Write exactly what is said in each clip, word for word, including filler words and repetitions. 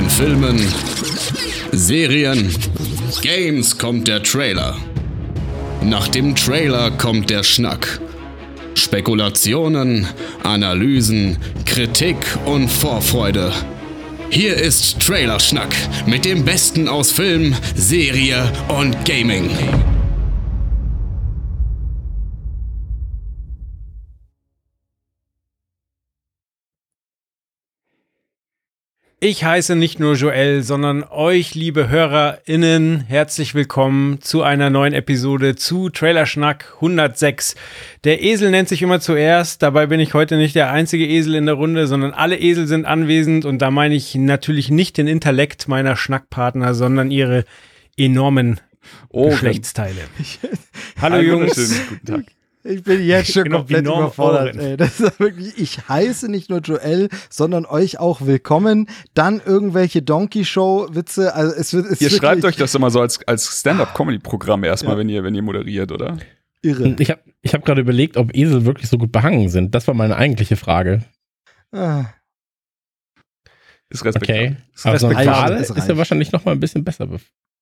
Filmen, Serien, Games kommt der Trailer. Nach dem Trailer kommt der Schnack. Spekulationen, Analysen, Kritik und Vorfreude. Hier ist Trailerschnack mit dem Besten aus Film, Serie und Gaming. Ich heiße nicht nur Joel, sondern euch, liebe HörerInnen, herzlich willkommen zu einer neuen Episode zu Trailerschnack hundertsechs. Der Esel nennt sich immer zuerst, dabei bin ich heute nicht der einzige Esel in der Runde, sondern alle Esel sind anwesend und da meine ich natürlich nicht den Intellekt meiner Schnackpartner, sondern ihre enormen oh, Geschlechtsteile. Hallo Jungs. Guten Tag. Ich bin jetzt schon genau, komplett überfordert. Ey. Das ist wirklich, ich heiße nicht nur Joel, sondern euch auch willkommen. Dann irgendwelche Donkey-Show-Witze. Also es wird, es ihr schreibt euch das immer so als, als Stand-Up-Comedy-Programm erstmal, ja. wenn ihr, wenn ihr moderiert, oder? Irre. Ich habe ich hab gerade überlegt, ob Esel wirklich so gut behangen sind. Das war meine eigentliche Frage. Ah. Ist respektabel. Okay, aber so ein Wal ist, ist ja wahrscheinlich noch mal ein bisschen besser.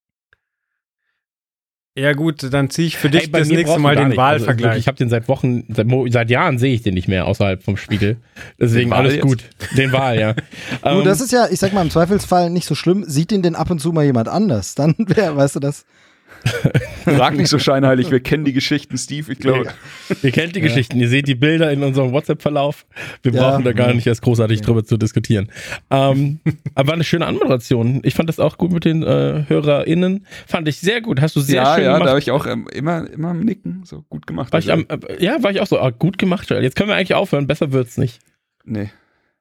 Ja gut, dann ziehe ich für dich hey, das nächste Mal den Wahlvergleich. Also, ich habe den seit Wochen, seit, seit Jahren sehe ich den nicht mehr außerhalb vom Spiegel. Deswegen alles jetzt? Gut. Den Wahl, ja. Du, das ist ja, ich sag mal, im Zweifelsfall nicht so schlimm. Sieht den denn ab und zu mal jemand anders? Dann wäre, weißt du das? Frag nicht so scheinheilig, wir kennen die Geschichten, Steve, ich glaube. Ihr kennt die ja. Geschichten, ihr seht die Bilder in unserem WhatsApp-Verlauf. Wir ja. brauchen da gar nicht erst großartig ja. drüber zu diskutieren. Ähm, aber war eine schöne Anmoderation. Ich fand das auch gut mit den äh, HörerInnen. Fand ich sehr gut. Hast du sehr ja, schön ja, gemacht. Ja, da habe ich auch ähm, immer, immer am Nicken. So gut gemacht. War ich am, äh, ja, war ich auch so. Ah, gut gemacht. Jetzt können wir eigentlich aufhören. Besser wird's nicht. Nee.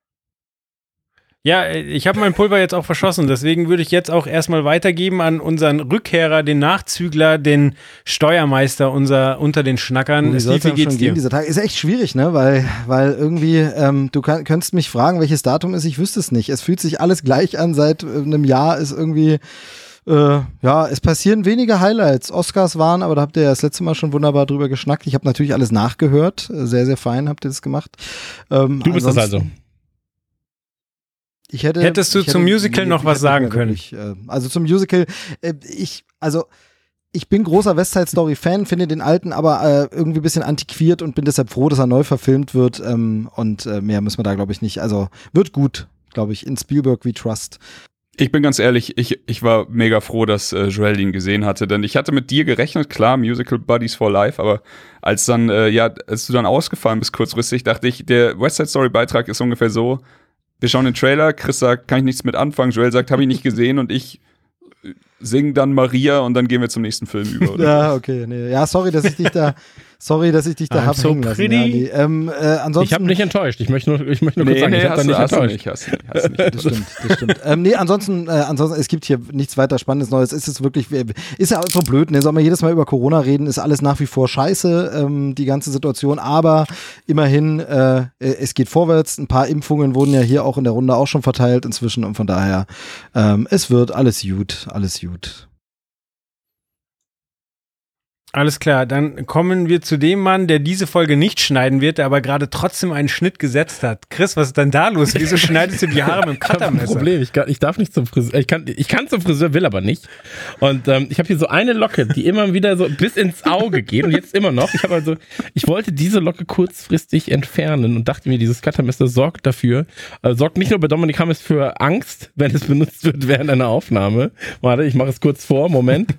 Ja, ich habe mein Pulver jetzt auch verschossen, deswegen würde ich jetzt auch erstmal weitergeben an unseren Rückkehrer, den Nachzügler, den Steuermeister unser, unter den Schnackern. Wie Steve, wie geht's dir? Geben, dieser Tag ist echt schwierig, ne? Weil, weil irgendwie, ähm, du kann, könntest mich fragen, welches Datum ist, ich wüsste es nicht. Es fühlt sich alles gleich an, seit äh, einem Jahr ist irgendwie, äh, ja, es passieren wenige Highlights. Oscars waren, aber da habt ihr ja das letzte Mal schon wunderbar drüber geschnackt. Ich habe natürlich alles nachgehört, sehr, sehr fein habt ihr das gemacht. Ähm, du bist das also. Ich hätte, Hättest du ich hätte, zum Musical noch was sagen können? Wirklich, äh, also zum Musical, äh, ich, also ich bin großer West Side Story Fan, finde den alten aber äh, irgendwie ein bisschen antiquiert und bin deshalb froh, dass er neu verfilmt wird ähm, und äh, mehr müssen wir da glaube ich nicht, also wird gut, glaube ich, in Spielberg we trust. Ich bin ganz ehrlich, ich, ich war mega froh, dass äh, Joel ihn gesehen hatte, denn ich hatte mit dir gerechnet, klar, Musical Buddies for Life, aber als dann, äh, ja, als du dann ausgefallen bist kurzfristig, dachte ich, der West Side Story Beitrag ist ungefähr so: Wir schauen den Trailer, Chris sagt, kann ich nichts mit anfangen, Joel sagt, habe ich nicht gesehen und ich sing dann Maria und dann gehen wir zum nächsten Film über. Oder ja, okay, nee. Ja, sorry, dass ich dich da, sorry, dass ich dich da hab so hängen lassen. Ja, nee. ähm, äh, ansonsten, ich habe nicht enttäuscht, ich möchte nur, ich möchte nur nee, kurz sagen, nee, ich habe da nicht hast enttäuscht. Du nicht, hast du nicht, hast du nicht. Das stimmt, das stimmt. ähm, nee, ansonsten, äh, ansonsten, es gibt hier nichts weiter Spannendes Neues. Es ist wirklich, ist ja so blöd, ne? Soll man jedes Mal über Corona reden, ist alles nach wie vor scheiße, ähm, die ganze Situation, aber immerhin, äh, es geht vorwärts. Ein paar Impfungen wurden ja hier auch in der Runde auch schon verteilt inzwischen und von daher, ähm, es wird alles gut, alles gut. Alles klar, dann kommen wir zu dem Mann, der diese Folge nicht schneiden wird, der aber gerade trotzdem einen Schnitt gesetzt hat. Chris, was ist denn da los? Wieso schneidest du die Haare mit dem Cuttermesser? Ich habe ein Problem, ich kann, ich darf nicht zum Friseur, ich kann, ich kann zum Friseur, will aber nicht. Und ähm, ich habe hier so eine Locke, die immer wieder so bis ins Auge geht und jetzt immer noch. Ich habe also, ich wollte diese Locke kurzfristig entfernen und dachte mir, dieses Cuttermesser sorgt dafür, äh, sorgt nicht nur bei Dominik Hammes für Angst, wenn es benutzt wird während einer Aufnahme. Warte, ich mache es kurz vor, Moment.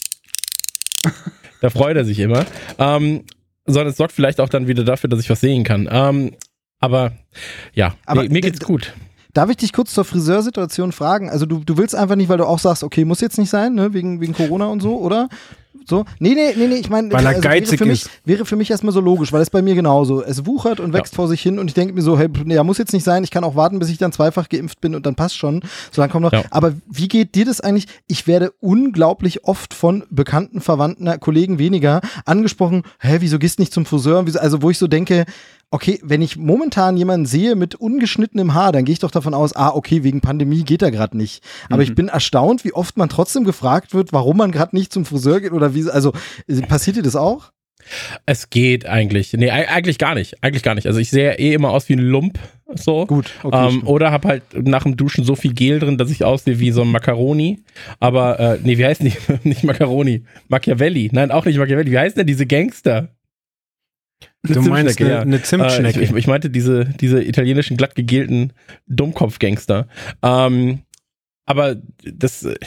Da freut er sich immer. Ähm, sondern es sorgt vielleicht auch dann wieder dafür, dass ich was sehen kann. Ähm, aber ja, aber mir, mir geht's gut. Darf ich dich kurz zur Friseursituation fragen? Also du, du willst einfach nicht, weil du auch sagst, okay, muss jetzt nicht sein, ne, wegen, wegen Corona und so, oder? So? Nee, nee, nee, nee, ich meine, weil er also geizig wäre, für mich, ist. wäre für mich erstmal so logisch, weil es bei mir genauso, es wuchert und wächst ja. vor sich hin und ich denke mir so, hey, nee, ja, muss jetzt nicht sein, ich kann auch warten, bis ich dann zweifach geimpft bin und dann passt schon. So, dann kommt noch, ja. Aber wie geht dir das eigentlich? Ich werde unglaublich oft von Bekannten, Verwandten, Kollegen weniger angesprochen, hä, wieso gehst du nicht zum Friseur? Also wo ich so denke, okay, wenn ich momentan jemanden sehe mit ungeschnittenem Haar, dann gehe ich doch davon aus, ah, okay, wegen Pandemie geht er gerade nicht. Aber mhm. ich bin erstaunt, wie oft man trotzdem gefragt wird, warum man gerade nicht zum Friseur geht oder wie, also passiert dir das auch? Es geht eigentlich. Nee, eigentlich gar nicht. Eigentlich gar nicht. Also ich sehe eh immer aus wie ein Lump. So. Gut, okay. Ähm, oder habe halt nach dem Duschen so viel Gel drin, dass ich aussehe wie so ein Macaroni. Aber, äh, nee, wie heißt die? Nicht Macaroni. Machiavelli. Nein, auch nicht Machiavelli. Wie heißen denn diese Gangster? Eine du meinst eine, ja. eine Zimtschnecke. Äh, ich, ich meinte diese, diese italienischen, glatt gegelten Dummkopf-Gangster. Ähm, aber das äh,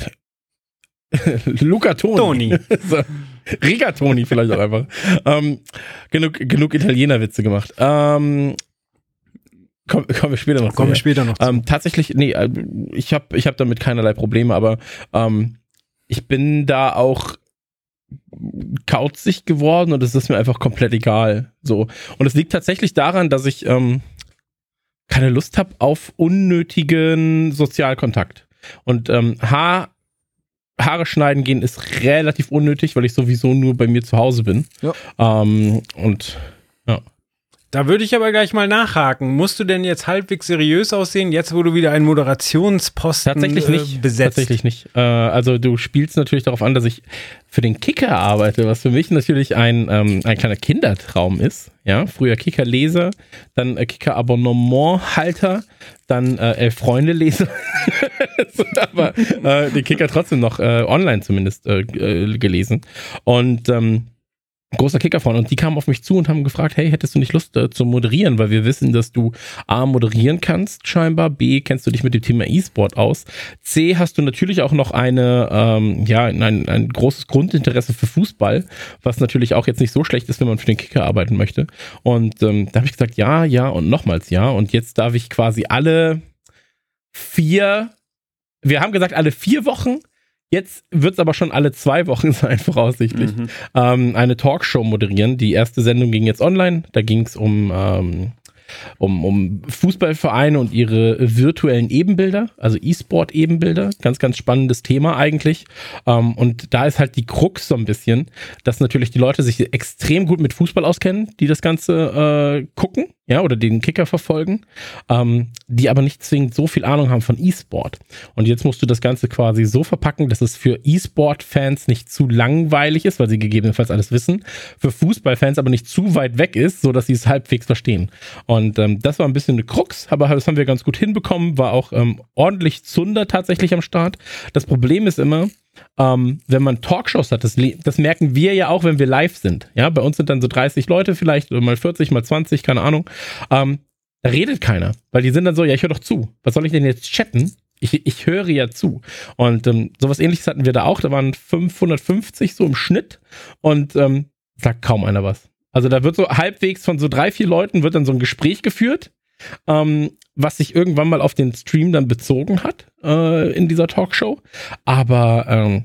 Luca Toni. Toni. so. Rigatoni vielleicht auch einfach. ähm, genug, genug Italiener-Witze gemacht. Ähm, Kommen komm wir später noch Kommen wir später noch zu. Ähm, tatsächlich, nee, ich habe ich hab damit keinerlei Probleme, aber ähm, ich bin da auch kauzig geworden und es ist mir einfach komplett egal. So. Und es liegt tatsächlich daran, dass ich ähm, keine Lust habe auf unnötigen Sozialkontakt. Und ähm, Haar, Haare schneiden gehen ist relativ unnötig, weil ich sowieso nur bei mir zu Hause bin. Ja. Ähm, und ja. Da würde ich aber gleich mal nachhaken. Musst du denn jetzt halbwegs seriös aussehen, jetzt wo du wieder einen Moderationsposten Tatsächlich nicht, äh, besetzt? Tatsächlich nicht. Äh, also du spielst natürlich darauf an, dass ich für den Kicker arbeite, was für mich natürlich ein, ähm, ein kleiner Kindertraum ist. Ja, früher Kicker-Leser, dann äh, Kicker-Abonnement-Halter, dann äh, Elf-Freunde-Leser. so, aber äh, den Kicker trotzdem noch äh, online zumindest äh, gelesen. Und ähm, großer Kicker-Fan. Und die kamen auf mich zu und haben gefragt, hey, hättest du nicht Lust äh, zu moderieren? Weil wir wissen, dass du A, moderieren kannst scheinbar, B, kennst du dich mit dem Thema E-Sport aus, C, hast du natürlich auch noch eine, ähm, ja, ein, ein großes Grundinteresse für Fußball, was natürlich auch jetzt nicht so schlecht ist, wenn man für den Kicker arbeiten möchte. Und ähm, da habe ich gesagt, ja, ja und nochmals ja. Und jetzt darf ich quasi alle vier, wir haben gesagt, alle vier Wochen, jetzt wird es aber schon alle zwei Wochen sein, voraussichtlich, mhm. ähm, eine Talkshow moderieren. Die erste Sendung ging jetzt online. Da ging es um, ähm, um, um Fußballvereine und ihre virtuellen Ebenbilder, also E-Sport-Ebenbilder. Ganz, ganz spannendes Thema eigentlich. Ähm, und da ist halt die Krux so ein bisschen, dass natürlich die Leute sich extrem gut mit Fußball auskennen, die das Ganze äh, gucken, ja, oder den Kicker verfolgen, ähm, die aber nicht zwingend so viel Ahnung haben von E-Sport. Und jetzt musst du das Ganze quasi so verpacken, dass es für E-Sport-Fans nicht zu langweilig ist, weil sie gegebenenfalls alles wissen, für Fußballfans aber nicht zu weit weg ist, sodass sie es halbwegs verstehen. Und ähm, das war ein bisschen eine Krux, aber das haben wir ganz gut hinbekommen, war auch ähm, ordentlich Zunder tatsächlich am Start. Das Problem ist immer, Ähm, wenn man Talkshows hat, das, das merken wir ja auch, wenn wir live sind. Ja, bei uns sind dann so dreißig Leute vielleicht, oder mal vierzig, mal zwanzig, keine Ahnung. Ähm, da redet keiner, weil die sind dann so, ja, ich höre doch zu. Was soll ich denn jetzt chatten? Ich, ich höre ja zu. Und ähm, sowas Ähnliches hatten wir da auch. Da waren fünfhundertfünfzig so im Schnitt und ähm, sagt kaum einer was. Also da wird so halbwegs von so drei, vier Leuten wird dann so ein Gespräch geführt, ähm, was sich irgendwann mal auf den Stream dann bezogen hat äh, in dieser Talkshow. Aber ähm,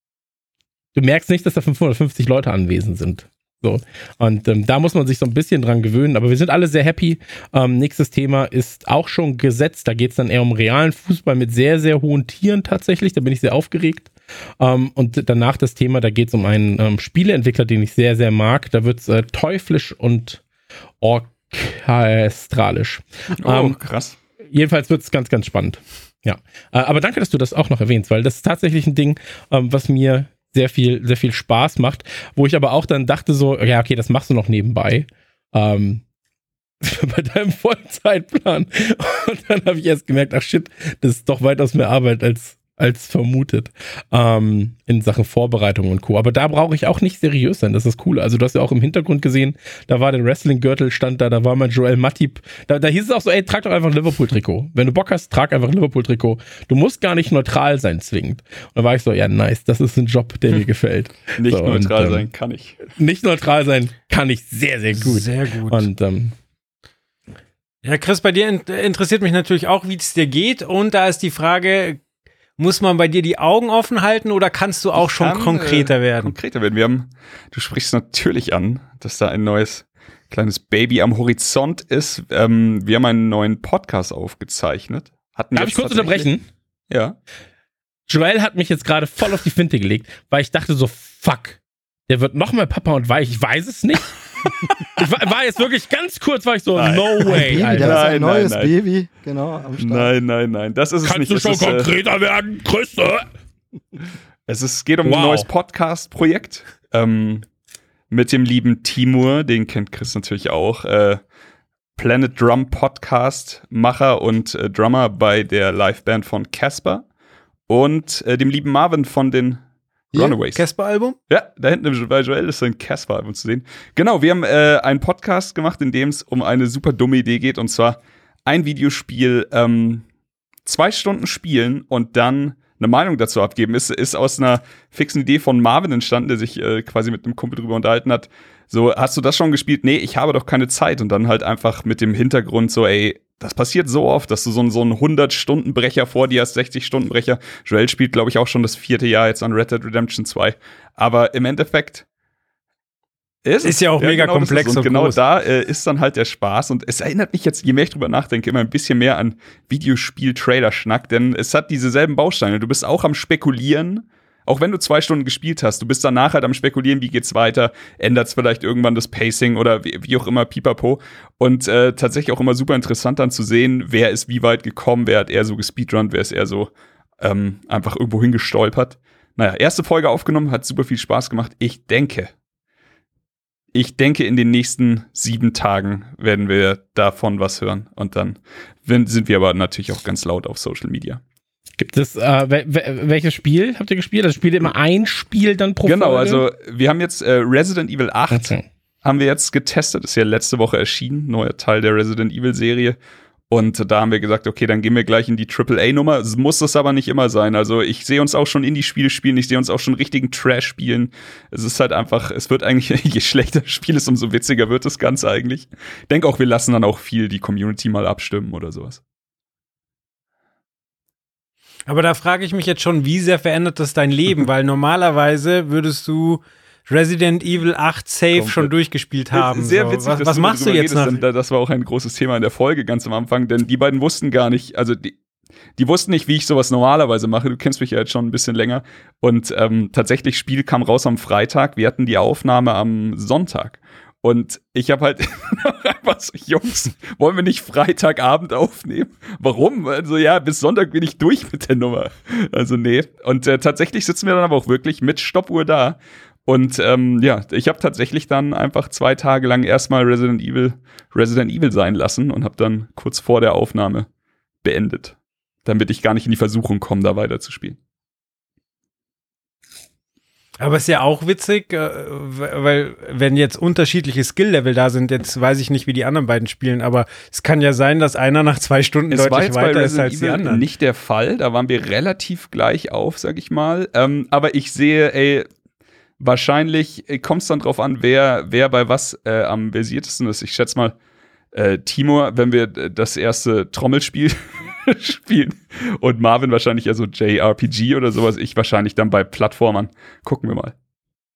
du merkst nicht, dass da fünfhundertfünfzig Leute anwesend sind. So. Und ähm, da muss man sich so ein bisschen dran gewöhnen. Aber wir sind alle sehr happy. Ähm, nächstes Thema ist auch schon gesetzt. Da geht es dann eher um realen Fußball mit sehr, sehr hohen Tieren tatsächlich. Da bin ich sehr aufgeregt. Ähm, und danach das Thema, da geht es um einen ähm, Spieleentwickler, den ich sehr, sehr mag. Da wird es äh, teuflisch und orchestralisch. Oh, ähm, krass. Jedenfalls wird es ganz, ganz spannend. Ja. Äh, aber danke, dass du das auch noch erwähnst, weil das ist tatsächlich ein Ding, ähm, was mir sehr viel, sehr viel Spaß macht, wo ich aber auch dann dachte so, ja, okay, das machst du noch nebenbei. Ähm, bei deinem Vollzeitplan. Und dann habe ich erst gemerkt, ach shit, das ist doch weitaus mehr Arbeit als als vermutet, ähm, in Sachen Vorbereitung und Co. Aber da brauche ich auch nicht seriös sein, das ist cool. Also du hast ja auch im Hintergrund gesehen, da war der Wrestling-Gürtel, stand da, da war mal Joel Matip, da, da hieß es auch so, ey, trag doch einfach ein Liverpool-Trikot. Wenn du Bock hast, trag einfach ein Liverpool-Trikot. Du musst gar nicht neutral sein zwingend. Und da war ich so, ja nice, das ist ein Job, der mir gefällt. Nicht so, neutral und, ähm, sein kann ich. Nicht neutral sein kann ich sehr, sehr gut. Sehr gut. Und ähm, ja, Chris, bei dir in- interessiert mich natürlich auch, wie es dir geht. Und da ist die Frage, muss man bei dir die Augen offen halten oder kannst du auch Ich schon kann, konkreter äh, werden? Konkreter werden. Wir haben, du sprichst natürlich an, dass da ein neues kleines Baby am Horizont ist. Ähm, wir haben einen neuen Podcast aufgezeichnet. Hatten darf ich kurz unterbrechen? Ja. Joel hat mich jetzt gerade voll auf die Finte gelegt, weil ich dachte so, fuck, der wird noch mal Papa und weich. Ich weiß es nicht. Ich war, war jetzt wirklich ganz kurz, war ich so, Nein. no way, Baby, Alter. da ist Nein, ein neues nein, nein. Baby, genau, am Start. Nein, nein, nein. Das ist es Kannst nicht. du Es schon ist, äh, konkreter werden, Chris? Es ist, geht um Wow. ein neues Podcast-Projekt. Ähm, mit dem lieben Timur, den kennt Chris natürlich auch, äh, Planet Drum Podcast Macher und äh, Drummer bei der Liveband von Casper und äh, dem lieben Marvin von den Runaways. Casper-Album? Ja, da hinten bei Joel ist ein Casper-Album zu sehen. Genau, wir haben äh, einen Podcast gemacht, in dem es um eine super dumme Idee geht, und zwar ein Videospiel ähm, zwei Stunden spielen und dann eine Meinung dazu abgeben. Ist, ist aus einer fixen Idee von Marvin entstanden, der sich äh, quasi mit einem Kumpel drüber unterhalten hat. So, hast du das schon gespielt? Nee, ich habe doch keine Zeit. Und dann halt einfach mit dem Hintergrund so, ey, das passiert so oft, dass du so, so einen hundert-Stunden-Brecher vor dir hast, sechzig-Stunden-Brecher. Joel spielt, glaube ich, auch schon das vierte Jahr jetzt an Red Dead Redemption zwei. Aber im Endeffekt ist, ist ja auch mega genau komplex und, und genau groß. Da äh, ist dann halt der Spaß. Und es erinnert mich jetzt, je mehr ich drüber nachdenke, immer ein bisschen mehr an Videospiel-Trailer-Schnack. Denn es hat dieselben Bausteine. Du bist auch am Spekulieren. Auch wenn du zwei Stunden gespielt hast, du bist danach halt am Spekulieren, wie geht's weiter, ändert's vielleicht irgendwann das Pacing oder wie, wie auch immer, pipapo. Und äh, tatsächlich auch immer super interessant dann zu sehen, wer ist wie weit gekommen, wer hat eher so gespeedrunnt, wer ist eher so ähm, einfach irgendwo hingestolpert. Naja, erste Folge aufgenommen, hat super viel Spaß gemacht. Ich denke, ich denke, in den nächsten sieben Tagen werden wir davon was hören. Und dann sind wir aber natürlich auch ganz laut auf Social Media. Gibt es, äh, wel- wel- welches Spiel habt ihr gespielt? Das spielt ihr immer ein Spiel dann pro Genau, Folge? also wir haben jetzt äh, Resident Evil acht Okay. haben wir jetzt getestet. Ist ja letzte Woche erschienen, neuer Teil der Resident Evil Serie. Und da haben wir gesagt, okay, dann gehen wir gleich in die Triple A Nummer. Es muss das aber nicht immer sein. Also ich sehe uns auch schon Indie-Spiele spielen, ich sehe uns auch schon richtigen Trash spielen. Es ist halt einfach, es wird eigentlich, je schlechter das Spiel ist, umso witziger wird das Ganze eigentlich. Ich denke auch, wir lassen dann auch viel die Community mal abstimmen oder sowas. Aber da frage ich mich jetzt schon, wie sehr verändert das dein Leben? Weil normalerweise würdest du Resident Evil acht safe Komplett. schon durchgespielt haben. Sehr so. witzig, was dass was du machst du darüber jetzt redest, nach? denn das war auch ein großes Thema in der Folge ganz am Anfang, denn die beiden wussten gar nicht, also die, die wussten nicht, wie ich sowas normalerweise mache. Du kennst mich ja jetzt schon ein bisschen länger. Und ähm, tatsächlich, Spiel kam raus am Freitag. Wir hatten die Aufnahme am Sonntag. Und ich habe halt einfach so, Jungs, wollen wir nicht Freitagabend aufnehmen? Warum? Also ja, bis Sonntag bin ich durch mit der Nummer. Also nee. Und äh, tatsächlich sitzen wir dann aber auch wirklich mit Stoppuhr da. Und ähm, ja, ich habe tatsächlich dann einfach zwei Tage lang erstmal Resident Evil, Resident Evil sein lassen und habe dann kurz vor der Aufnahme beendet, damit ich gar nicht in die Versuchung komme, da weiterzuspielen. Aber ist ja auch witzig, äh, weil wenn jetzt unterschiedliche Skill-Level da sind, jetzt weiß ich nicht, wie die anderen beiden spielen, aber es kann ja sein, dass einer nach zwei Stunden Es war deutlich jetzt bei weiter ist Resident als die Evil anderen. nicht der Fall, da waren wir relativ gleich auf, sag ich mal. Ähm, aber ich sehe, ey, wahrscheinlich kommt es dann drauf an, wer, wer bei was äh, am versiertesten ist. Ich schätze mal, äh, Timur, wenn wir das erste Trommelspiel spielen und Marvin wahrscheinlich ja so J R P G oder sowas, ich wahrscheinlich dann bei Plattformern. Gucken wir mal.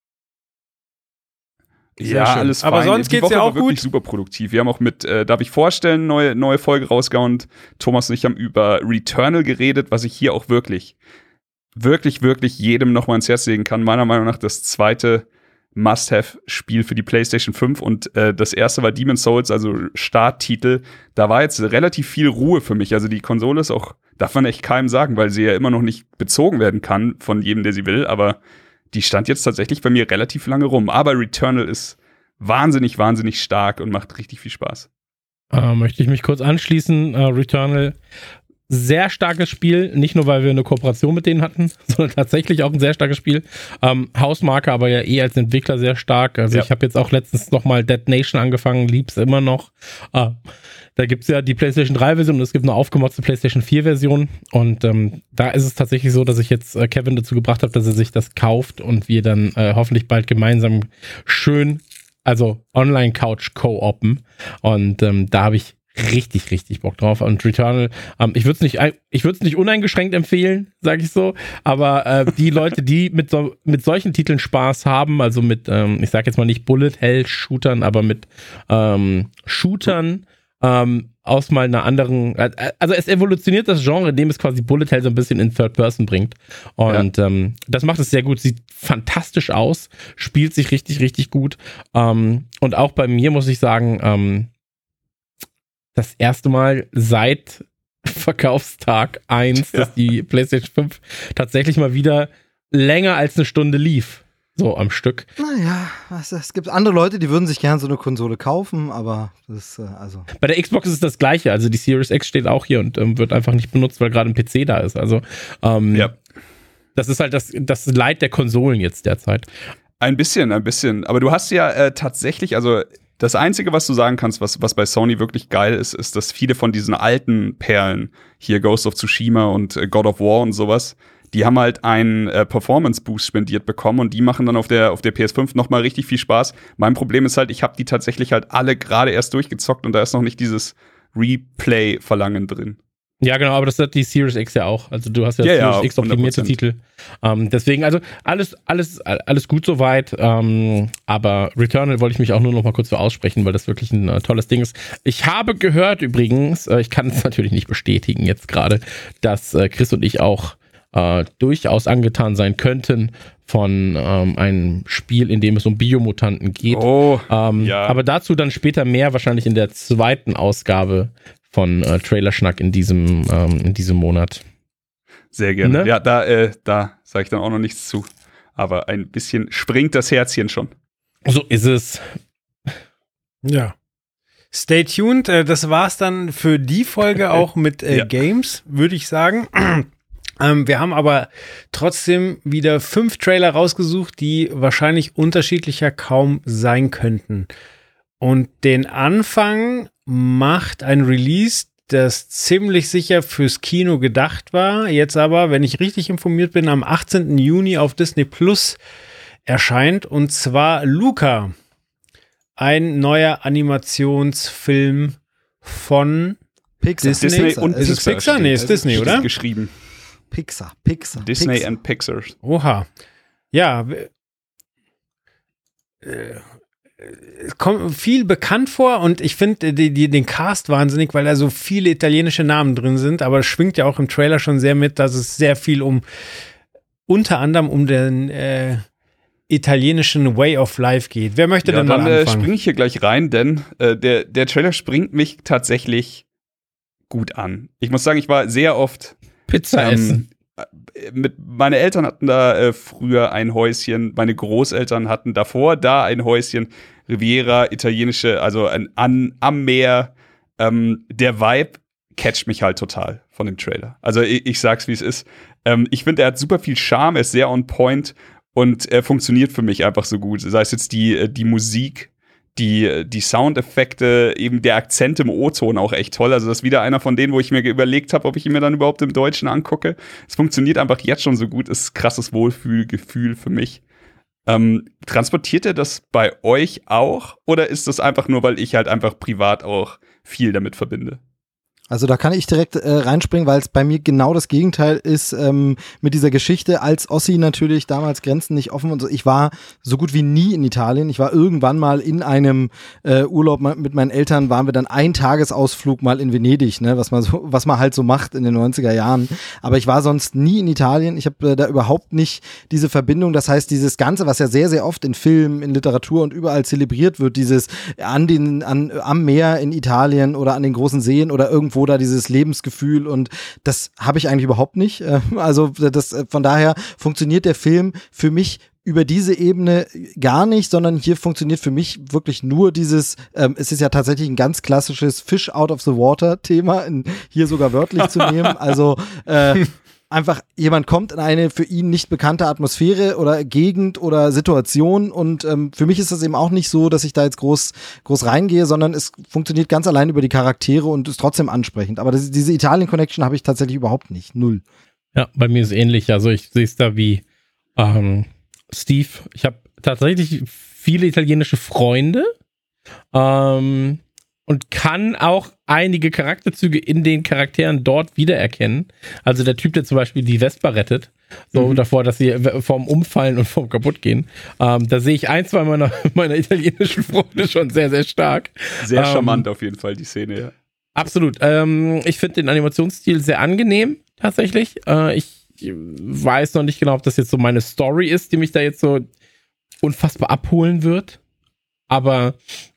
Sehr ja, schön. alles fein. Aber sonst Die geht's Woche ja war auch wirklich gut. super produktiv. Wir haben auch mit, äh, darf ich vorstellen, neue, neue Folge rausgehauen. Und Thomas und ich haben über Returnal geredet, was ich hier auch wirklich, wirklich, wirklich jedem noch mal ins Herz legen kann. Meiner Meinung nach das zweite Must-Have-Spiel für die PlayStation fünf und äh, das erste war Demon's Souls, also Starttitel. Da war jetzt relativ viel Ruhe für mich. Also die Konsole ist auch, darf man echt keinem sagen, weil sie ja immer noch nicht bezogen werden kann von jedem, der sie will, aber die stand jetzt tatsächlich bei mir relativ lange rum. Aber Returnal ist wahnsinnig, wahnsinnig stark und macht richtig viel Spaß. Äh, möchte ich mich kurz anschließen. Äh, Returnal, sehr starkes Spiel, nicht nur, weil wir eine Kooperation mit denen hatten, sondern tatsächlich auch ein sehr starkes Spiel. Ähm, Hausmarke, aber ja eh als Entwickler sehr stark. Also Ja. ich habe jetzt auch letztens noch mal Dead Nation angefangen, lieb's immer noch. Äh, da gibt's ja die PlayStation drei Version und es gibt eine aufgemotzte PlayStation vier Version. Und ähm, da ist es tatsächlich so, dass ich jetzt äh, Kevin dazu gebracht habe, dass er sich das kauft und wir dann äh, hoffentlich bald gemeinsam schön, also Online-Couch co-open. Und ähm, da habe ich richtig, richtig Bock drauf. Und Returnal, ähm, ich würde es nicht, ich würde es nicht uneingeschränkt empfehlen, sage ich so, aber äh, die Leute, die mit so, mit solchen Titeln Spaß haben, also mit, ähm, ich sage jetzt mal nicht Bullet-Hell-Shootern, aber mit ähm, Shootern ähm, aus mal einer anderen, äh, also es evolutioniert das Genre, indem es quasi Bullet Hell so ein bisschen in Third Person bringt. Und ja. ähm, das macht es sehr gut, sieht fantastisch aus, spielt sich richtig, richtig gut. Ähm, und auch bei mir muss ich sagen, ähm, das erste Mal seit Verkaufstag eins, ja. dass die PlayStation fünf tatsächlich mal wieder länger als eine Stunde lief. so am Stück. Naja, was, es gibt andere Leute, die würden sich gerne so eine Konsole kaufen, aber das, äh, also. Bei der Xbox ist es das Gleiche, also die Series X steht auch hier und ähm, wird einfach nicht benutzt, weil gerade ein P C da ist, also ähm, ja. Das ist halt das, das Leid der Konsolen jetzt derzeit. Ein bisschen, ein bisschen, aber du hast ja äh, tatsächlich, also das Einzige, was du sagen kannst, was, was bei Sony wirklich geil ist, ist, dass viele von diesen alten Perlen, hier Ghost of Tsushima und äh, God of War und sowas, die haben halt einen äh, Performance-Boost spendiert bekommen und die machen dann auf der, auf der P S fünf nochmal richtig viel Spaß. Mein Problem ist halt, ich habe die tatsächlich halt alle gerade erst durchgezockt und da ist noch nicht dieses Replay-Verlangen drin. Ja, genau, aber das hat die Series X ja auch. Also du hast ja, ja Series ja, X optimierte Titel. Ähm, deswegen, also alles, alles, alles gut soweit. Ähm, aber Returnal wollte ich mich auch nur noch mal kurz für aussprechen, weil das wirklich ein äh, tolles Ding ist. Ich habe gehört übrigens, äh, ich kann es natürlich nicht bestätigen jetzt gerade, dass äh, Chris und ich auch äh, durchaus angetan sein könnten von ähm, einem Spiel, in dem es um Biomutanten geht. Oh, ähm, ja. Aber dazu dann später mehr, wahrscheinlich in der zweiten Ausgabe von äh, Trailerschnack in diesem, ähm, in diesem Monat. Sehr gerne. Ne? Ja, da, äh, da sage ich dann auch noch nichts zu. Aber ein bisschen springt das Herzchen schon. So ist es. Ja. Stay tuned. Äh, das war's dann für die Folge auch mit äh, ja. Games, würde ich sagen. ähm, wir haben aber trotzdem wieder fünf Trailer rausgesucht, die wahrscheinlich unterschiedlicher kaum sein könnten. Und den Anfang macht ein Release, das ziemlich sicher fürs Kino gedacht war, jetzt aber, wenn ich richtig informiert bin, am achtzehnten Juni auf Disney Plus erscheint, und zwar Luca, ein neuer Animationsfilm von Pixar. Disney, Disney und ist es Pixar Pixar? steht. Nee, ist Disney, Steht oder? geschrieben. Pixar, Pixar. Disney Pixar. and Pixar. Oha. Ja, w- äh, es kommt viel bekannt vor und ich finde die, die, den Cast wahnsinnig, weil da so viele italienische Namen drin sind, aber es schwingt ja auch im Trailer schon sehr mit, dass es sehr viel um, unter anderem um den äh, italienischen Way of Life geht. Wer möchte Ja, denn mal dann äh, anfangen? springe ich hier gleich rein, denn äh, der, der Trailer springt mich tatsächlich gut an. Ich muss sagen, ich war sehr oft Pizza ähm, essen. Mit, meine Eltern hatten da äh, früher ein Häuschen, meine Großeltern hatten davor da ein Häuschen, Riviera, italienische, also ein, an, am Meer. Ähm, der Vibe catcht mich halt total von dem Trailer. Also ich, ich sag's, wie es ist. Ähm, ich finde, er hat super viel Charme, er ist sehr on point und er funktioniert für mich einfach so gut. Sei es jetzt die, die Musik, die, die Soundeffekte, eben der Akzent im O-Ton auch echt toll. Also das ist wieder einer von denen, wo ich mir überlegt habe, ob ich ihn mir dann überhaupt im Deutschen angucke. Es funktioniert einfach jetzt schon so gut, ist krasses Wohlfühlgefühl für mich. Ähm, transportiert er das bei euch auch? Oder ist das einfach nur, weil ich halt einfach privat auch viel damit verbinde? Also da kann ich direkt äh, reinspringen, weil es bei mir genau das Gegenteil ist ähm, mit dieser Geschichte. Als Ossi natürlich, damals Grenzen nicht offen und so. Ich war so gut wie nie in Italien. Ich war irgendwann mal in einem äh, Urlaub mit meinen Eltern, waren wir dann ein Tagesausflug mal in Venedig, ne, was man so, was man halt so macht in den neunziger Jahren. Aber ich war sonst nie in Italien. Ich habe äh, da überhaupt nicht diese Verbindung. Das heißt, dieses Ganze, was ja sehr, sehr oft in Filmen, in Literatur und überall zelebriert wird, dieses an den, an, am Meer in Italien oder an den großen Seen oder irgendwo da dieses Lebensgefühl, und das habe ich eigentlich überhaupt nicht. Also das, von daher funktioniert der Film für mich über diese Ebene gar nicht, sondern hier funktioniert für mich wirklich nur dieses, ähm, es ist ja tatsächlich ein ganz klassisches Fish out of the water Thema, in, hier sogar wörtlich zu nehmen. Also äh, einfach jemand kommt in eine für ihn nicht bekannte Atmosphäre oder Gegend oder Situation, und ähm, für mich ist das eben auch nicht so, dass ich da jetzt groß groß reingehe, sondern es funktioniert ganz allein über die Charaktere und ist trotzdem ansprechend. Aber das, diese Italien-Connection habe ich tatsächlich überhaupt nicht. Null. Ja, bei mir ist es ähnlich. Also ich sehe es da wie ähm, Steve. Ich habe tatsächlich viele italienische Freunde ähm, und kann auch einige Charakterzüge in den Charakteren dort wiedererkennen. Also der Typ, der zum Beispiel die Vespa rettet, so mhm. davor, dass sie vorm Umfallen und vorm Kaputtgehen. Ähm, da sehe ich ein, zwei meiner, meiner italienischen Freunde schon sehr, sehr stark. Sehr ähm, charmant auf jeden Fall, die Szene, ja. Absolut. Ähm, ich finde den Animationsstil sehr angenehm, tatsächlich. Äh, ich weiß noch nicht genau, ob das jetzt so meine Story ist, die mich da jetzt so unfassbar abholen wird. Aber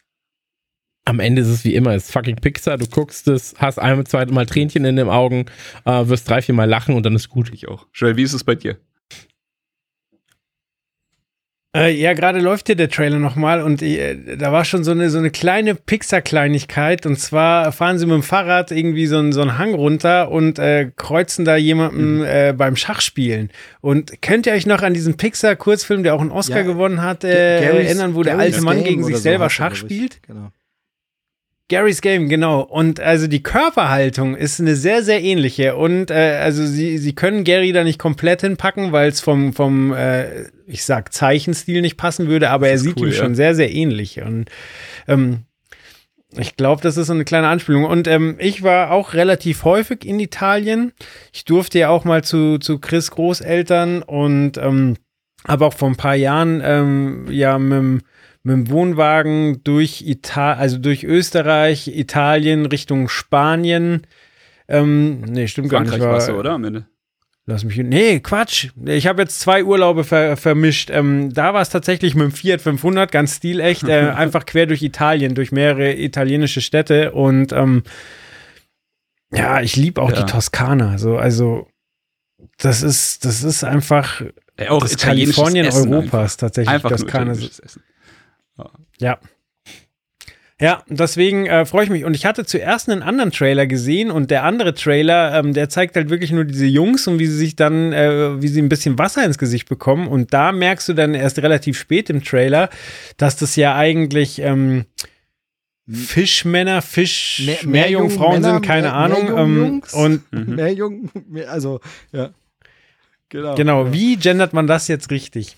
am Ende ist es wie immer, es ist fucking Pixar, du guckst es, hast ein, zweites Mal Tränchen in den Augen, äh, wirst drei, vier Mal lachen und dann ist gut. Ich auch. Joel, wie ist es bei dir? Äh, ja, gerade läuft hier der Trailer nochmal und äh, da war schon so eine, so eine kleine Pixar-Kleinigkeit und zwar fahren sie mit dem Fahrrad irgendwie so einen, so einen Hang runter und äh, kreuzen da jemanden mhm. äh, beim Schachspielen. Und könnt ihr euch noch an diesen Pixar-Kurzfilm, der auch einen Oscar ja, gewonnen hat, äh, erinnern, wo Gary's der alte Mann Game gegen sich selber so Schach spielt? Genau. Gary's Game, genau. Und also die Körperhaltung ist eine sehr, sehr ähnliche. Und äh, also sie, sie können Gary da nicht komplett hinpacken, weil es vom, vom äh, ich sag, Zeichenstil nicht passen würde, aber er sieht cool, ihm ja. schon sehr, sehr ähnlich. Und ähm, ich glaube, das ist so eine kleine Anspielung. Und ähm, ich war auch relativ häufig in Italien. Ich durfte ja auch mal zu, zu Chris' Großeltern und ähm, habe auch vor ein paar Jahren ähm, ja mit mit dem Wohnwagen durch Italien, also durch Österreich, Italien Richtung Spanien. Ähm, nee, stimmt Frankreich gar nicht. Warst du, oder? Am Ende? Lass mich. Nee, Quatsch. Ich habe jetzt zwei Urlaube ver vermischt. Ähm, da war es tatsächlich mit dem Fiat fünfhundert, ganz stilecht, äh, einfach quer durch Italien, durch mehrere italienische Städte. Und ähm, ja, ich liebe auch ja. die Toskana. So, also, das ist, das ist einfach ja, auch das Kalifornien Essen Europas einfach. tatsächlich. Einfach Toskana. nur Essen. Ja. Ja, deswegen äh, freue ich mich. Und ich hatte zuerst einen anderen Trailer gesehen und der andere Trailer, ähm, der zeigt halt wirklich nur diese Jungs und wie sie sich dann, äh, wie sie ein bisschen Wasser ins Gesicht bekommen. Und da merkst du dann erst relativ spät im Trailer, dass das ja eigentlich ähm, Fischmänner, Fisch, mehr, mehr Meerjungfrauen sind, keine mehr, Ahnung. Mehr ähm, und mhm. mehr Jungen, mehr, also, ja. Genau. Genau, ja. Wie gendert man das jetzt richtig?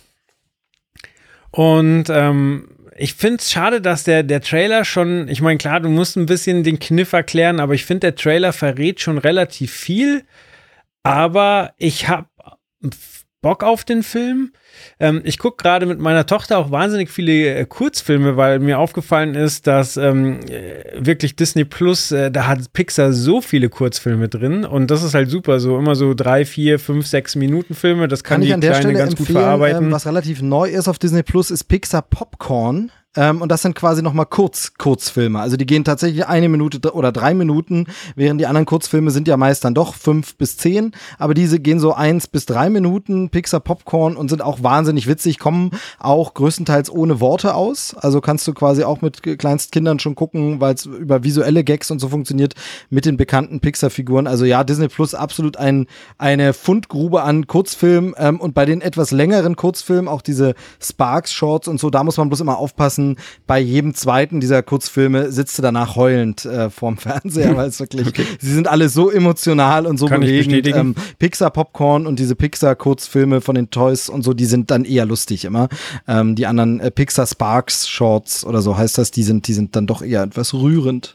Und ähm, ich finde es schade, dass der, der Trailer schon, ich meine, klar, du musst ein bisschen den Kniff erklären, aber ich finde, der Trailer verrät schon relativ viel. Aber ich habe Bock auf den Film. Ähm, ich gucke gerade mit meiner Tochter auch wahnsinnig viele äh, Kurzfilme, weil mir aufgefallen ist, dass ähm, wirklich Disney Plus, äh, da hat Pixar so viele Kurzfilme drin und das ist halt super, so immer so drei, vier, fünf, sechs Minuten Filme, das kann, kann die Kleine ganz gut verarbeiten. Ähm, was relativ neu ist auf Disney Plus, ist Pixar Popcorn. Ähm, und das sind quasi nochmal Kurz, Kurzfilme. Also die gehen tatsächlich eine Minute oder drei Minuten, während die anderen Kurzfilme sind ja meist dann doch fünf bis zehn. Aber diese gehen so eins bis drei Minuten, Pixar Popcorn, und sind auch wahnsinnig witzig, kommen auch größtenteils ohne Worte aus. Also kannst du quasi auch mit Kleinstkindern schon gucken, weil es über visuelle Gags und so funktioniert mit den bekannten Pixar-Figuren. Also ja, Disney Plus absolut ein, eine Fundgrube an Kurzfilmen. Ähm, und bei den etwas längeren Kurzfilmen, auch diese Sparks-Shorts und so, da muss man bloß immer aufpassen. Bei jedem zweiten dieser Kurzfilme sitzt du danach heulend äh, vorm Fernseher, weil es wirklich, okay. sie sind alle so emotional und so Kann bewegend. Ähm, Pixar Popcorn und diese Pixar Kurzfilme von den Toys und so, die sind dann eher lustig immer. Ähm, die anderen äh, Pixar Sparks Shorts oder so heißt das, die sind, die sind dann doch eher etwas rührend.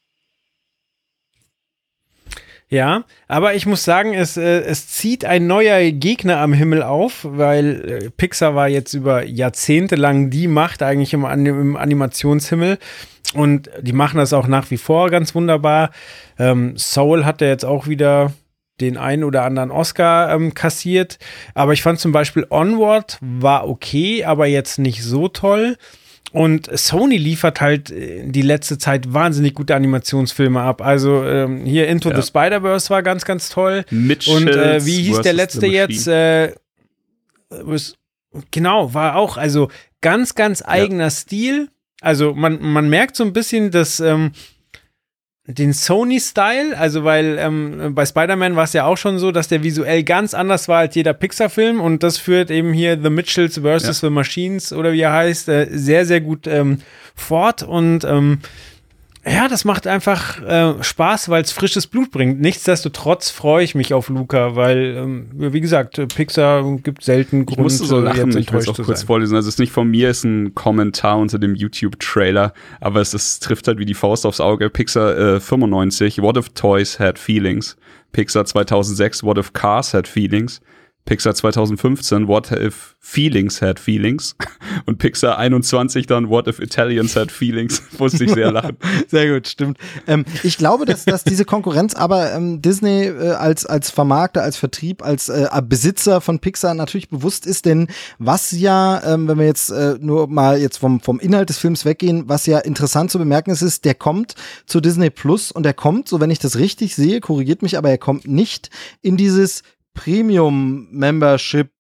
Ja, aber ich muss sagen, es, äh, es zieht ein neuer Gegner am Himmel auf, weil äh, Pixar war jetzt über Jahrzehnte lang die Macht eigentlich im, im Animationshimmel und die machen das auch nach wie vor ganz wunderbar. Ähm, Soul hat ja jetzt auch wieder den einen oder anderen Oscar ähm, kassiert, aber ich fand zum Beispiel Onward war okay, aber jetzt nicht so toll. Und Sony liefert halt die letzte Zeit wahnsinnig gute Animationsfilme ab. Also ähm, hier Into ja. the Spider-Verse war ganz, ganz toll. Mitchells und äh, wie hieß der letzte jetzt? Äh, was, genau, war auch also ganz, ganz eigener ja. Stil. Also man, man merkt so ein bisschen, dass ähm, den Sony-Style, also weil ähm, bei Spider-Man war es ja auch schon so, dass der visuell ganz anders war als jeder Pixar-Film und das führt eben hier The Mitchells versus. Ja. The Machines oder wie er heißt, äh, sehr, sehr gut ähm, fort und ähm, ja, das macht einfach äh, Spaß, weil es frisches Blut bringt. Nichtsdestotrotz freue ich mich auf Luca, weil, ähm, wie gesagt, Pixar gibt selten Grund, ich musste so lachen, jetzt ich will es auch kurz sein. vorlesen. Also es ist nicht von mir, es ist ein Kommentar unter dem YouTube-Trailer, aber es ist, trifft halt wie die Faust aufs Auge. Pixar äh, fünfundneunzig, What if Toys had feelings? Pixar zweitausendsechs, What if Cars had feelings? Pixar zweitausendfünfzehn, What if Feelings had feelings? Und Pixar einundzwanzig dann, What if Italians had feelings? Musste ich sehr lachen. Sehr gut, stimmt. Ähm, ich glaube, dass, dass diese Konkurrenz aber ähm, Disney äh, als, als Vermarkter, als Vertrieb, als äh, Besitzer von Pixar natürlich bewusst ist, denn was ja, ähm, wenn wir jetzt äh, nur mal jetzt vom, vom Inhalt des Films weggehen, was ja interessant zu bemerken ist, ist, der kommt zu Disney Plus und der kommt, so wenn ich das richtig sehe, korrigiert mich, aber er kommt nicht in dieses Premium-Membership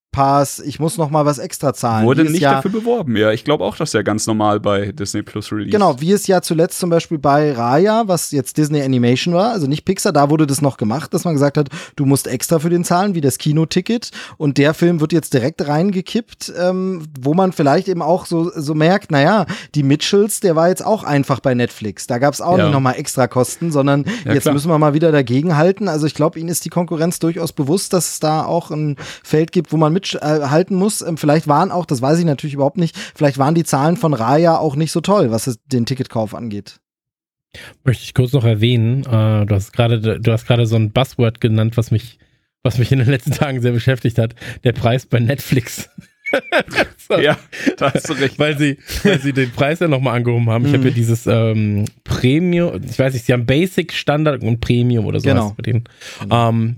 Pass, ich muss noch mal was extra zahlen. Wurde nicht ja, dafür beworben, ja. Ich glaube auch, dass der ganz normal bei Disney Plus released. Genau, wie es ja zuletzt zum Beispiel bei Raya, was jetzt Disney Animation war, also nicht Pixar, da wurde das noch gemacht, dass man gesagt hat, du musst extra für den zahlen, wie das Kinoticket. Und der Film wird jetzt direkt reingekippt, ähm, wo man vielleicht eben auch so, so merkt, naja, die Mitchells, der war jetzt auch einfach bei Netflix. Da gab es auch ja. nicht noch mal extra Kosten, sondern ja, jetzt klar. müssen wir mal wieder dagegenhalten. Also ich glaube, ihnen ist die Konkurrenz durchaus bewusst, dass es da auch ein Feld gibt, wo man mit halten muss. Vielleicht waren auch, das weiß ich natürlich überhaupt nicht, vielleicht waren die Zahlen von Raya auch nicht so toll, was es den Ticketkauf angeht. Möchte ich kurz noch erwähnen, äh, du hast gerade du hast gerade so ein Buzzword genannt, was mich, was mich in den letzten Tagen sehr beschäftigt hat. Der Preis bei Netflix. so. Ja, da hast du recht. Weil sie, weil sie den Preis ja nochmal angehoben haben. Ich mhm. habe ja dieses ähm, Premium, ich weiß nicht, sie haben Basic, Standard und Premium oder so. Genau. Bei denen. Genau. Ähm,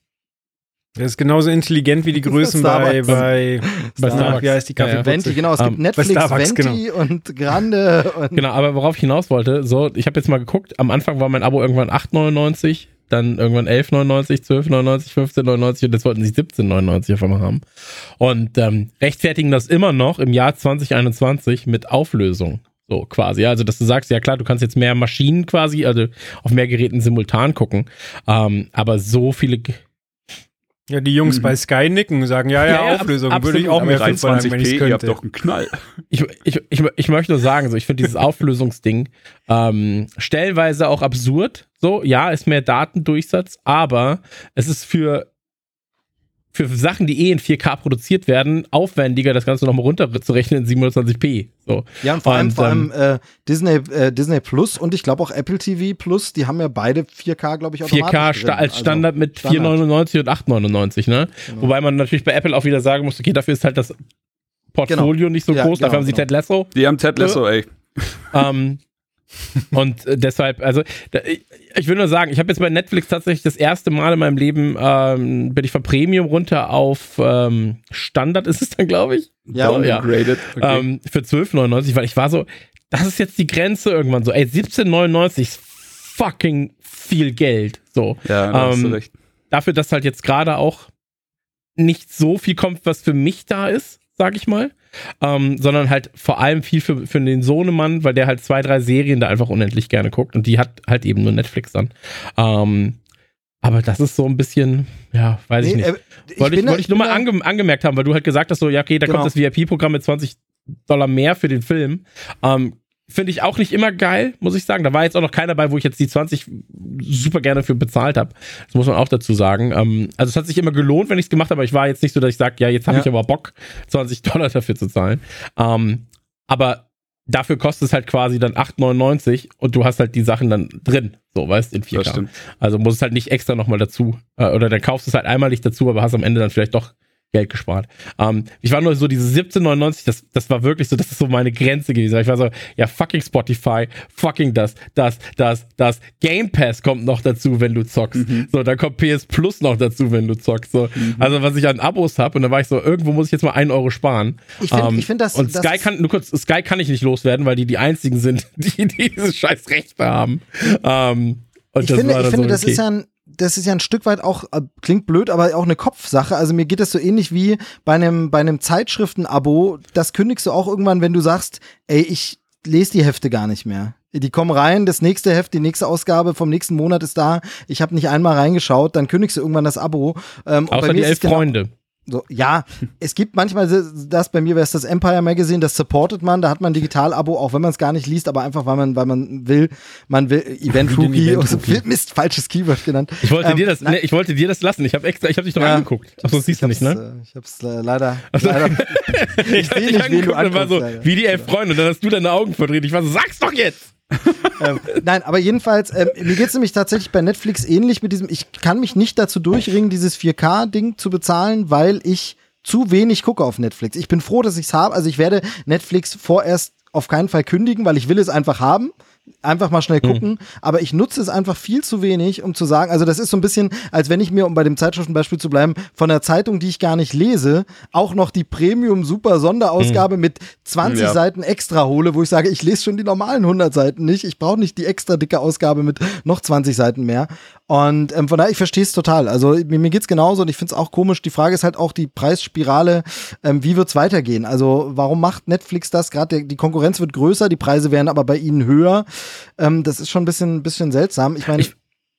Das ist genauso intelligent wie die Größen bei, bei, bei Starbucks. Wie heißt die Kaffee? Ja, Venti, genau. Es gibt um, Netflix, Starbucks, Venti genau. und Grande. Und genau, aber worauf ich hinaus wollte, so, ich habe jetzt mal geguckt, am Anfang war mein Abo irgendwann acht neunundneunzig, dann irgendwann elf neunundneunzig, zwölf neunundneunzig, fünfzehn neunundneunzig und jetzt wollten sie siebzehn neunundneunzig auf einmal haben. Und ähm, rechtfertigen das immer noch im Jahr zwanzig einundzwanzig mit Auflösung. So quasi, also dass du sagst, ja klar, du kannst jetzt mehr Maschinen quasi, also auf mehr Geräten simultan gucken, ähm, aber so viele... Ja, die Jungs mhm. bei Sky nicken, sagen, ja, ja, ja, ja Auflösung, ab, würde ich auch mehr dreiundzwanzig P, wenn ich könnte. Ihr habt doch einen Knall. Ich, ich, ich, ich möchte nur sagen, so, ich finde dieses Auflösungsding ähm, stellenweise auch absurd, so, ja, ist mehr Datendurchsatz, aber es ist für für Sachen, die eh in vier K produziert werden, aufwendiger, das Ganze nochmal runterzurechnen in siebenhundertzwanzig p. So. Ja, und vor allem, und, vor allem äh, Disney, äh, Disney Plus und ich glaube auch Apple T V Plus, die haben ja beide vier K, glaube ich, automatisch vier K sta- als Standard also, mit vier neunundneunzig und acht neunundneunzig, ne? Genau. Wobei man natürlich bei Apple auch wieder sagen muss, okay, dafür ist halt das Portfolio genau. nicht so ja, groß, genau, dafür haben sie genau. Ted Lasso. Die haben Ted Lasso, ey. Ähm, und äh, deshalb, also da, ich, ich will nur sagen, ich habe jetzt bei Netflix tatsächlich das erste Mal in meinem Leben ähm, bin ich von Premium runter auf ähm, Standard ist es dann, glaube ich. Ja, so, ja. Okay. Ähm, für zwölf neunundneunzig, weil ich war so, das ist jetzt die Grenze irgendwann so, ey, siebzehn neunundneunzig ist fucking viel Geld. So. Ja, da hast ähm, du recht. Dafür, dass halt jetzt gerade auch nicht so viel kommt, was für mich da ist, sag ich mal. Ähm, sondern halt vor allem viel für, für den Sohnemann, weil der halt zwei, drei Serien da einfach unendlich gerne guckt und die hat halt eben nur Netflix dann. Ähm, aber das ist so ein bisschen, ja, weiß nee, ich nicht. Äh, ich wollte ich, wollt ich nur mal ange- angemerkt haben, weil du halt gesagt hast, so, ja, okay, da genau. kommt das V I P-Programm mit zwanzig Dollar mehr für den Film. Ähm, Finde ich auch nicht immer geil, muss ich sagen. Da war jetzt auch noch keiner dabei, wo ich jetzt die zwanzig super gerne für bezahlt habe. Das muss man auch dazu sagen. Ähm, also es hat sich immer gelohnt, wenn ich es gemacht habe, aber ich war jetzt nicht so, dass ich sage, ja, jetzt habe ja. ich aber Bock, zwanzig Dollar dafür zu zahlen. Ähm, aber dafür kostet es halt quasi dann acht neunundneunzig und du hast halt die Sachen dann drin, so, weißt du, in vier K. Also musst es halt nicht extra nochmal dazu, äh, oder dann kaufst du es halt einmal nicht dazu, aber hast am Ende dann vielleicht doch Geld gespart. Ähm, ich war nur so, diese siebzehn neunundneunzig, das, das war wirklich so, das ist so meine Grenze gewesen. Ich war so, ja, fucking Spotify, fucking das, das, das, das. Game Pass kommt noch dazu, wenn du zockst. Mhm. So, dann kommt P S Plus noch dazu, wenn du zockst. So. Mhm. Also, was ich an Abos habe, und da war ich so, irgendwo muss ich jetzt mal einen Euro sparen. Ich finde ähm, ich find das... Und das Sky kann, nur kurz, Sky kann ich nicht loswerden, weil die die einzigen sind, die, die diese scheiß Rechte haben. Ähm, und ich das finde, war ich dann finde so, das okay. ist ja ein das ist ja ein Stück weit auch, äh, klingt blöd, aber auch eine Kopfsache. Also mir geht das so ähnlich wie bei einem, bei einem Zeitschriften-Abo. Das kündigst du auch irgendwann, wenn du sagst, ey, ich lese die Hefte gar nicht mehr. Die kommen rein, das nächste Heft, die nächste Ausgabe vom nächsten Monat ist da. Ich habe nicht einmal reingeschaut, dann kündigst du irgendwann das Abo. Ähm, Außer die elf genau, Freunde. So, ja, es gibt manchmal das, bei mir wäre es das Empire Magazine, das supportet man, da hat man ein Digital-Abo, auch wenn man es gar nicht liest, aber einfach, weil man, weil man will, man will Event-Rookie, Event Mist, falsches Keyword genannt. Ich wollte ähm, dir das, ne, ich wollte dir das lassen, ich habe extra, ich habe dich doch ja, angeguckt. Achso, das siehst du nicht, ne? Ich hab's äh, leider, also, leider ich sehe nicht, wen du anguckst, war so, leider. Wie die elf Freunde, und dann hast du deine Augen verdreht, ich war so, sag's doch jetzt! ähm, nein, aber jedenfalls, ähm, mir geht's nämlich tatsächlich bei Netflix ähnlich mit diesem, ich kann mich nicht dazu durchringen, dieses vier K-Ding zu bezahlen, weil ich zu wenig gucke auf Netflix. Ich bin froh, dass ich es habe. Also ich werde Netflix vorerst auf keinen Fall kündigen, weil ich will es einfach haben. einfach mal schnell gucken, mhm. aber ich nutze es einfach viel zu wenig, um zu sagen, also das ist so ein bisschen, als wenn ich mir, um bei dem Zeitschriftenbeispiel zu bleiben, von der Zeitung, die ich gar nicht lese, auch noch die Premium-Super-Sonderausgabe mhm. mit zwanzig ja. Seiten extra hole, wo ich sage, ich lese schon die normalen hundert Seiten nicht, ich brauche nicht die extra dicke Ausgabe mit noch zwanzig Seiten mehr. Und ähm, von daher, ich verstehe es total. Also mir, mir geht's genauso und ich finde es auch komisch. Die Frage ist halt auch die Preisspirale, ähm, wie wird's weitergehen? Also warum macht Netflix das? Gerade die Konkurrenz wird größer, die Preise werden aber bei ihnen höher. Ähm, das ist schon ein bisschen, bisschen seltsam. Ich meine,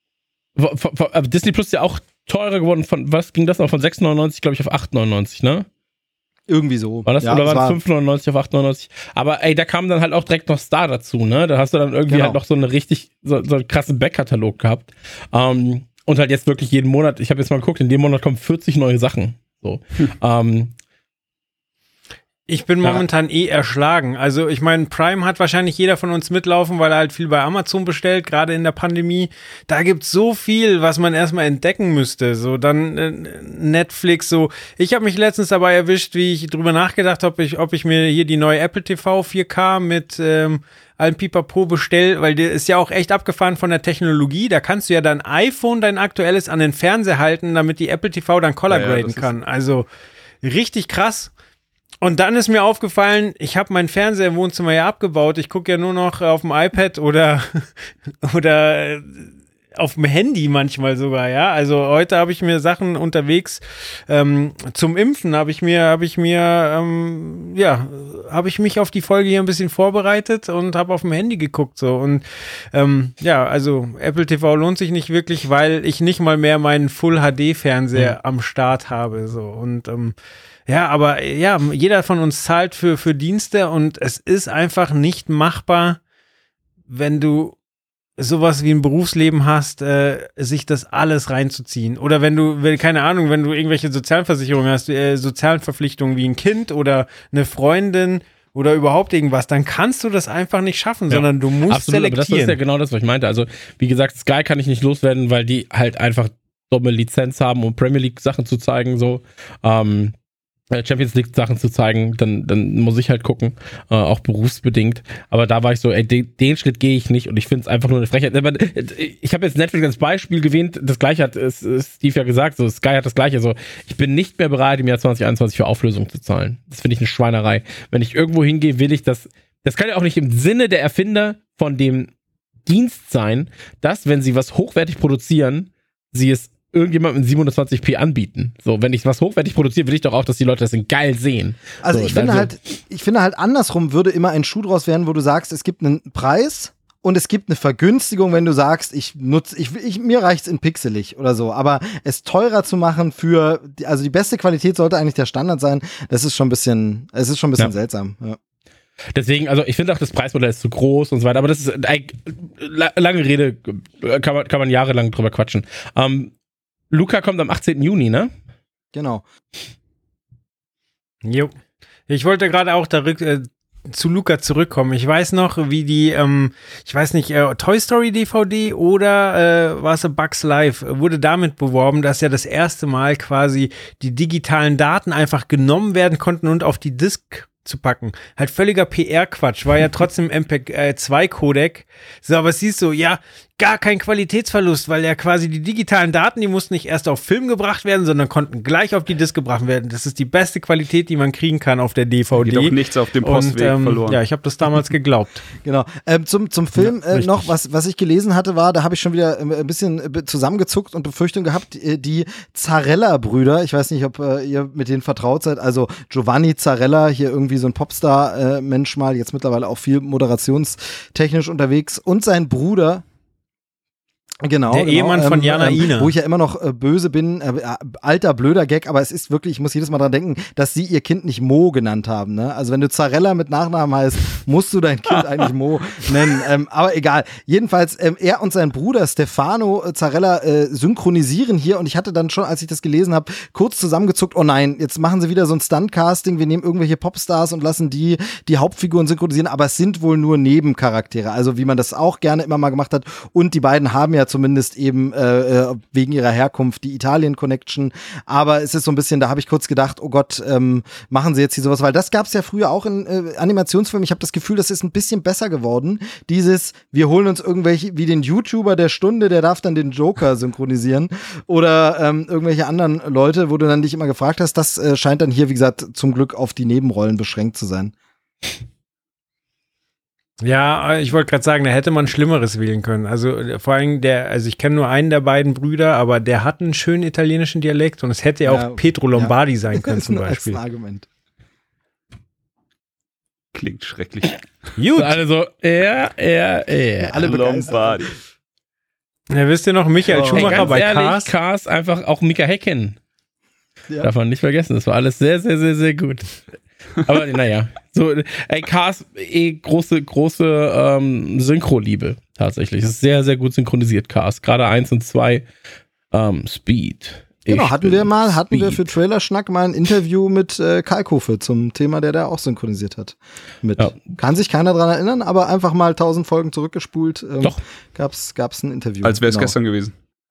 Disney Plus ist ja auch teurer geworden. Von was ging das noch? Von sechs neunundneunzig, glaube ich, auf acht neunundneunzig, ne? Irgendwie so. War das, ja, oder waren es fünf neunundneunzig auf acht neunundneunzig? Aber ey, da kam dann halt auch direkt noch Star dazu, ne? Da hast du dann irgendwie genau. halt noch so eine richtig, so, so einen krassen Backkatalog gehabt. Ähm, und halt jetzt wirklich jeden Monat, ich habe jetzt mal geguckt, in dem Monat kommen vierzig neue Sachen. So. Hm. Ähm, Ich bin momentan ja. eh erschlagen. Also ich meine, Prime hat wahrscheinlich jeder von uns mitlaufen, weil er halt viel bei Amazon bestellt, gerade in der Pandemie. Da gibt's so viel, was man erstmal entdecken müsste. So dann äh, Netflix, so. Ich habe mich letztens dabei erwischt, wie ich drüber nachgedacht habe, ob ich, ob ich mir hier die neue Apple T V vier K mit ähm, allem Pipapo bestell, weil der ist ja auch echt abgefahren von der Technologie. Da kannst du ja dein iPhone, dein aktuelles, an den Fernseher halten, damit die Apple T V dann color graden ja, ja, kann. Also richtig krass. Und dann ist mir aufgefallen, ich habe meinen Fernseher im Wohnzimmer ja abgebaut. Ich gucke ja nur noch auf dem iPad oder, oder auf dem Handy manchmal sogar, ja. Also heute habe ich mir Sachen unterwegs ähm, zum Impfen, habe ich mir, habe ich mir, ähm, ja, habe ich mich auf die Folge hier ein bisschen vorbereitet und habe auf dem Handy geguckt so. Und ähm, ja, also Apple T V lohnt sich nicht wirklich, weil ich nicht mal mehr meinen Full-H D-Fernseher mhm. am Start habe so. Und ähm, ja, aber ja, jeder von uns zahlt für, für Dienste und es ist einfach nicht machbar, wenn du sowas wie ein Berufsleben hast, äh, sich das alles reinzuziehen. Oder wenn du, wenn, keine Ahnung, wenn du irgendwelche Sozialversicherungen hast, äh, sozialen Verpflichtungen wie ein Kind oder eine Freundin oder überhaupt irgendwas, dann kannst du das einfach nicht schaffen, ja, sondern du musst absolut, selektieren. Aber das ist ja genau das, was ich meinte. Also, wie gesagt, Sky kann ich nicht loswerden, weil die halt einfach dumme Lizenz haben, um Premier League Sachen zu zeigen, so. Ähm, Champions League Sachen zu zeigen, dann, dann muss ich halt gucken, äh, auch berufsbedingt. Aber da war ich so, ey, den, den Schritt gehe ich nicht und ich finde es einfach nur eine Frechheit. Ich habe jetzt Netflix als Beispiel gewähnt, das gleiche hat ist, ist Steve ja gesagt, so Sky hat das gleiche. Also ich bin nicht mehr bereit, im Jahr zwanzig einundzwanzig für Auflösung zu zahlen. Das finde ich eine Schweinerei. Wenn ich irgendwo hingehe, will ich das, das kann ja auch nicht im Sinne der Erfinder von dem Dienst sein, dass, wenn sie was hochwertig produzieren, sie es irgendjemand mit siebenhundertzwanzig p anbieten. So, wenn ich was hochwertig produziere, will ich doch auch, dass die Leute das geil sehen. Also so, ich finde halt, ich finde halt andersrum würde immer ein Schuh draus werden, wo du sagst, es gibt einen Preis und es gibt eine Vergünstigung, wenn du sagst, ich nutze, ich, ich, mir reicht's in pixelig oder so, aber es teurer zu machen für, also die beste Qualität sollte eigentlich der Standard sein, das ist schon ein bisschen, es ist schon ein bisschen ja. seltsam, ja. Deswegen, also ich finde auch, das Preismodell ist zu groß und so weiter, aber das ist eine lange Rede, kann man, kann man jahrelang drüber quatschen. Ähm, Luca kommt am achtzehnten Juni, ne? Genau. Jo. Ich wollte gerade auch da rück, äh, zu Luca zurückkommen. Ich weiß noch, wie die, ähm, ich weiß nicht, äh, Toy Story D V D oder äh, war es Bugs Life, wurde damit beworben, dass ja das erste Mal quasi die digitalen Daten einfach genommen werden konnten und auf die Disk zu packen. Halt völliger P R-Quatsch, war ja trotzdem M P zwei Codec. So, aber siehst du, ja, gar kein Qualitätsverlust, weil ja quasi die digitalen Daten, die mussten nicht erst auf Film gebracht werden, sondern konnten gleich auf die Disk gebracht werden. Das ist die beste Qualität, die man kriegen kann auf der D V D. Geht auch nichts auf dem Postweg und, ähm, verloren. Ja, ich habe das damals geglaubt. Genau. Ähm, zum, zum Film ja, äh, noch, was, was ich gelesen hatte, war, da habe ich schon wieder äh, ein bisschen äh, zusammengezuckt und Befürchtung gehabt, äh, die Zarella-Brüder, ich weiß nicht, ob äh, ihr mit denen vertraut seid, also Giovanni Zarella, hier irgendwie so ein Popstar-Mensch äh, mal, jetzt mittlerweile auch viel moderationstechnisch unterwegs und sein Bruder, Genau, der genau, Ehemann ähm, von Jana ähm, Ina. Wo ich ja immer noch äh, böse bin, äh, alter, blöder Gag, aber es ist wirklich, ich muss jedes Mal dran denken, dass sie ihr Kind nicht Mo genannt haben, ne? Also wenn du Zarella mit Nachnamen heißt, musst du dein Kind eigentlich Mo nennen, ähm, aber egal. Jedenfalls, ähm, er und sein Bruder Stefano Zarella äh, synchronisieren hier und ich hatte dann schon, als ich das gelesen habe, kurz zusammengezuckt, oh nein, jetzt machen sie wieder so ein Stunt-Casting, wir nehmen irgendwelche Popstars und lassen die die Hauptfiguren synchronisieren, aber es sind wohl nur Nebencharaktere, also wie man das auch gerne immer mal gemacht hat und die beiden haben ja ja zumindest eben äh, wegen ihrer Herkunft die Italien-Connection. Aber es ist so ein bisschen, da habe ich kurz gedacht, oh Gott, ähm, machen sie jetzt hier sowas, weil das gab es ja früher auch in äh, Animationsfilmen. Ich habe das Gefühl, das ist ein bisschen besser geworden. Dieses, wir holen uns irgendwelche, wie den YouTuber der Stunde, der darf dann den Joker synchronisieren oder ähm, irgendwelche anderen Leute, wo du dann dich immer gefragt hast, das äh, scheint dann hier, wie gesagt, zum Glück auf die Nebenrollen beschränkt zu sein. Ja, ich wollte gerade sagen, da hätte man Schlimmeres wählen können. Also vor allem der, also ich kenne nur einen der beiden Brüder, aber der hat einen schönen italienischen Dialekt und es hätte ja auch Pietro Lombardi ja. sein können zum Beispiel. Das ist ein Argument. Klingt schrecklich. Gut. Alle so, ja, ja, ja. Alle Lombardi. Ja, wisst ihr noch, Michael oh. Schumacher Ey, bei ehrlich, Cars? Cars einfach auch Mika Häkkinen. Ja. Darf man nicht vergessen, das war alles sehr, sehr, sehr, sehr gut. Aber naja, so, ey, Cars, eh große, große ähm, Synchro-Liebe tatsächlich. Es ist sehr, sehr gut synchronisiert, Cars. Gerade eins und zwei, ähm, Speed. Genau, Ich hatten wir bin mal, hatten Speed. wir für Trailerschnack mal ein Interview mit äh, Kalkofe zum Thema, der da auch synchronisiert hat. Mit. Ja. Kann sich keiner dran erinnern, aber einfach mal tausend Folgen zurückgespult. Ähm, Doch. Gab's, gab's ein Interview. Als wäre es genau. gestern gewesen.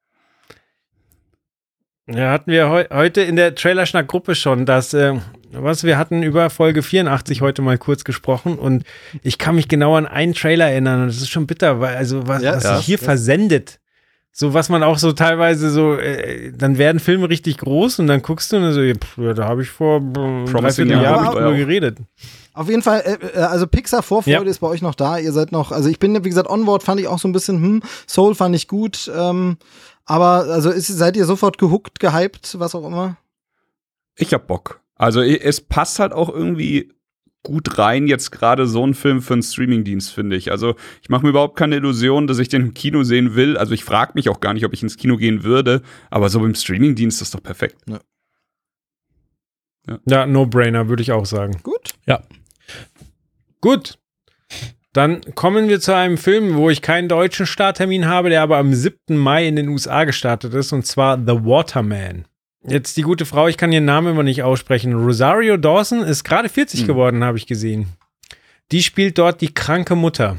Ja, hatten wir heu- heute in der Trailerschnack-Gruppe schon, dass, äh, was, wir hatten über Folge vierundachtzig heute mal kurz gesprochen und ich kann mich genau an einen Trailer erinnern und das ist schon bitter, weil, also, was, Ja, was ja, sich hier ja. versendet. So, was man auch so teilweise so, äh, dann werden Filme richtig groß und dann guckst du und dann so, pff, ja, da habe ich vor äh, dreiviertel Young Jahr Adult drüber auch. geredet. Auf jeden Fall, äh, also Pixar-Vorfreude Ja. ist bei euch noch da. Ihr seid noch, also ich bin, wie gesagt, Onward fand ich auch so ein bisschen, hm, Soul fand ich gut, ähm, aber also ist, seid ihr sofort gehuckt, gehypt, was auch immer? Ich hab Bock. Also i- es passt halt auch irgendwie gut rein, jetzt gerade so ein Film für einen Streamingdienst, finde ich. Also ich mache mir überhaupt keine Illusion, dass ich den im Kino sehen will. Also ich frage mich auch gar nicht, ob ich ins Kino gehen würde, aber so beim Streamingdienst ist das doch perfekt. Ja, No-Brainer, würde ich auch sagen. Gut. Ja. Gut. Dann kommen wir zu einem Film, wo ich keinen deutschen Starttermin habe, der aber am siebten Mai in den U S A gestartet ist, und zwar The Waterman. Jetzt die gute Frau, ich kann ihren Namen immer nicht aussprechen. Rosario Dawson ist gerade vierzig Hm. geworden, habe ich gesehen. Die spielt dort die kranke Mutter.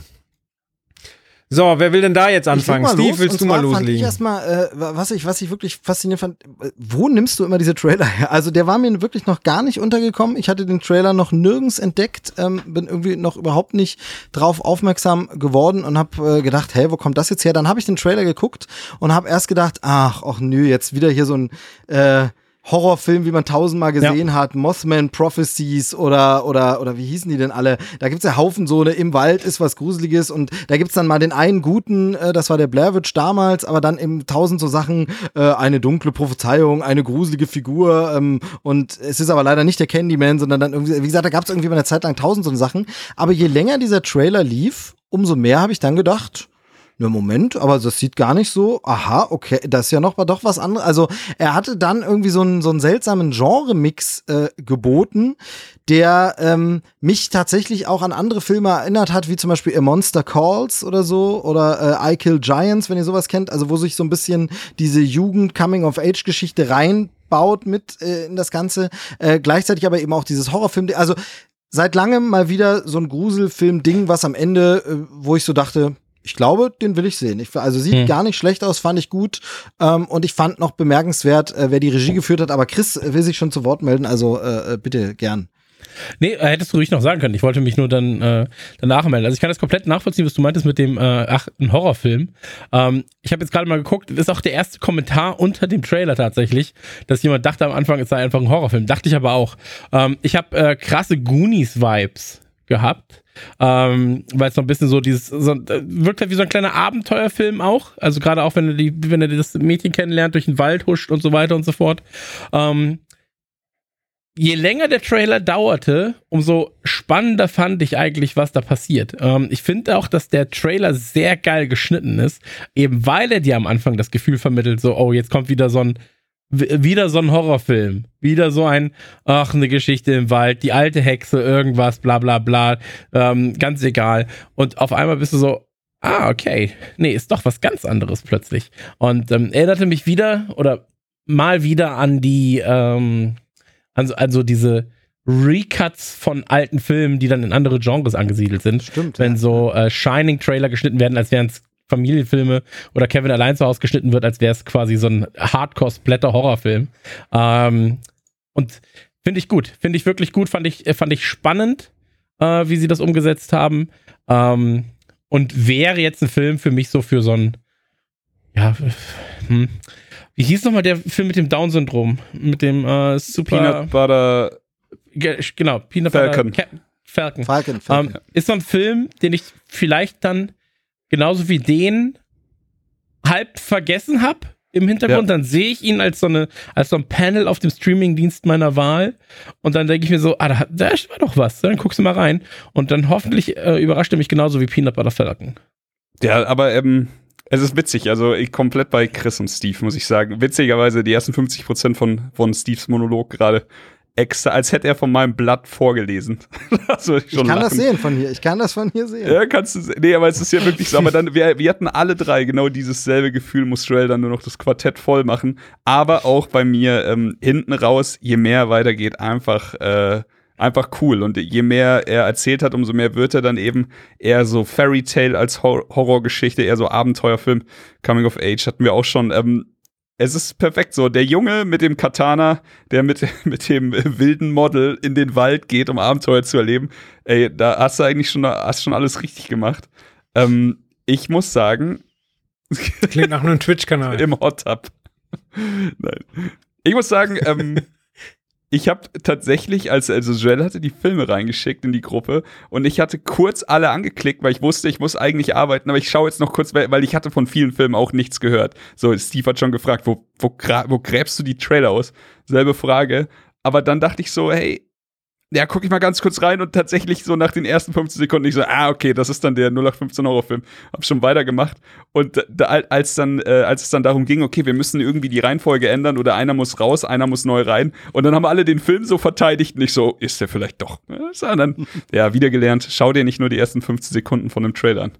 So, wer will denn da jetzt anfangen? Ich leg mal Steve, los, willst und du mal zwar fand ich loslegen? erstmal, äh, was ich, was ich wirklich faszinierend fand, äh, wo nimmst du immer diese Trailer her? Also der war mir wirklich noch gar nicht untergekommen. Ich hatte den Trailer noch nirgends entdeckt, ähm, bin irgendwie noch überhaupt nicht drauf aufmerksam geworden und habe äh, gedacht, hey, wo kommt das jetzt her? Dann habe ich den Trailer geguckt und habe erst gedacht, ach, ach nö, jetzt wieder hier so ein äh, Horrorfilm, wie man tausendmal gesehen ja. hat, Mothman Prophecies oder oder oder wie hießen die denn alle? Da gibt's ja Haufen so, ne, im Wald ist was Gruseliges und da gibt's dann mal den einen guten, äh, das war der Blair Witch damals, aber dann eben tausend so Sachen, äh, eine dunkle Prophezeiung, eine gruselige Figur ähm, und es ist aber leider nicht der Candyman, sondern dann irgendwie, wie gesagt, da gab's irgendwie mal eine Zeit lang tausend so Sachen, aber je länger dieser Trailer lief, umso mehr habe ich dann gedacht, ne, Moment, aber das sieht gar nicht so, aha, okay, das ist ja noch mal doch was anderes. Also er hatte dann irgendwie so einen, so einen seltsamen Genre-Mix äh, geboten, der ähm, mich tatsächlich auch an andere Filme erinnert hat, wie zum Beispiel A Monster Calls oder so, oder äh, I Kill Giants, wenn ihr sowas kennt, also wo sich so ein bisschen diese Jugend-Coming-of-Age-Geschichte reinbaut mit äh, in das Ganze, äh, gleichzeitig aber eben auch dieses Horrorfilm, also seit langem mal wieder so ein Gruselfilm-Ding, was am Ende, äh, wo ich so dachte, ich glaube, den will ich sehen. Ich, also sieht hm. gar nicht schlecht aus, fand ich gut. Ähm, und ich fand noch bemerkenswert, äh, wer die Regie geführt hat. Aber Chris will sich schon zu Wort melden, also äh, bitte gern. Nee, hättest du ruhig noch sagen können. Ich wollte mich nur dann äh, danach melden. Also ich kann das komplett nachvollziehen, was du meintest mit dem, äh, ach, ein Horrorfilm. Ähm, ich habe jetzt gerade mal geguckt, das ist auch der erste Kommentar unter dem Trailer tatsächlich, dass jemand dachte am Anfang, es sei einfach ein Horrorfilm. Dachte ich aber auch. Ähm, ich habe äh, krasse Goonies-Vibes gehabt. Ähm, weil es so ein bisschen so dieses, so, wirkt halt wie so ein kleiner Abenteuerfilm auch, also gerade auch wenn er die, wenn er das Mädchen kennenlernt, durch den Wald huscht und so weiter und so fort. Ähm, je länger der Trailer dauerte, umso spannender fand ich eigentlich, was da passiert. Ähm, ich finde auch, dass der Trailer sehr geil geschnitten ist, eben weil er dir am Anfang das Gefühl vermittelt, so, oh, jetzt kommt wieder so ein wieder so ein Horrorfilm, wieder so ein, ach, eine Geschichte im Wald, die alte Hexe, irgendwas, bla bla bla, ähm, ganz egal. Und auf einmal bist du so, ah, okay, nee, ist doch was ganz anderes plötzlich. Und ähm, erinnerte mich wieder oder mal wieder an die, ähm, an so, also diese Recuts von alten Filmen, die dann in andere Genres angesiedelt sind. Stimmt. Wenn ja. so äh, Shining-Trailer geschnitten werden, als wären es Familienfilme oder Kevin allein zu Hause geschnitten wird, als wäre es quasi so ein Hardcore-Splatter-Horrorfilm. Ähm, und finde ich gut. Finde ich wirklich gut. Fand ich, fand ich spannend, äh, wie sie das umgesetzt haben. Ähm, und wäre jetzt ein Film für mich so für so ein, ja, hm. Wie hieß nochmal der Film mit dem Down-Syndrom? Mit dem äh, Super... Peanut Butter... Ge- genau, Peanut Falcon. Butter... Ca- Falcon. Falcon, Falcon. Ähm, ist so ein Film, den ich vielleicht dann genauso wie den halb vergessen habe im Hintergrund. Ja. Dann sehe ich ihn als so, eine, als so ein Panel auf dem Streamingdienst meiner Wahl. Und dann denke ich mir so, ah, da, da war doch was. Dann guckst du mal rein. Und dann hoffentlich äh, überrascht er mich genauso wie Peanut Butter Falcon. Ja, aber ähm, es ist witzig. Also ich komplett bei Chris und Steve, muss ich sagen. Witzigerweise die ersten fünfzig Prozent von, von Steves Monolog gerade extra, als hätte er von meinem Blatt vorgelesen. Also ich, ich kann lachen. das sehen von hier. Ich kann das von hier sehen. Ja, kannst du sehen. Nee, aber es ist ja wirklich so. Aber dann, wir, wir hatten alle drei genau dieses selbe Gefühl, muss Joel dann nur noch das Quartett voll machen. Aber auch bei mir ähm, hinten raus, je mehr weitergeht, einfach äh, einfach cool. Und je mehr er erzählt hat, umso mehr wird er dann eben eher so Fairy Tale als Hor- Horrorgeschichte, eher so Abenteuerfilm. Coming of Age hatten wir auch schon. Ähm, Es ist perfekt so. Der Junge mit dem Katana, der mit, mit dem wilden Model in den Wald geht, um Abenteuer zu erleben. Ey, da hast du eigentlich schon, hast schon alles richtig gemacht. Ähm, ich muss sagen. Klingt nach einem Twitch-Kanal. Im Hot Tub. Nein. Ich muss sagen, ähm, ich habe tatsächlich, als also Joel hatte die Filme reingeschickt in die Gruppe und ich hatte kurz alle angeklickt, weil ich wusste, ich muss eigentlich arbeiten, aber ich schaue jetzt noch kurz, weil ich hatte von vielen Filmen auch nichts gehört. So, Steve hat schon gefragt, wo, wo, wo gräbst du die Trailer aus? Selbe Frage. Aber dann dachte ich so, hey, ja, guck ich mal ganz kurz rein und tatsächlich so nach den ersten fünfzehn Sekunden ich so, ah, okay, das ist dann der null acht fünfzehn Horrorfilm. Hab schon weitergemacht. Und da, als dann, äh, als es dann darum ging, okay, wir müssen irgendwie die Reihenfolge ändern oder einer muss raus, einer muss neu rein. Und dann haben alle den Film so verteidigt und ich so, ist der vielleicht doch? Ja, dann, ja, wieder gelernt, schau dir nicht nur die ersten fünfzehn Sekunden von einem Trailer an.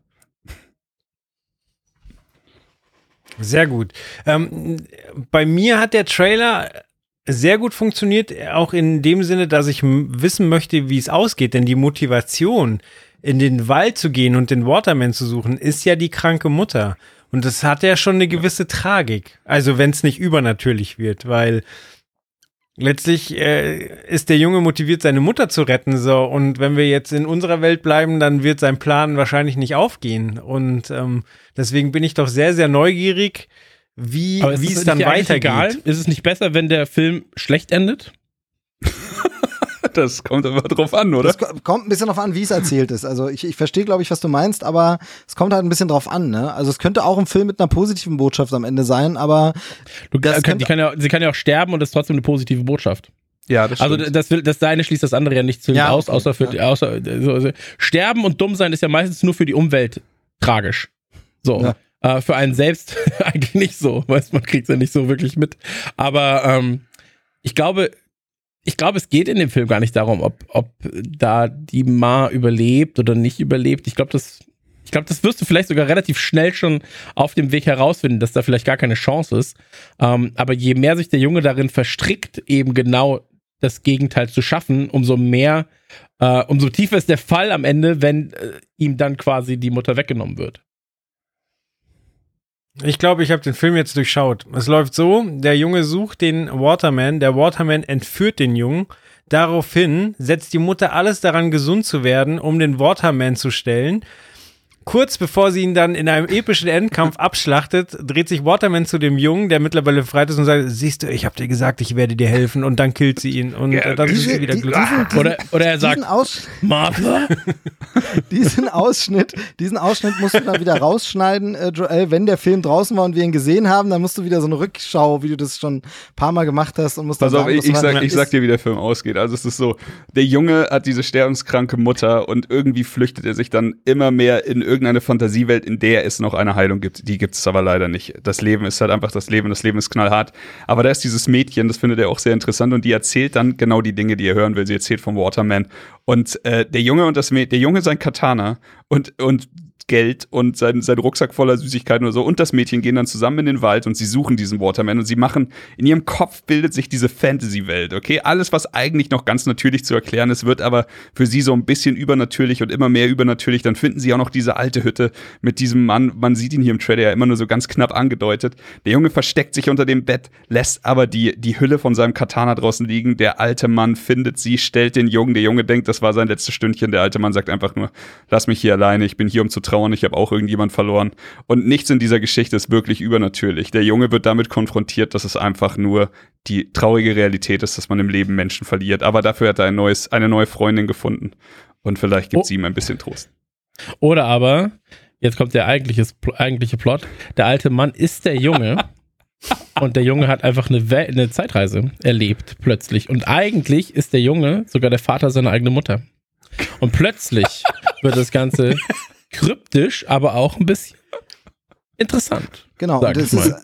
Sehr gut. Ähm, bei mir hat der Trailer sehr gut funktioniert, auch in dem Sinne, dass ich m- wissen möchte, wie es ausgeht, denn die Motivation, in den Wald zu gehen und den Waterman zu suchen, ist ja die kranke Mutter. Und das hat ja schon eine gewisse Tragik. Also wenn es nicht übernatürlich wird, weil letztlich äh, ist der Junge motiviert, seine Mutter zu retten. So, und wenn wir jetzt in unserer Welt bleiben, dann wird sein Plan wahrscheinlich nicht aufgehen. Und ähm, deswegen bin ich doch sehr, sehr neugierig, wie Aber wie ist es dann weitergeht. Egal? Ist es nicht besser, wenn der Film schlecht endet? Das kommt aber drauf an, oder? Das kommt ein bisschen drauf an, wie es erzählt ist. Also ich, ich verstehe, glaube ich, was du meinst, aber es kommt halt ein bisschen drauf an, ne? Also es könnte auch ein Film mit einer positiven Botschaft am Ende sein, aber du, das kann, die kann ja, sie kann ja auch sterben und das ist trotzdem eine positive Botschaft. Ja, das stimmt. Also das, will, das eine schließt das andere ja nicht zwingend Ja, aus, okay, außer für ja. außer, also, also, sterben und dumm sein ist ja meistens nur für die Umwelt tragisch. So. Ja. Äh, für einen selbst eigentlich nicht so, weißt, man kriegt es ja nicht so wirklich mit. Aber ähm, ich glaube, ich glaube, es geht in dem Film gar nicht darum, ob, ob da die Ma überlebt oder nicht überlebt. Ich glaube, das, ich glaube, das wirst du vielleicht sogar relativ schnell schon auf dem Weg herausfinden, dass da vielleicht gar keine Chance ist. Ähm, aber je mehr sich der Junge darin verstrickt, eben genau das Gegenteil zu schaffen, umso mehr, äh, umso tiefer ist der Fall am Ende, wenn äh, ihm dann quasi die Mutter weggenommen wird. Ich glaube, ich habe den Film jetzt durchschaut. Es läuft so, der Junge sucht den Waterman, der Waterman entführt den Jungen. Daraufhin setzt die Mutter alles daran, gesund zu werden, um den Waterman zu stellen. Kurz bevor sie ihn dann in einem epischen Endkampf abschlachtet, dreht sich Waterman zu dem Jungen, der mittlerweile befreit ist und sagt, siehst du, ich habe dir gesagt, ich werde dir helfen. Und dann killt sie ihn und Ja, dann ist diese- sie wieder die- glücklich. diesen- Oder, oder er sagt, diesen, Aus, Martha? diesen Ausschnitt, diesen Ausschnitt musst du dann wieder rausschneiden, äh, Joel, wenn der Film draußen war und wir ihn gesehen haben, dann musst du wieder so eine Rückschau, wie du das schon ein paar Mal gemacht hast und musst dann Pass auf, sagen, ich, was ich, war- sag, ich ist- sag dir, wie der Film ausgeht. Also es ist so, der Junge hat diese sterbenskranke Mutter und irgendwie flüchtet er sich dann immer mehr in irgendeine Fantasiewelt, in der es noch eine Heilung gibt. Die gibt es aber leider nicht. Das Leben ist halt einfach das Leben, das Leben ist knallhart. Aber da ist dieses Mädchen, das findet er auch sehr interessant und die erzählt dann genau die Dinge, die er hören will. Sie erzählt vom Waterman. Und äh, der Junge und das Mädchen, der Junge sein Katana und, und Geld und sein, sein Rucksack voller Süßigkeiten oder so und das Mädchen gehen dann zusammen in den Wald und sie suchen diesen Waterman und sie machen, in ihrem Kopf bildet sich diese Fantasy-Welt, okay? Alles, was eigentlich noch ganz natürlich zu erklären ist, wird aber für sie so ein bisschen übernatürlich und immer mehr übernatürlich. Dann finden sie auch noch diese alte Hütte mit diesem Mann, man sieht ihn hier im Trailer ja immer nur so ganz knapp angedeutet. Der Junge versteckt sich unter dem Bett, lässt aber die, die Hülle von seinem Katana draußen liegen. Der alte Mann findet sie, stellt den Jungen, der Junge denkt, das war sein letztes Stündchen. Der alte Mann sagt einfach nur, lass mich hier alleine, ich bin hier, um zu trauern, ich habe auch irgendjemand verloren. Und nichts in dieser Geschichte ist wirklich übernatürlich. Der Junge wird damit konfrontiert, dass es einfach nur die traurige Realität ist, dass man im Leben Menschen verliert. Aber dafür hat er ein neues, eine neue Freundin gefunden. Und vielleicht gibt sie oh. ihm ein bisschen Trost. Oder aber, jetzt kommt der eigentliche, eigentliche Plot, der alte Mann ist der Junge und der Junge hat einfach eine, We- eine Zeitreise erlebt, plötzlich. Und eigentlich ist der Junge sogar der Vater seiner eigenen Mutter. Und plötzlich wird das Ganze kryptisch, aber auch ein bisschen interessant. Genau, und das ist.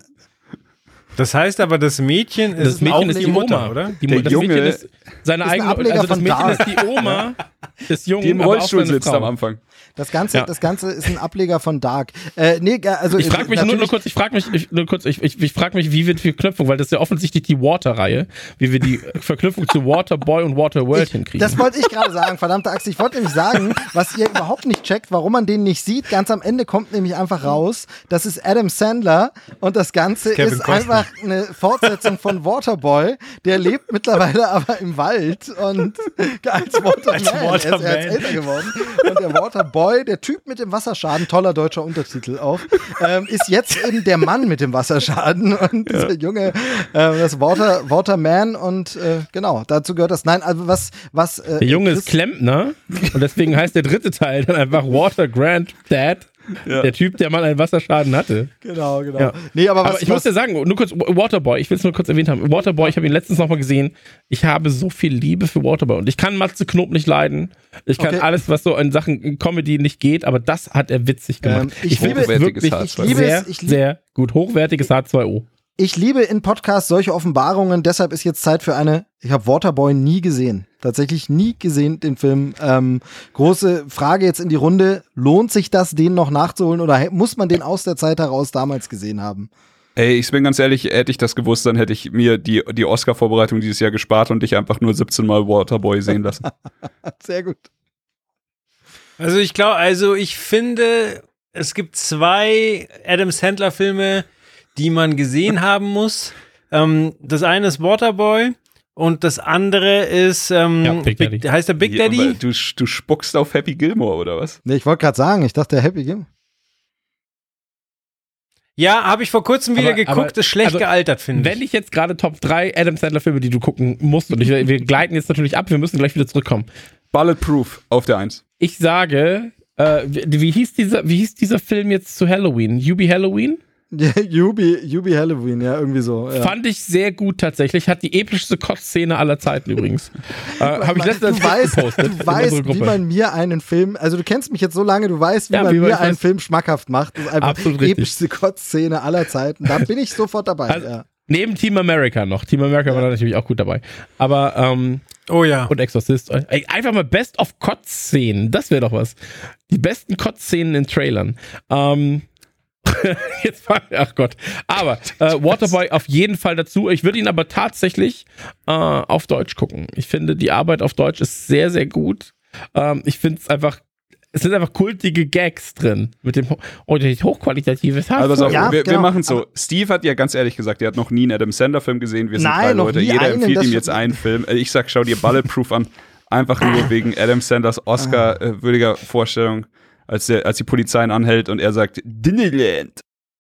Das heißt aber, das Mädchen ist, das Mädchen auch ist die, die Oma, Mutter, oder? Die, der das Junge Mädchen ist seine ist eigene, Ableger also das von Mädchen Dark. ist die Oma des Jungen, Die im aber auch Rollstuhl seine sitzt Frau. am Anfang. Das Ganze, Ja. das Ganze ist ein Ableger von Dark. Äh, nee, also Ich frage mich nur, nur kurz, ich frage mich, ich, nur kurz, ich, ich, ich frage mich, wie wird die Verknüpfung, weil das ist ja offensichtlich die Water-Reihe, wie wir die Verknüpfung zu Waterboy und Waterworld Ich, hinkriegen. das wollte ich gerade sagen, verdammte Axt. Ich wollte nämlich sagen, was ihr überhaupt nicht checkt, warum man den nicht sieht. Ganz am Ende kommt nämlich einfach raus, das ist Adam Sandler und das Ganze Kevin ist Costner. einfach eine Fortsetzung von Waterboy. Der lebt mittlerweile aber im Wald und als Waterman. Als Er ist Waterman. er ist älter geworden. Und der Waterboy, der Typ mit dem Wasserschaden, toller deutscher Untertitel auch, ähm, ist jetzt eben der Mann mit dem Wasserschaden und ja. dieser Junge, äh, das Water, Waterman und äh, genau, dazu gehört das. Nein, also was, was äh, der Junge Chris, ist Klempner und deswegen heißt der dritte Teil dann einfach Water Granddad. Ja. Der Typ, der mal einen Wasserschaden hatte. Genau, genau. Ja. Nee, aber was, aber ich was, muss dir sagen, nur kurz, Waterboy, ich will es nur kurz erwähnt haben. Waterboy, ich habe ihn letztens nochmal gesehen. Ich habe so viel Liebe für Waterboy und ich kann Matze Knob nicht leiden. Ich kann Okay. alles, was so in Sachen Comedy nicht geht, aber das hat er witzig gemacht. Ähm, ich ich finde liebe- es wirklich H zwei O. Ich liebe sehr, es, ich lieb- sehr gut. Hochwertiges H zwei O. ich liebe in Podcasts solche Offenbarungen, deshalb ist jetzt Zeit für eine, ich habe Waterboy nie gesehen. Tatsächlich nie gesehen, den Film. Ähm, große Frage jetzt in die Runde, lohnt sich das, den noch nachzuholen oder he- muss man den aus der Zeit heraus damals gesehen haben? Ey, ich bin ganz ehrlich, hätte ich das gewusst, dann hätte ich mir die, die Oscar-Vorbereitung dieses Jahr gespart und dich einfach nur siebzehn Mal Waterboy sehen lassen. Sehr gut. Also ich glaube, also ich finde, es gibt zwei Adam Sandler-Filme, die man gesehen haben muss. Ähm, das eine ist Waterboy und das andere ist, ähm, Ja, Big Daddy. Big, heißt der Big Ja, Daddy? aber Du, du spuckst auf Happy Gilmore, oder was? Nee, ich wollte gerade sagen, ich dachte, Happy Game. Ja, habe ich vor kurzem wieder Aber- geguckt, aber- ist schlecht also, gealtert, finde ich. Wenn ich jetzt gerade Top drei Adam Sandler-Filme, die du gucken musst, und ich, wir gleiten jetzt natürlich ab, wir müssen gleich wieder zurückkommen. Bulletproof auf der Eins. Ich sage, äh, wie, wie, hieß dieser, wie hieß dieser Film jetzt zu Halloween? Yubi Halloween? Ja, Yubi, Yubi Halloween, ja, irgendwie so. Ja. Fand ich sehr gut tatsächlich. Hat die epischste Kotzszene aller Zeiten übrigens. äh, Habe ich letztens du weißt, gepostet. du weißt, wie man mir einen Film, also du kennst mich jetzt so lange, du weißt, wie Ja, man wie mir man- einen Film schmackhaft macht. Das ist einfach Absolut die richtig. epischste Kotzszene aller Zeiten. Da bin ich sofort dabei. Also, ja. Neben Team America noch. Team America war da natürlich auch gut dabei. Aber, ähm, Oh ja. und Exorcist. Ey, einfach mal Best of Kotz-Szenen. Das wäre doch was. Die besten Kotz-Szenen in Trailern. Ähm, jetzt fang, ach Gott. Aber äh, Waterboy auf jeden Fall dazu. Ich würde ihn aber tatsächlich äh, auf Deutsch gucken. Ich finde, die Arbeit auf Deutsch ist sehr, sehr gut. Ähm, ich finde es einfach, es sind einfach kultige Gags drin. Mit dem, oh, das ist hochqualitatives Haar. Also pass auf, Ja, wir, genau. wir machen so. Steve hat ja ganz ehrlich gesagt, er hat noch nie einen Adam Sandler-Film gesehen. Wir sind Nein, drei noch Leute. nie Jeder einen, empfiehlt das ihm schon- jetzt einen Film. Äh, Ich sag, schau dir Bulletproof an. Einfach nur wegen Adam Sandlers Oscar-würdiger Vorstellung, als, der, als die Polizei ihn anhält und er sagt, Disneyland.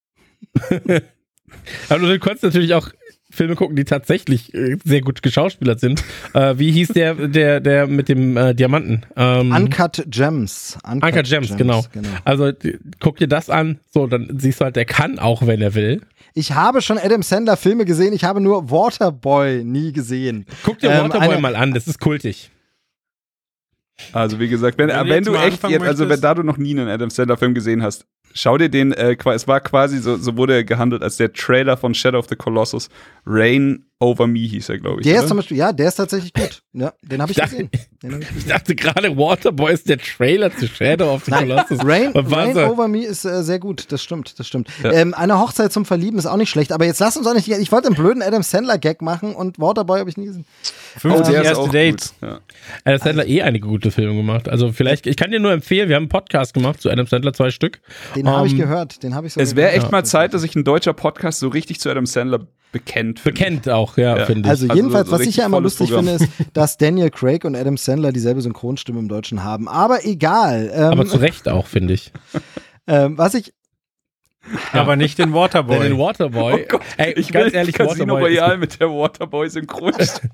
Aber du kannst natürlich auch Filme gucken, die tatsächlich äh, sehr gut geschauspielert sind. Äh, wie hieß der, der, der mit dem äh, Diamanten? Ähm, Uncut Gems. Uncut, Uncut Gems, genau. Also d- guck dir das an, so, dann siehst du halt, der kann auch, wenn er will. Ich habe schon Adam Sandler Filme gesehen, ich habe nur Waterboy nie gesehen. Guck dir Ähm, Waterboy eine- mal an, das ist kultig. Also wie gesagt, wenn, Wenn du wenn jetzt du mal echt, anfangen jetzt, also wenn möchtest. da du noch nie einen Adam Sandler-Film gesehen hast, schau dir den, äh, es war quasi, so, so wurde er gehandelt als der Trailer von Shadow of the Colossus. Reign Over Me hieß er, glaube ich. Der oder? ist zum Beispiel, ja, der ist tatsächlich gut. Ja, den habe ich, ich gesehen. Den hab ich, ich dachte gerade, Waterboy ist der Trailer zu Shadow of the Colossus. Rain, Rain Over Me ist äh, sehr gut, das stimmt, das stimmt. Ja. Ähm, eine Hochzeit zum Verlieben ist auch nicht schlecht, aber jetzt lass uns auch nicht, ich wollte einen blöden Adam Sandler-Gag machen und Waterboy habe ich nie gesehen. fünfzig ähm, erste Dates. Ja. Adam Sandler eh einige gute Filme gemacht. Also vielleicht, ich kann dir nur empfehlen, wir haben einen Podcast gemacht zu Adam Sandler, zwei Stück. Den habe um, ich gehört, den habe ich so Es wäre echt ja. mal Zeit, dass sich ein deutscher Podcast so richtig zu Adam Sandler bekennt. Bekennt auch, ja, ja. finde ich. Also jedenfalls, also so, so was ich ja immer lustig Programm. finde, ist, dass Daniel Craig und Adam Sandler dieselbe Synchronstimme im Deutschen haben. Aber egal. Ähm, Aber zu Recht auch, finde ich. ähm, was ich Ja. Aber nicht den Waterboy. Den Waterboy. Oh Gott, Ey, ich ganz will ehrlich, Casino Royale mit der Waterboy Synchronstimme.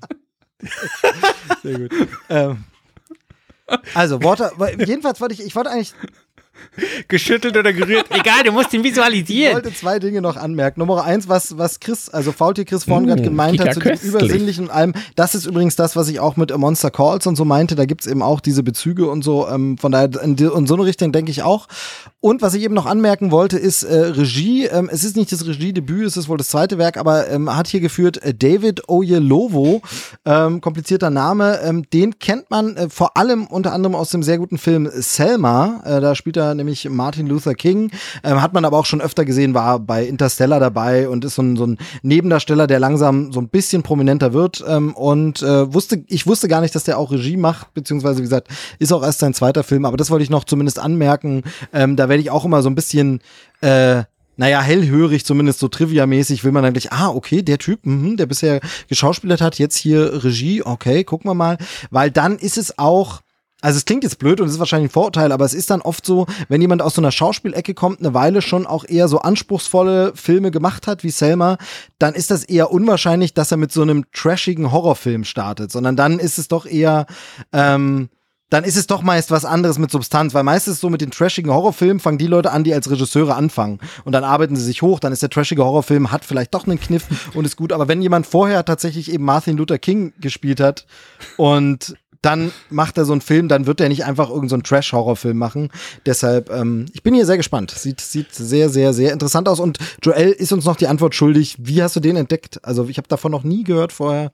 Sehr gut. ähm, also, Water, jedenfalls wollte ich, ich wollte eigentlich geschüttelt oder gerührt. Egal, du musst ihn visualisieren. Ich wollte zwei Dinge noch anmerken. Nummer eins, was, was Chris, also Faultier Chris vorhin mm, gerade gemeint hat, zu dem Übersinnlichen und allem. Das ist übrigens das, was ich auch mit A Monster Calls und so meinte. Da gibt's eben auch diese Bezüge und so. Ähm, von daher, in, die, in so eine Richtung denke ich auch. Und was ich eben noch anmerken wollte, ist äh, Regie. Ähm, es ist nicht das Regiedebüt, es ist wohl das zweite Werk, aber ähm, hat hier geführt äh, David Oyelowo. Ähm, komplizierter Name. Ähm, den kennt man äh, vor allem unter anderem aus dem sehr guten Film Selma. Äh, da spielt er nämlich Martin Luther King. Ähm, hat man aber auch schon öfter gesehen, war bei Interstellar dabei und ist so ein, so ein Nebendarsteller, der langsam so ein bisschen prominenter wird. Ähm, und äh, wusste, ich wusste gar nicht, dass der auch Regie macht, beziehungsweise wie gesagt, ist auch erst sein zweiter Film, aber das wollte ich noch zumindest anmerken. Ähm, da werde ich auch immer so ein bisschen äh, naja, hellhörig, zumindest so Trivia-mäßig, will man dann gleich, ah, okay, der Typ, mh, der bisher geschauspielert hat, jetzt hier Regie, okay, gucken wir mal. Weil dann ist es auch, also es klingt jetzt blöd und es ist wahrscheinlich ein Vorurteil, aber es ist dann oft so, wenn jemand aus so einer Schauspielecke kommt, eine Weile schon auch eher so anspruchsvolle Filme gemacht hat, wie Selma, dann ist das eher unwahrscheinlich, dass er mit so einem trashigen Horrorfilm startet, sondern dann ist es doch eher, ähm, dann ist es doch meist was anderes mit Substanz, weil meistens so mit den trashigen Horrorfilmen fangen die Leute an, die als Regisseure anfangen und dann arbeiten sie sich hoch, dann ist der trashige Horrorfilm, hat vielleicht doch einen Kniff und ist gut, aber wenn jemand vorher tatsächlich eben Martin Luther King gespielt hat und dann macht er so einen Film, dann wird er nicht einfach irgendeinen so einen Trash-Horrorfilm machen. Deshalb, ähm, ich bin hier sehr gespannt. Sieht, sieht sehr, sehr, sehr interessant aus und Joel ist uns noch die Antwort schuldig. Wie hast du den entdeckt? Also ich habe davon noch nie gehört vorher.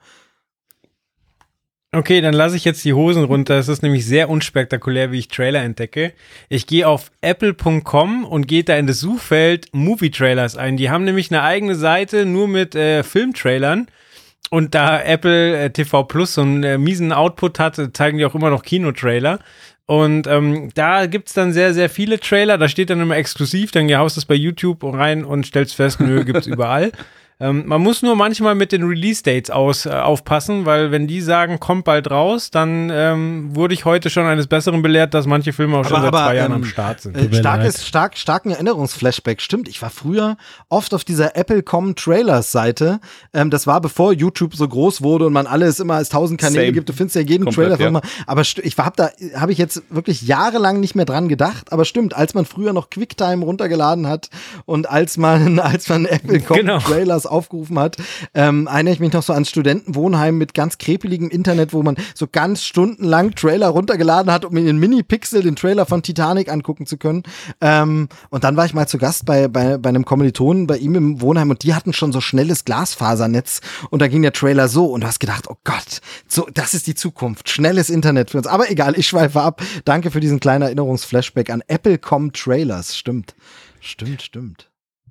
Okay, dann lasse ich jetzt die Hosen runter. Es ist nämlich sehr unspektakulär, wie ich Trailer entdecke. Ich gehe auf apple punkt com und gehe da in das Suchfeld Movie Trailers ein. Die haben nämlich eine eigene Seite nur mit äh, Filmtrailern. Und da Apple äh, T V Plus so einen äh, miesen Output hat, zeigen die auch immer noch Kinotrailer. Und ähm, da gibt's dann sehr, sehr viele Trailer. Da steht dann immer exklusiv, dann haust du es bei YouTube rein und stellst fest, nö, gibt's überall. Ähm, man muss nur manchmal mit den Release-Dates aus, äh, aufpassen, weil wenn die sagen, kommt bald raus, dann ähm, wurde ich heute schon eines Besseren belehrt, dass manche Filme auch aber, schon seit aber, zwei Jahren ähm, am Start sind. Äh, starkes, stark, starken Erinnerungsflashback, stimmt. Ich war früher oft auf dieser Apple Punkt com Trailers-Seite. Ähm, das war bevor YouTube so groß wurde und man alles immer als tausend Kanäle Same. gibt. Du findest ja jeden Komplett, Trailer. Ja. Aber st- ich hab da, habe ich jetzt wirklich jahrelang nicht mehr dran gedacht. Aber stimmt, als man früher noch QuickTime runtergeladen hat und als man, als man Apple Punkt com genau. Trailers aufgerufen hat, ähm, erinnere ich mich noch so an Studentenwohnheim mit ganz krepeligem Internet, wo man so ganz stundenlang Trailer runtergeladen hat, um in den Mini-Pixel den Trailer von Titanic angucken zu können. Ähm, und dann war ich mal zu Gast bei, bei, bei einem Kommilitonen bei ihm im Wohnheim und die hatten schon so schnelles Glasfasernetz und da ging der Trailer so und du hast gedacht, oh Gott, so, das ist die Zukunft. Schnelles Internet für uns. Aber egal, ich schweife ab. Danke für diesen kleinen Erinnerungsflashback an Apple Punkt com Trailers. Stimmt. Stimmt, stimmt.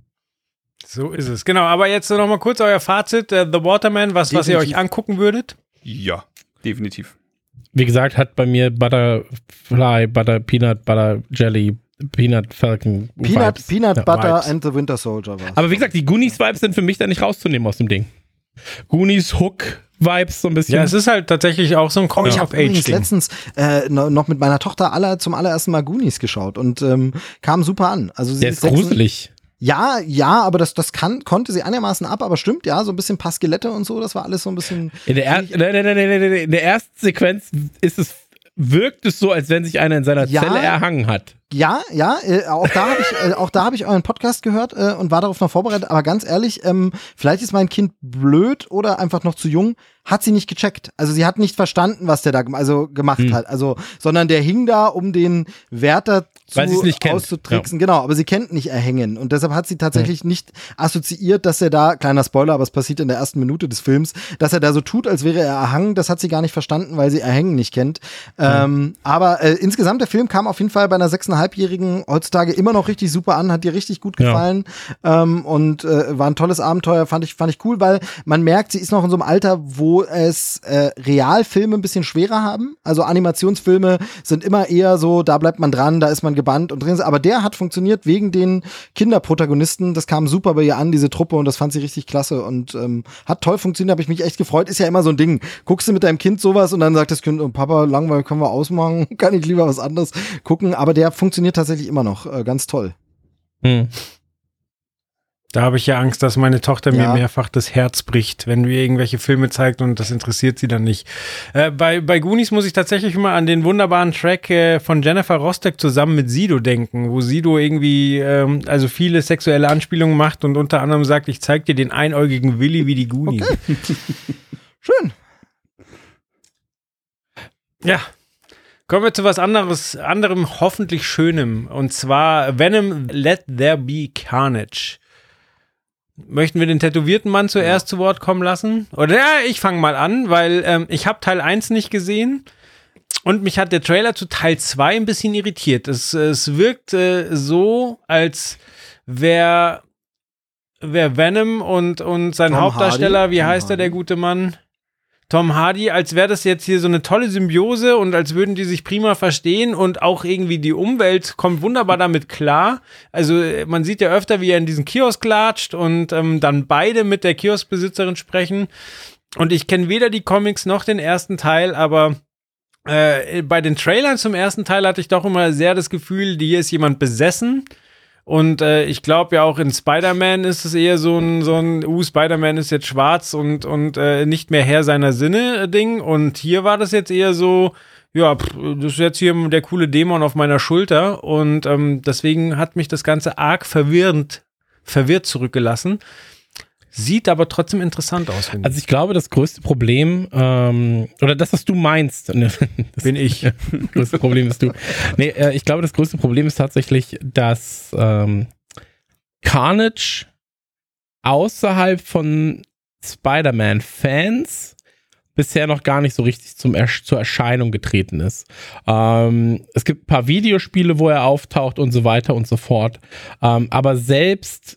So ist es. Genau, aber jetzt noch mal kurz euer Fazit. Uh, The Waterman, was, was ihr euch angucken würdet? Ja, definitiv. Wie gesagt, hat bei mir Butterfly, Butter, Peanut, Butter, Jelly, Peanut, Falcon Peanut, Vibes. Peanut ja, Butter Vibes. and the Winter Soldier war's. Aber wie gesagt, die Goonies-Vibes sind für mich da nicht rauszunehmen aus dem Ding. Goonies, Hook, Vibes so ein bisschen. Ja, es ist halt tatsächlich auch so ein Comic ich of Age. Ich habe letztens äh, noch mit meiner Tochter aller zum allerersten Mal Goonies geschaut und ähm, kam super an. Also sie Der ist gruselig. Ja, ja, aber das, das kann, konnte sie einigermaßen ab, aber stimmt, ja, so ein bisschen paar Skelette und so, das war alles so ein bisschen. In der, er- in der, in der ersten Sequenz ist es, wirkt es so, als wenn sich einer in seiner ja, Zelle erhangen hat. Ja, ja, äh, auch da habe ich, äh, auch da habe ich euren Podcast gehört äh, und war darauf noch vorbereitet. Aber ganz ehrlich, ähm, vielleicht ist mein Kind blöd oder einfach noch zu jung. Hat sie nicht gecheckt. Also sie hat nicht verstanden, was der da gem- also gemacht hm. hat. Also, sondern der hing da, um den Wärter zu auszutricksen. Ja. Genau, aber sie kennt nicht erhängen. Und deshalb hat sie tatsächlich hm. nicht assoziiert, dass er da, kleiner Spoiler, aber es passiert in der ersten Minute des Films, dass er da so tut, als wäre er erhangen. Das hat sie gar nicht verstanden, weil sie erhängen nicht kennt. Hm. Ähm, aber äh, insgesamt, der Film kam auf jeden Fall bei einer sechseinhalbjährigen heutzutage immer noch richtig super an, hat dir richtig gut gefallen. Ja. Ähm, und äh, war ein tolles Abenteuer, fand ich, fand ich cool, weil man merkt, sie ist noch in so einem Alter, wo es äh, Realfilme ein bisschen schwerer haben. Also Animationsfilme sind immer eher so, da bleibt man dran, da ist man gebannt und drin. Aber der hat funktioniert wegen den Kinderprotagonisten. Das kam super bei ihr an, diese Truppe, und das fand sie richtig klasse und ähm, hat toll funktioniert, habe ich mich echt gefreut. Ist ja immer so ein Ding. Guckst du mit deinem Kind sowas und dann sagt das Kind, oh, Papa, langweilig, können wir ausmachen, kann ich lieber was anderes gucken. Aber der funktioniert tatsächlich immer noch. Äh, ganz toll. Hm. Da habe ich ja Angst, dass meine Tochter ja. mir mehrfach das Herz bricht, wenn wir irgendwelche Filme zeigt und das interessiert sie dann nicht. Äh, bei, bei Goonies muss ich tatsächlich immer an den wunderbaren Track äh, von Jennifer Rostock zusammen mit Sido denken, wo Sido irgendwie ähm, also viele sexuelle Anspielungen macht und unter anderem sagt, ich zeig dir den einäugigen Willi wie die Goonies. Okay. Schön. Ja. Kommen wir zu was anderes, anderem hoffentlich Schönem, und zwar Venom Let There Be Carnage. Möchten wir den tätowierten Mann zuerst ja. zu Wort kommen lassen? Oder ja, ich fange mal an, weil ähm, ich habe Teil eins nicht gesehen und mich hat der Trailer zu Teil zwei ein bisschen irritiert. Es, es wirkt äh, so, als wäre wär Venom und, und sein Tom Hauptdarsteller, Hardy. wie Tom heißt er, Hardy. der gute Mann? Tom Hardy, als wäre das jetzt hier so eine tolle Symbiose und als würden die sich prima verstehen und auch irgendwie die Umwelt kommt wunderbar damit klar. Also man sieht ja öfter, wie er in diesen Kiosk latscht und ähm, dann beide mit der Kioskbesitzerin sprechen. Und ich kenne weder die Comics noch den ersten Teil, aber äh, bei den Trailern zum ersten Teil hatte ich doch immer sehr das Gefühl, hier ist jemand besessen. Und äh, ich glaube ja auch in Spider-Man ist es eher so ein, so ein uh, Spider-Man ist jetzt schwarz und, und äh, nicht mehr Herr seiner Sinne Ding. Und hier war das jetzt eher so, ja, pff, das ist jetzt hier der coole Dämon auf meiner Schulter. Und ähm, deswegen hat mich das Ganze arg verwirrend, verwirrt zurückgelassen. Sieht aber trotzdem interessant aus, finde ich. Also ich glaube, das größte Problem, ähm, oder das, was du meinst, das bin ich. Das größte Problem bist du. Nee, äh, ich glaube, das größte Problem ist tatsächlich, dass ähm, Carnage außerhalb von Spider-Man-Fans bisher noch gar nicht so richtig zum Ersch- zur Erscheinung getreten ist. Ähm, es gibt ein paar Videospiele, wo er auftaucht und so weiter und so fort. Ähm, aber selbst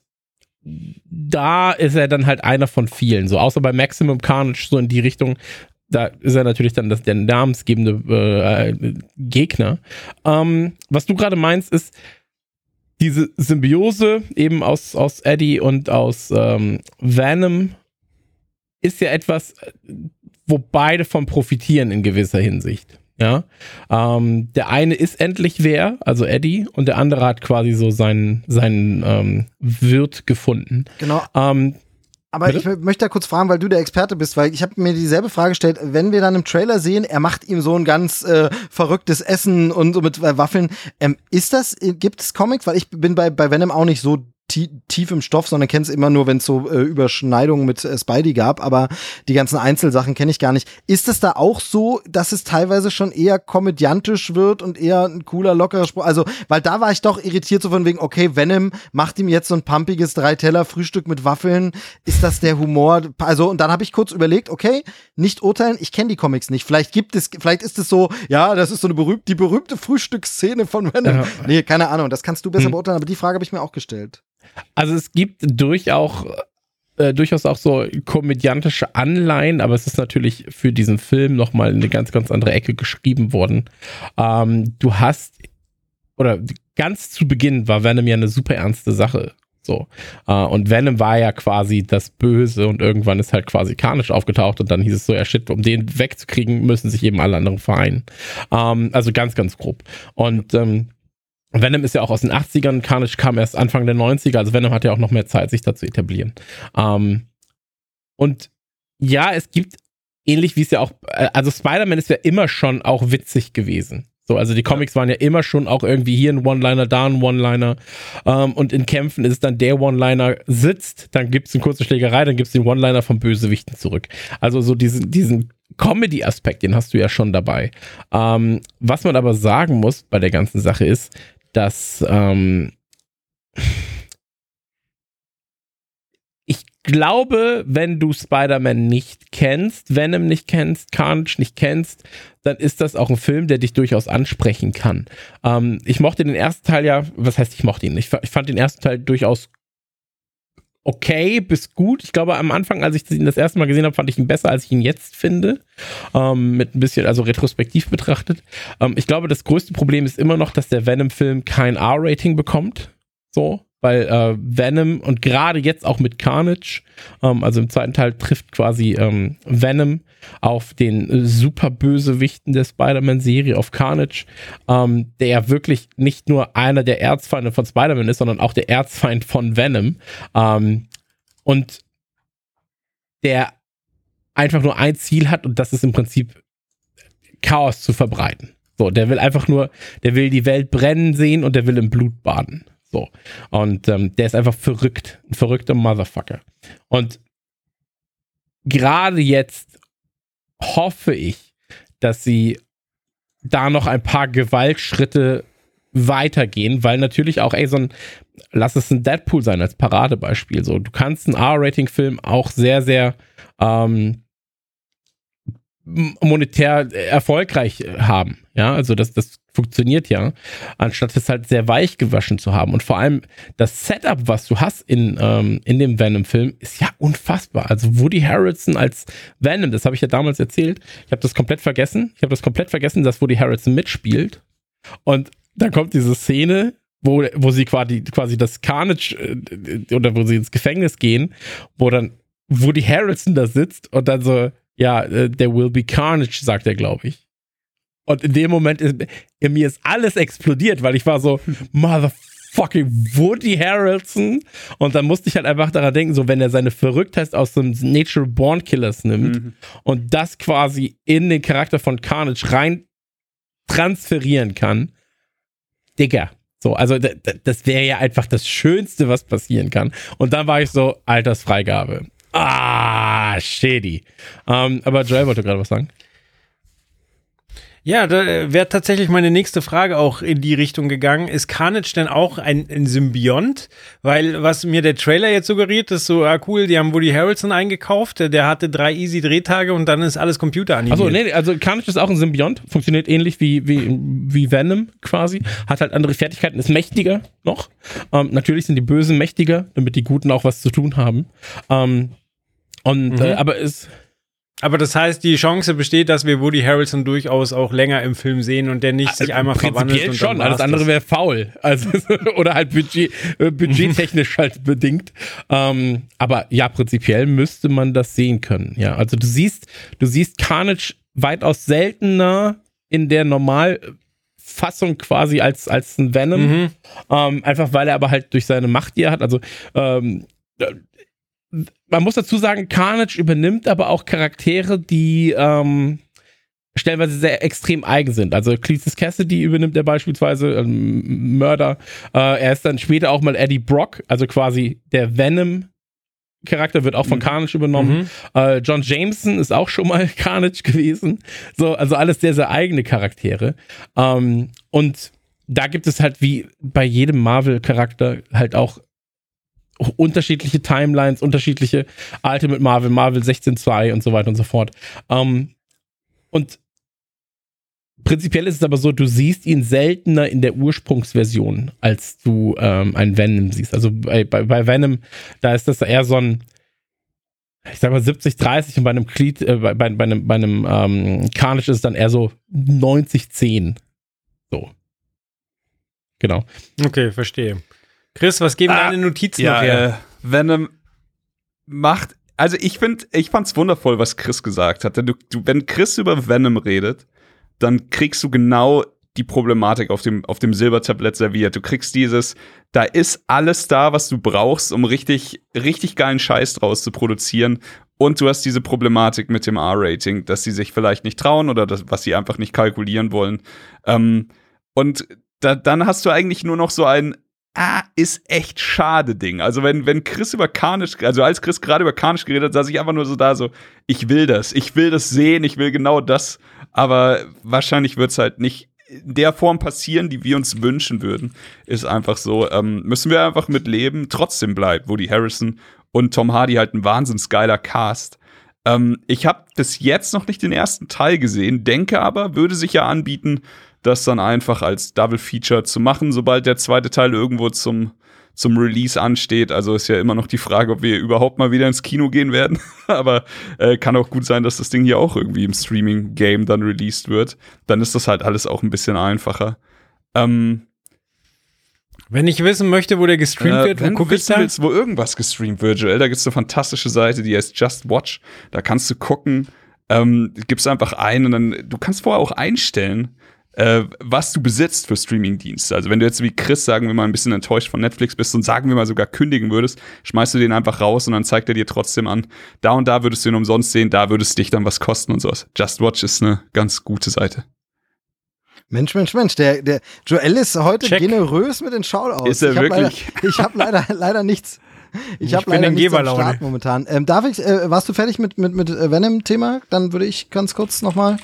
da ist er dann halt einer von vielen, so außer bei Maximum Carnage, so in die Richtung, da ist er natürlich dann das, der namensgebende äh, Gegner. Ähm, was du gerade meinst, ist diese Symbiose eben aus, aus Eddie und aus ähm, Venom ist ja etwas, wo beide von profitieren in gewisser Hinsicht. Ja, ähm, der eine ist endlich wer, also Eddie, und der andere hat quasi so seinen, seinen ähm, Wirt gefunden. Genau. Ähm, Aber bitte? Ich möchte da kurz fragen, weil du der Experte bist, weil ich habe mir dieselbe Frage gestellt, wenn wir dann im Trailer sehen, er macht ihm so ein ganz äh, verrücktes Essen und so mit äh, Waffeln. Ähm, ist das, gibt es Comics? Weil ich bin bei, bei Venom auch nicht so tief im Stoff, sondern kenne es immer nur, wenn es so äh, Überschneidungen mit äh, Spidey gab, aber die ganzen Einzelsachen kenne ich gar nicht. Ist es da auch so, dass es teilweise schon eher komödiantisch wird und eher ein cooler, lockerer Spruch? Also, weil da war ich doch irritiert so von wegen, okay, Venom macht ihm jetzt so ein pumpiges Drei-Teller-Frühstück mit Waffeln. Ist das der Humor? Also, und dann habe ich kurz überlegt, okay, nicht urteilen, ich kenne die Comics nicht. Vielleicht gibt es, vielleicht ist es so, ja, das ist so eine berühmte, die berühmte Frühstücksszene von Venom. Ja. Nee, keine Ahnung, das kannst du besser hm. beurteilen, aber die Frage habe ich mir auch gestellt. Also es gibt durchaus, äh, durchaus auch so komödiantische Anleihen, aber es ist natürlich für diesen Film nochmal in eine ganz, ganz andere Ecke geschrieben worden. Ähm, du hast, oder ganz zu Beginn war Venom ja eine super ernste Sache. So. Äh, und Venom war ja quasi das Böse und irgendwann ist halt quasi Carnage aufgetaucht und dann hieß es so, ja shit, um den wegzukriegen, müssen sich eben alle anderen vereinen. Ähm, also ganz, ganz grob. Und ähm, Venom ist ja auch aus den achtzigern, Carnage kam erst Anfang der neunziger, also Venom hat ja auch noch mehr Zeit, sich da zu etablieren. Ähm, und ja, es gibt, ähnlich wie es ja auch, also Spider-Man ist ja immer schon auch witzig gewesen. So, also die Comics waren ja immer schon auch irgendwie hier ein One-Liner, da ein One-Liner. Ähm, und in Kämpfen ist es dann der One-Liner sitzt, dann gibt es eine kurze Schlägerei, dann gibt es den One-Liner vom Bösewichten zurück. Also so diesen, diesen Comedy-Aspekt, den hast du ja schon dabei. Ähm, was man aber sagen muss bei der ganzen Sache ist, dass ähm, ich glaube, wenn du Spider-Man nicht kennst, Venom nicht kennst, Carnage nicht kennst, dann ist das auch ein Film, der dich durchaus ansprechen kann. Ähm, ich mochte den ersten Teil ja, was heißt ich mochte ihn? Ich, ich fand den ersten Teil durchaus okay bis gut. Ich glaube, am Anfang, als ich ihn das erste Mal gesehen habe, fand ich ihn besser, als ich ihn jetzt finde. Ähm, mit ein bisschen, also retrospektiv betrachtet. Ähm, ich glaube, das größte Problem ist immer noch, dass der Venom-Film kein R-Rating bekommt. So. Weil äh, Venom und gerade jetzt auch mit Carnage, ähm, also im zweiten Teil trifft quasi ähm, Venom auf den äh, Superbösewichten der Spider-Man-Serie, auf Carnage, ähm, der ja wirklich nicht nur einer der Erzfeinde von Spider-Man ist, sondern auch der Erzfeind von Venom. Ähm, und der einfach nur ein Ziel hat und das ist im Prinzip Chaos zu verbreiten. So, der will einfach nur, der will die Welt brennen sehen und der will im Blut baden. So. Und ähm, der ist einfach verrückt. Ein verrückter Motherfucker. Und gerade jetzt hoffe ich, dass sie da noch ein paar Gewaltschritte weitergehen, weil natürlich auch, ey, so ein, lass es ein Deadpool sein als Paradebeispiel. So, du kannst einen R-Rating-Film auch sehr, sehr ähm, monetär erfolgreich haben. Ja, also das, das funktioniert ja, anstatt es halt sehr weich gewaschen zu haben. Und vor allem das Setup, was du hast in, ähm, in dem Venom-Film, ist ja unfassbar. Also Woody Harrelson als Venom, das habe ich ja damals erzählt. Ich habe das komplett vergessen. Ich habe das komplett vergessen, dass Woody Harrelson mitspielt. Und dann kommt diese Szene, wo, wo sie quasi, quasi das Carnage äh, oder wo sie ins Gefängnis gehen, wo dann Woody Harrelson da sitzt und dann so, ja, uh, there will be carnage, sagt er, glaube ich. Und in dem Moment ist in mir ist alles explodiert, weil ich war so, motherfucking Woody Harrelson. Und dann musste ich halt einfach daran denken, so wenn er seine Verrücktheit aus dem Natural Born Killers nimmt mhm. und das quasi in den Charakter von Carnage rein transferieren kann, Digga. So, also d- d- das wäre ja einfach das Schönste, was passieren kann. Und dann war ich so, Altersfreigabe. Ah, shady. Ähm, aber Joel wollte gerade was sagen. Ja, da wäre tatsächlich meine nächste Frage auch in die Richtung gegangen. Ist Carnage denn auch ein, ein Symbiont? Weil was mir der Trailer jetzt suggeriert, ist so, ah cool, die haben Woody Harrelson eingekauft, der hatte drei easy Drehtage und dann ist alles computeranimiert. Achso, nee, also Carnage ist auch ein Symbiont, funktioniert ähnlich wie, wie, wie Venom quasi, hat halt andere Fertigkeiten, ist mächtiger noch. Ähm, natürlich sind die Bösen mächtiger, damit die Guten auch was zu tun haben. Ähm, und, mhm. äh, aber ist... Aber das heißt, die Chance besteht, dass wir Woody Harrelson durchaus auch länger im Film sehen und der nicht sich einmal verwandelt. Und schon, alles andere wäre faul. Also, oder halt budget, äh, budgettechnisch halt bedingt. Ähm, aber ja, prinzipiell müsste man das sehen können. Ja, also du siehst, du siehst Carnage weitaus seltener in der Normalfassung quasi als, als ein Venom. Mhm. Ähm, einfach weil er aber halt durch seine Macht, die er hat, also ähm, man muss dazu sagen, Carnage übernimmt aber auch Charaktere, die ähm, stellenweise sehr extrem eigen sind. Also Cletus Cassidy übernimmt er beispielsweise, ähm, Mörder. Äh, er ist dann später auch mal Eddie Brock, also quasi der Venom-Charakter wird auch von mhm. Carnage übernommen. Mhm. Äh, John Jameson ist auch schon mal Carnage gewesen. So, also alles sehr, sehr eigene Charaktere. Ähm, und da gibt es halt wie bei jedem Marvel-Charakter halt auch unterschiedliche Timelines, unterschiedliche Ultimate Marvel, Marvel sechzehn Punkt zwei und so weiter und so fort. Ähm, und prinzipiell ist es aber so, du siehst ihn seltener in der Ursprungsversion, als du ähm, einen Venom siehst. Also bei, bei, bei Venom, da ist das eher so ein, ich sag mal siebzig dreißig und bei einem, Cleat, äh, bei, bei einem, bei einem ähm, Carnage ist es dann eher so neunzig zehn. So. Genau. Okay, verstehe. Chris, was geben ah, deine Notizen ja, noch her? Äh, Venom macht, also ich finde, ich fand's wundervoll, was Chris gesagt hat. Denn du, du, wenn Chris über Venom redet, dann kriegst du genau die Problematik auf dem, auf dem Silbertablett serviert. Du kriegst dieses, da ist alles da, was du brauchst, um richtig, richtig geilen Scheiß draus zu produzieren. Und du hast diese Problematik mit dem R-Rating, dass sie sich vielleicht nicht trauen oder das, was sie einfach nicht kalkulieren wollen. Ähm, und da, dann hast du eigentlich nur noch so ein Ah, ist echt schade Ding. Also wenn, wenn Chris über Carnage, also als Chris gerade über Carnage geredet hat, saß ich einfach nur so da so, ich will das, ich will das sehen, ich will genau das. Aber wahrscheinlich wird es halt nicht in der Form passieren, die wir uns wünschen würden. Ist einfach so, ähm, müssen wir einfach mit leben. Trotzdem bleibt Woody Harrelson und Tom Hardy halt ein wahnsinns geiler Cast. Ähm, ich habe bis jetzt noch nicht den ersten Teil gesehen, denke aber, würde sich ja anbieten, das dann einfach als Double Feature zu machen, sobald der zweite Teil irgendwo zum, zum Release ansteht. Also ist ja immer noch die Frage, ob wir überhaupt mal wieder ins Kino gehen werden. Aber äh, kann auch gut sein, dass das Ding hier auch irgendwie im Streaming-Game dann released wird. Dann ist das halt alles auch ein bisschen einfacher. Ähm, Wenn ich wissen möchte, wo der gestreamt wird, äh, wo gucke ich da? Willst, wo irgendwas gestreamt wird, Joel, da gibt es eine fantastische Seite, die heißt Just Watch. Da kannst du gucken, ähm, gibst einfach ein und dann, du kannst vorher auch einstellen, Äh, was du besitzt für Streamingdienste. Also wenn du jetzt wie Chris, sagen wir mal, ein bisschen enttäuscht von Netflix bist und sagen wir mal sogar kündigen würdest, schmeißt du den einfach raus und dann zeigt er dir trotzdem an, da und da würdest du ihn umsonst sehen, da würdest dich dann was kosten und sowas. Just Watch ist eine ganz gute Seite. Mensch, Mensch, Mensch, der, der Joel ist heute Check. generös mit den Shoutouts. Ist er ich wirklich? Hab leider, ich habe leider, leider nichts. Ich, ich habe leider in nichts am Geberlaune. Start momentan. Ähm, darf ich, äh, warst du fertig mit, mit, mit Venom-Thema? Dann würde ich ganz kurz nochmal.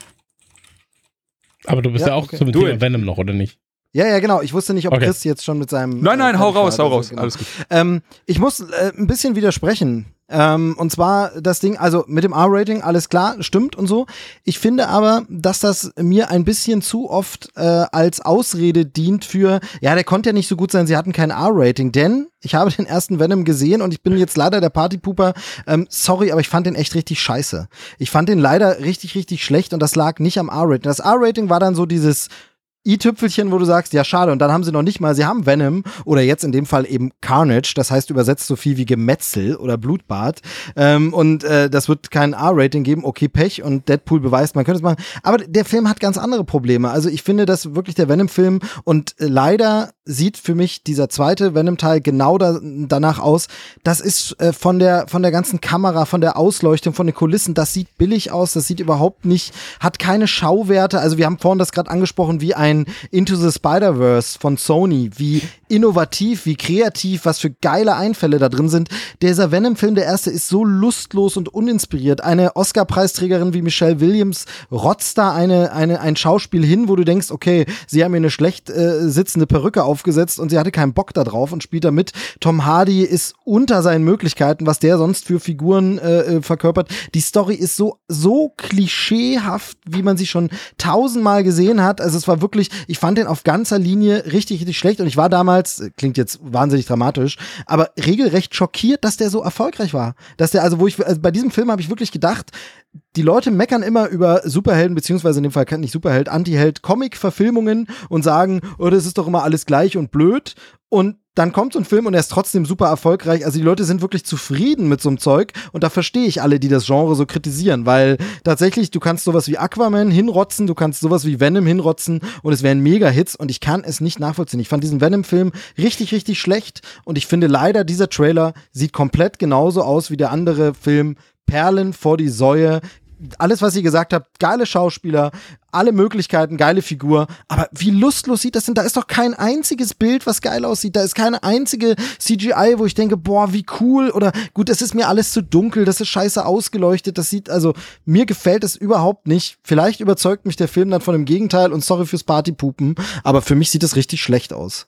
Aber du bist ja, ja auch okay. zum Thema Venom noch, oder nicht? Ja, ja, genau. Ich wusste nicht, ob okay. Chris jetzt schon mit seinem... Nein, nein, äh, hau raus, hau raus. Genau. Alles gut. Ähm, ich muss äh, ein bisschen widersprechen. Ähm, und zwar das Ding, also mit dem R-Rating, alles klar, stimmt und so. Ich finde aber, dass das mir ein bisschen zu oft äh, als Ausrede dient für, ja, der konnte ja nicht so gut sein, sie hatten kein R-Rating, denn ich habe den ersten Venom gesehen und ich bin jetzt leider der Partypooper. Ähm, sorry, aber ich fand den echt richtig scheiße. Ich fand den leider richtig, richtig schlecht und das lag nicht am R-Rating. Das R-Rating war dann so dieses i-Tüpfelchen, wo du sagst, ja schade, und dann haben sie noch nicht mal, sie haben Venom oder jetzt in dem Fall eben Carnage, das heißt übersetzt so viel wie Gemetzel oder Blutbad ähm, und äh, das wird kein R-Rating geben, okay, Pech, und Deadpool beweist, man könnte es machen, aber der Film hat ganz andere Probleme, also ich finde, dass wirklich der Venom-Film und äh, leider sieht für mich dieser zweite Venom-Teil genau da, danach aus, das ist äh, von der von der ganzen Kamera, von der Ausleuchtung, von den Kulissen, das sieht billig aus, das sieht überhaupt nicht, hat keine Schauwerte, also wir haben vorhin das gerade angesprochen, wie ein Into the Spider-Verse von Sony, wie innovativ, wie kreativ, was für geile Einfälle da drin sind. Dieser Venom-Film, der erste, ist so lustlos und uninspiriert. Eine Oscar-Preisträgerin wie Michelle Williams rotzt da eine, eine, ein Schauspiel hin, wo du denkst, okay, sie haben ihr eine schlecht äh, sitzende Perücke aufgesetzt und sie hatte keinen Bock da drauf und spielt da mit. Tom Hardy ist unter seinen Möglichkeiten, was der sonst für Figuren äh, verkörpert. Die Story ist so, so klischeehaft, wie man sie schon tausendmal gesehen hat. Also es war wirklich, ich fand den auf ganzer Linie richtig, richtig schlecht und ich war damals, klingt jetzt wahnsinnig dramatisch, aber regelrecht schockiert, dass der so erfolgreich war. Dass der, also wo ich, also bei diesem Film habe ich wirklich gedacht, die Leute meckern immer über Superhelden, beziehungsweise in dem Fall nicht Superheld, Antiheld, Comic-Verfilmungen und sagen, oh, das ist doch immer alles gleich und blöd. Und dann kommt so ein Film und er ist trotzdem super erfolgreich. Also die Leute sind wirklich zufrieden mit so einem Zeug und da verstehe ich alle, die das Genre so kritisieren, weil tatsächlich, du kannst sowas wie Aquaman hinrotzen, du kannst sowas wie Venom hinrotzen und es wären Mega-Hits und ich kann es nicht nachvollziehen. Ich fand diesen Venom-Film richtig, richtig schlecht und ich finde leider, dieser Trailer sieht komplett genauso aus wie der andere Film, Perlen vor die Säue. Alles, was ihr gesagt habt, geile Schauspieler, alle Möglichkeiten, geile Figur, aber wie lustlos sieht das denn? Da ist doch kein einziges Bild, was geil aussieht, da ist keine einzige C G I, wo ich denke, boah, wie cool, oder gut, das ist mir alles zu dunkel, das ist scheiße ausgeleuchtet, das sieht, also, mir gefällt es überhaupt nicht, vielleicht überzeugt mich der Film dann von dem Gegenteil und sorry fürs Partypupen, aber für mich sieht das richtig schlecht aus.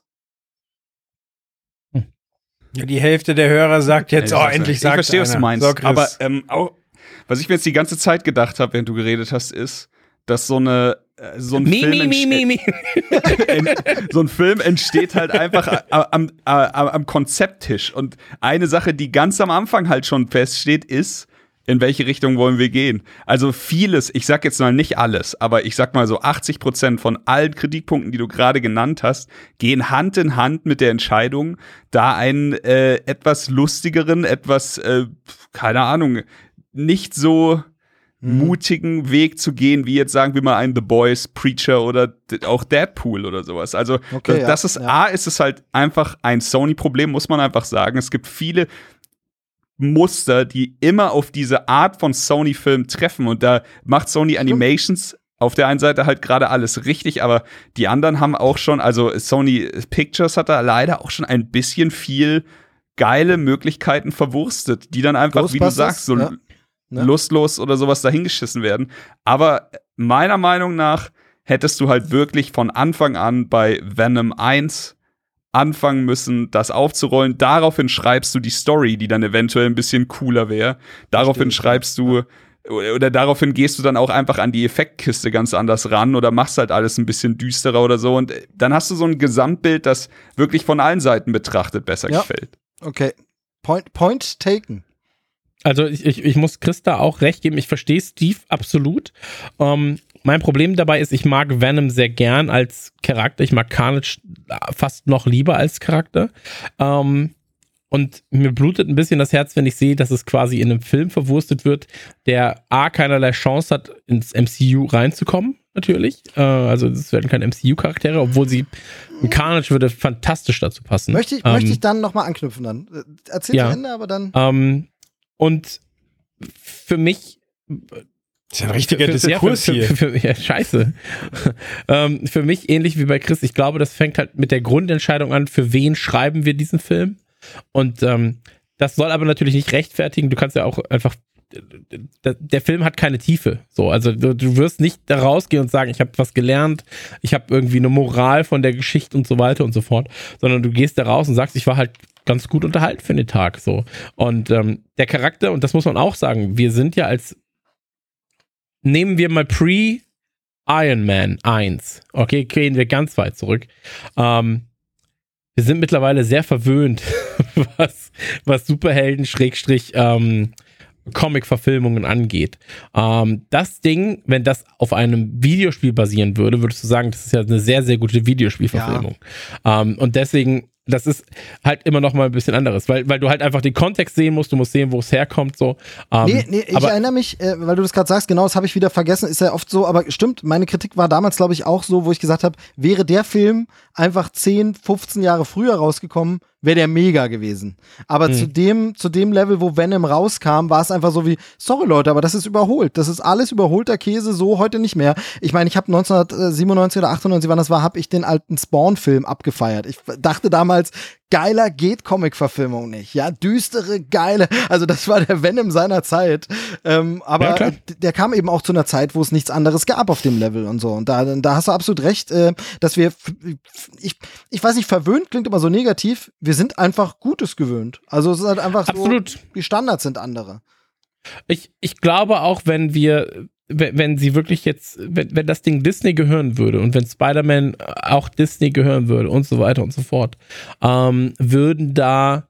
Ja, die Hälfte der Hörer sagt jetzt, oh, endlich sagt Ich verstehe, was du meinst, so, aber ähm, auch was ich mir jetzt die ganze Zeit gedacht habe, während du geredet hast, ist, dass so eine äh, so ein mi, Film mi, mi, mi. so ein Film entsteht halt einfach am, am, am Konzepttisch. Und eine Sache, die ganz am Anfang halt schon feststeht, ist, in welche Richtung wollen wir gehen? Also vieles, ich sag jetzt mal nicht alles, aber ich sag mal so achtzig Prozent von allen Kritikpunkten, die du gerade genannt hast, gehen Hand in Hand mit der Entscheidung, da einen äh, etwas lustigeren, etwas, äh, keine Ahnung, nicht so mhm. mutigen Weg zu gehen, wie jetzt sagen wir mal ein The Boys, Preacher oder d- auch Deadpool oder sowas. Also okay, das, das ja, ist, ja. A, ist es halt einfach ein Sony-Problem, muss man einfach sagen. Es gibt viele Muster, die immer auf diese Art von Sony-Film treffen. Und da macht Sony Animations auf der einen Seite halt gerade alles richtig, aber die anderen haben auch schon, also Sony Pictures hat da leider auch schon ein bisschen viel geile Möglichkeiten verwurstet, die dann einfach, wie du sagst, so ja. Ja. lustlos oder sowas dahingeschissen werden. Aber meiner Meinung nach hättest du halt wirklich von Anfang an bei Venom eins anfangen müssen, das aufzurollen. Daraufhin schreibst du die Story, die dann eventuell ein bisschen cooler wäre. Daraufhin schreibst du oder daraufhin gehst du dann auch einfach an die Effektkiste ganz anders ran oder machst halt alles ein bisschen düsterer oder so. Und dann hast du so ein Gesamtbild, das wirklich von allen Seiten betrachtet besser ja. gefällt. Okay. Point, point taken. Also ich, ich, ich muss Chris da auch recht geben. Ich verstehe Steve absolut. Ähm, mein Problem dabei ist, ich mag Venom sehr gern als Charakter. Ich mag Carnage fast noch lieber als Charakter. Ähm, Und mir blutet ein bisschen das Herz, wenn ich sehe, dass es quasi in einem Film verwurstet wird, der A, keinerlei Chance hat, ins M C U reinzukommen, natürlich. Äh, also es werden keine M C U-Charaktere, obwohl sie, ein Carnage würde fantastisch dazu passen. Möchte ich, ähm, möchte ich dann nochmal anknüpfen dann. Erzähl ja. zu Ende, aber dann. Ähm, und für mich das ist ja ein richtiger Diskurs hier. Für, für, für, ja, scheiße. ähm, für mich ähnlich wie bei Chris, ich glaube, das fängt halt mit der Grundentscheidung an, für wen schreiben wir diesen Film. Und ähm, das soll aber natürlich nicht rechtfertigen. Du kannst ja auch einfach, der, der Film hat keine Tiefe. So, also du, du wirst nicht da rausgehen und sagen, ich habe was gelernt, ich habe irgendwie eine Moral von der Geschichte und so weiter und so fort, sondern du gehst da raus und sagst, ich war halt ganz gut unterhalten für den Tag. So. Und ähm, der Charakter, und das muss man auch sagen, wir sind ja als, nehmen wir mal Pre-Iron Man eins. Okay, gehen wir ganz weit zurück. Ähm, Wir sind mittlerweile sehr verwöhnt, was, was Superhelden Schrägstrich ähm, Comic-Verfilmungen angeht. Ähm, das Ding, wenn das auf einem Videospiel basieren würde, würdest du sagen, das ist ja eine sehr, sehr gute Videospielverfilmung. Ja. Ähm, und deswegen, das ist halt immer noch mal ein bisschen anderes, weil, weil du halt einfach den Kontext sehen musst, du musst sehen, wo es herkommt. So. Ähm, nee, nee, ich erinnere mich, äh, weil du das gerade sagst, genau, das habe ich wieder vergessen, ist ja oft so, aber stimmt, meine Kritik war damals, glaube ich, auch so, wo ich gesagt habe, wäre der Film einfach zehn, fünfzehn Jahre früher rausgekommen, wäre der mega gewesen. Aber mhm. zu dem, zu dem Level, wo Venom rauskam, war es einfach so wie, sorry Leute, aber das ist überholt. Das ist alles überholter Käse, so heute nicht mehr. Ich meine, ich habe neunzehnhundertsiebenundneunzig oder achtundneunzig, wann das war, habe ich den alten Spawn-Film abgefeiert. Ich dachte damals, geiler geht Comic-Verfilmung nicht. Ja, düstere, geile, also das war der Venom seiner Zeit. Ähm, aber ja, der kam eben auch zu einer Zeit, wo es nichts anderes gab auf dem Level und so. Und da, da hast du absolut recht, äh, dass wir, ich, ich weiß nicht, verwöhnt klingt immer so negativ, wir sind einfach Gutes gewöhnt. Also es ist halt einfach absolut. So, die Standards sind andere. Ich, ich glaube auch, wenn wir, wenn, wenn sie wirklich jetzt, wenn, wenn das Ding Disney gehören würde und wenn Spider-Man auch Disney gehören würde und so weiter und so fort, ähm, würden da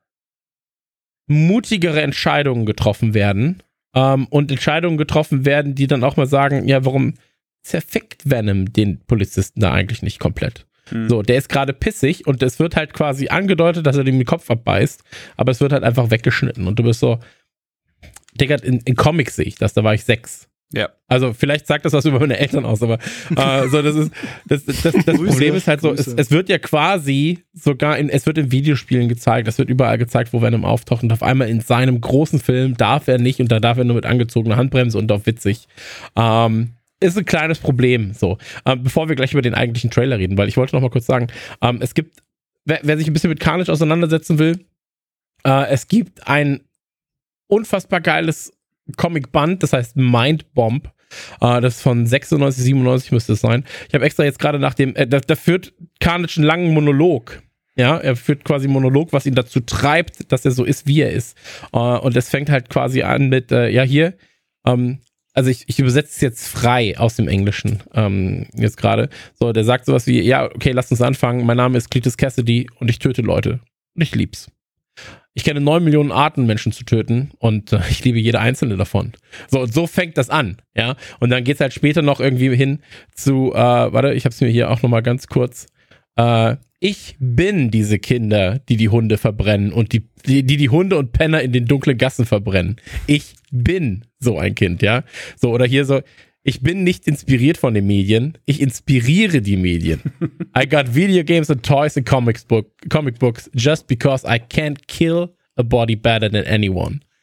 mutigere Entscheidungen getroffen werden ähm, und Entscheidungen getroffen werden, die dann auch mal sagen, ja, warum zerfickt Venom den Polizisten da eigentlich nicht komplett? Mhm. So, der ist gerade pissig und es wird halt quasi angedeutet, dass er dem den Kopf abbeißt, aber es wird halt einfach weggeschnitten und du bist so, Digga, in, in Comics sehe ich das, da war ich sechs. Ja. Also vielleicht sagt das was über meine Eltern aus, aber äh, so, das ist das, das, das, das Problem ist halt so, es, es wird ja quasi sogar in, es wird in Videospielen gezeigt, es wird überall gezeigt, wo Venom auftaucht und auf einmal in seinem großen Film darf er nicht und da darf er nur mit angezogener Handbremse und auf witzig. Ähm, ist ein kleines Problem, so. Ähm, bevor wir gleich über den eigentlichen Trailer reden, weil ich wollte noch mal kurz sagen, ähm, es gibt, wer, wer sich ein bisschen mit Carnage auseinandersetzen will, äh, es gibt ein unfassbar geiles Comic-Band, das heißt Mind Bomb. Uh, das ist von sechsundneunzig, siebenundneunzig müsste es sein. Ich habe extra jetzt gerade nach dem, äh, da, da führt Carnage einen langen Monolog. Ja, er führt quasi einen Monolog, was ihn dazu treibt, dass er so ist, wie er ist. Uh, und es fängt halt quasi an mit, äh, ja hier, ähm, also ich, ich übersetze es jetzt frei aus dem Englischen, ähm, jetzt gerade. So, der sagt sowas wie, ja, okay, lasst uns anfangen. Mein Name ist Cletus Cassidy und ich töte Leute. Und ich lieb's. Ich kenne neun Millionen Arten, Menschen zu töten und äh, ich liebe jede einzelne davon. So, und so fängt das an, ja. Und dann geht's halt später noch irgendwie hin zu, äh, warte, ich hab's mir hier auch nochmal ganz kurz. Äh, ich bin diese Kinder, die die Hunde verbrennen und die, die, die die Hunde und Penner in den dunklen Gassen verbrennen. Ich bin so ein Kind, ja. So, oder hier so, ich bin nicht inspiriert von den Medien, ich inspiriere die Medien. I got video games and toys and comics book, comic books just because I can't kill a body better than anyone.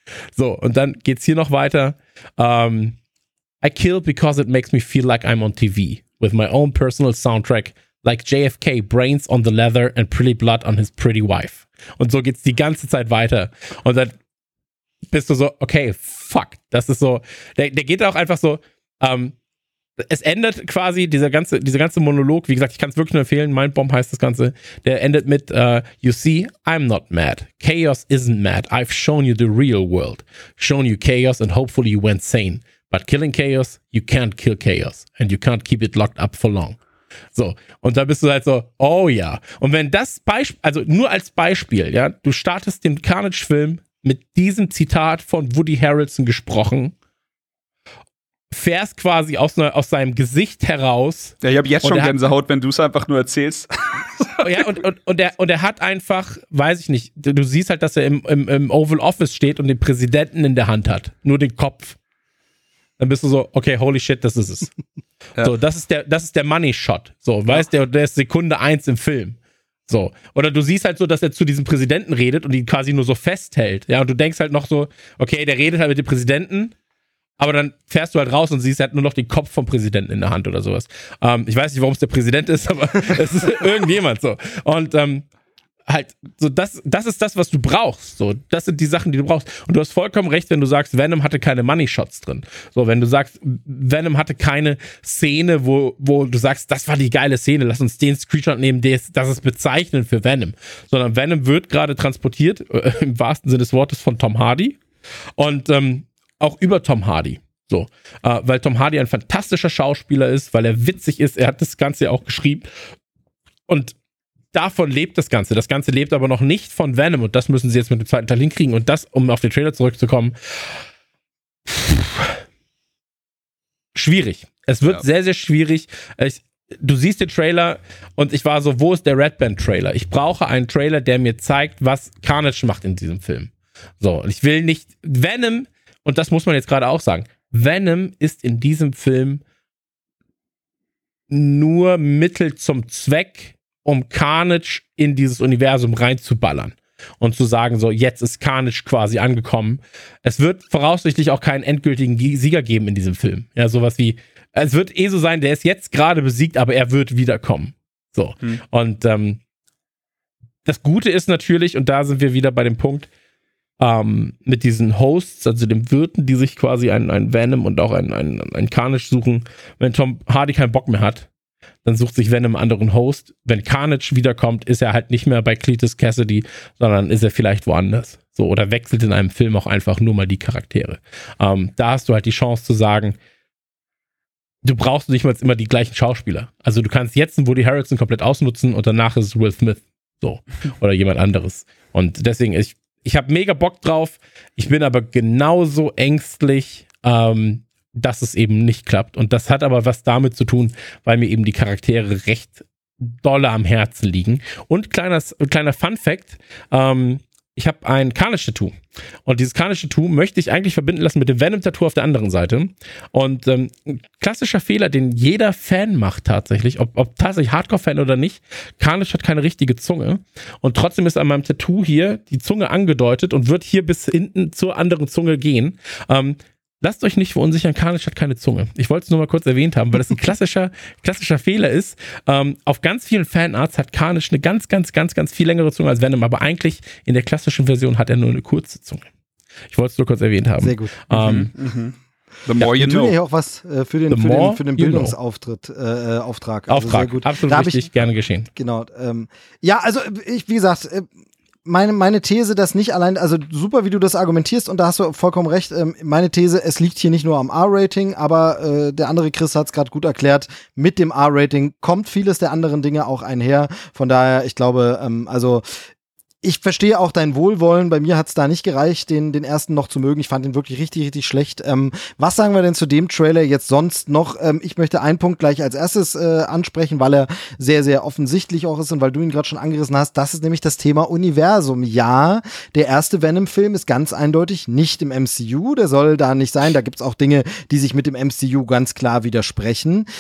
So, und dann geht's hier noch weiter. Um, I kill because it makes me feel like I'm on T V with my own personal soundtrack, like J F K, brains on the leather and pretty blood on his pretty wife. Und so geht's die ganze Zeit weiter. Und dann bist du so, okay, fuck. Das ist so, der, der geht auch einfach so, ähm, es endet quasi, dieser ganze, dieser ganze Monolog, wie gesagt, ich kann es wirklich nur empfehlen, Mindbomb heißt das Ganze, der endet mit, uh, you see, I'm not mad. Chaos isn't mad. I've shown you the real world. Shown you chaos and hopefully you went sane. But killing chaos, you can't kill chaos. And you can't keep it locked up for long. So, und da bist du halt so, oh ja. Und wenn das Beispiel, also nur als Beispiel, ja, du startest den Carnage-Film mit diesem Zitat von Woody Harrelson gesprochen, fährst quasi aus, ne, aus seinem Gesicht heraus. Ja, ich habe jetzt schon Gänsehaut, hat, wenn du es einfach nur erzählst. Ja, und, und, und, er, und er hat einfach, weiß ich nicht, du, du siehst halt, dass er im, im, im Oval Office steht und den Präsidenten in der Hand hat. Nur den Kopf. Dann bist du so, okay, holy shit, das ist es. Ja. So, das ist der, das ist der Money Shot. So, weißt du, der ist Sekunde eins im Film. So. Oder du siehst halt so, dass er zu diesem Präsidenten redet und ihn quasi nur so festhält. Ja, und du denkst halt noch so, okay, der redet halt mit dem Präsidenten, aber dann fährst du halt raus und siehst halt nur noch den Kopf vom Präsidenten in der Hand oder sowas. Ähm, ich weiß nicht, warum es der Präsident ist, aber es ist irgendjemand so. Und ähm, halt, so das, das ist das, was du brauchst. So, das sind die Sachen, die du brauchst. Und du hast vollkommen recht, wenn du sagst, Venom hatte keine Money Shots drin. So, wenn du sagst, Venom hatte keine Szene, wo, wo du sagst, das war die geile Szene, lass uns den Screenshot nehmen, das, das ist bezeichnend für Venom. Sondern Venom wird gerade transportiert, äh, im wahrsten Sinne des Wortes, von Tom Hardy. Und ähm, auch über Tom Hardy. So, äh, weil Tom Hardy ein fantastischer Schauspieler ist, weil er witzig ist, er hat das Ganze ja auch geschrieben. Und davon lebt das Ganze. Das Ganze lebt aber noch nicht von Venom und das müssen sie jetzt mit dem zweiten Teil hinkriegen. Und das, um auf den Trailer zurückzukommen, schwierig. Es wird ja. sehr, sehr schwierig. Ich, du siehst den Trailer und ich war so, wo ist der Red Band Trailer? Ich brauche einen Trailer, der mir zeigt, was Carnage macht in diesem Film. So, ich will nicht, Venom, und das muss man jetzt gerade auch sagen, Venom ist in diesem Film nur Mittel zum Zweck, um Carnage in dieses Universum reinzuballern und zu sagen, so, jetzt ist Carnage quasi angekommen. Es wird voraussichtlich auch keinen endgültigen Sieger geben in diesem Film. Ja, sowas wie, es wird eh so sein, der ist jetzt gerade besiegt, aber er wird wiederkommen. So. Hm. Und ähm, das Gute ist natürlich, und da sind wir wieder bei dem Punkt, ähm, mit diesen Hosts, also den Wirten, die sich quasi ein, ein Venom und auch ein, ein, ein Carnage suchen, wenn Tom Hardy keinen Bock mehr hat, dann sucht sich Venom einen anderen Host. Wenn Carnage wiederkommt, ist er halt nicht mehr bei Cletus Cassidy, sondern ist er vielleicht woanders. So, oder wechselt in einem Film auch einfach nur mal die Charaktere. Ähm, da hast du halt die Chance zu sagen, du brauchst nicht mal immer die gleichen Schauspieler. Also du kannst jetzt einen Woody Harrelson komplett ausnutzen und danach ist es Will Smith. So. Oder jemand anderes. Und deswegen, ich, ich habe mega Bock drauf. Ich bin aber genauso ängstlich, ähm, dass es eben nicht klappt. Und das hat aber was damit zu tun, weil mir eben die Charaktere recht dolle am Herzen liegen. Und kleiner, kleiner Fun-Fact, ähm, ich habe ein Carnage-Tattoo. Und dieses Carnage-Tattoo möchte ich eigentlich verbinden lassen mit dem Venom-Tattoo auf der anderen Seite. Und ähm, ein klassischer Fehler, den jeder Fan macht tatsächlich, ob, ob tatsächlich Hardcore-Fan oder nicht, Carnage hat keine richtige Zunge. Und trotzdem ist an meinem Tattoo hier die Zunge angedeutet und wird hier bis hinten zur anderen Zunge gehen. Ähm, Lasst euch nicht verunsichern, Carnage hat keine Zunge. Ich wollte es nur mal kurz erwähnt haben, weil das ein klassischer, klassischer Fehler ist. Ähm, auf ganz vielen Fanarts hat Carnage eine ganz, ganz, ganz, ganz viel längere Zunge als Venom, aber eigentlich in der klassischen Version hat er nur eine kurze Zunge. Ich wollte es nur kurz erwähnt haben. Sehr gut. Ähm, mhm. Mhm. The more ja, you know. Ja auch was äh, für den, für den, für den Bildungsauftritt, äh, Auftrag. Also Auftrag, sehr gut. Absolut richtig, ich, gerne geschehen. Genau. Ähm, ja, also ich, wie gesagt, äh, Meine, meine These, dass nicht allein, also super, wie du das argumentierst und da hast du vollkommen recht, ähm, meine These, es liegt hier nicht nur am R-Rating, aber äh, der andere Chris hat es gerade gut erklärt, mit dem R-Rating kommt vieles der anderen Dinge auch einher, von daher, ich glaube, ähm, also ich verstehe auch dein Wohlwollen. Bei mir hat es da nicht gereicht, den, den ersten noch zu mögen. Ich fand ihn wirklich richtig, richtig schlecht. Ähm, was sagen wir denn zu dem Trailer jetzt sonst noch? Ähm, ich möchte einen Punkt gleich als erstes äh, ansprechen, weil er sehr, sehr offensichtlich auch ist und weil du ihn gerade schon angerissen hast. Das ist nämlich das Thema Universum. Ja, der erste Venom-Film ist ganz eindeutig nicht im M C U. Der soll da nicht sein. Da gibt's auch Dinge, die sich mit dem M C U ganz klar widersprechen.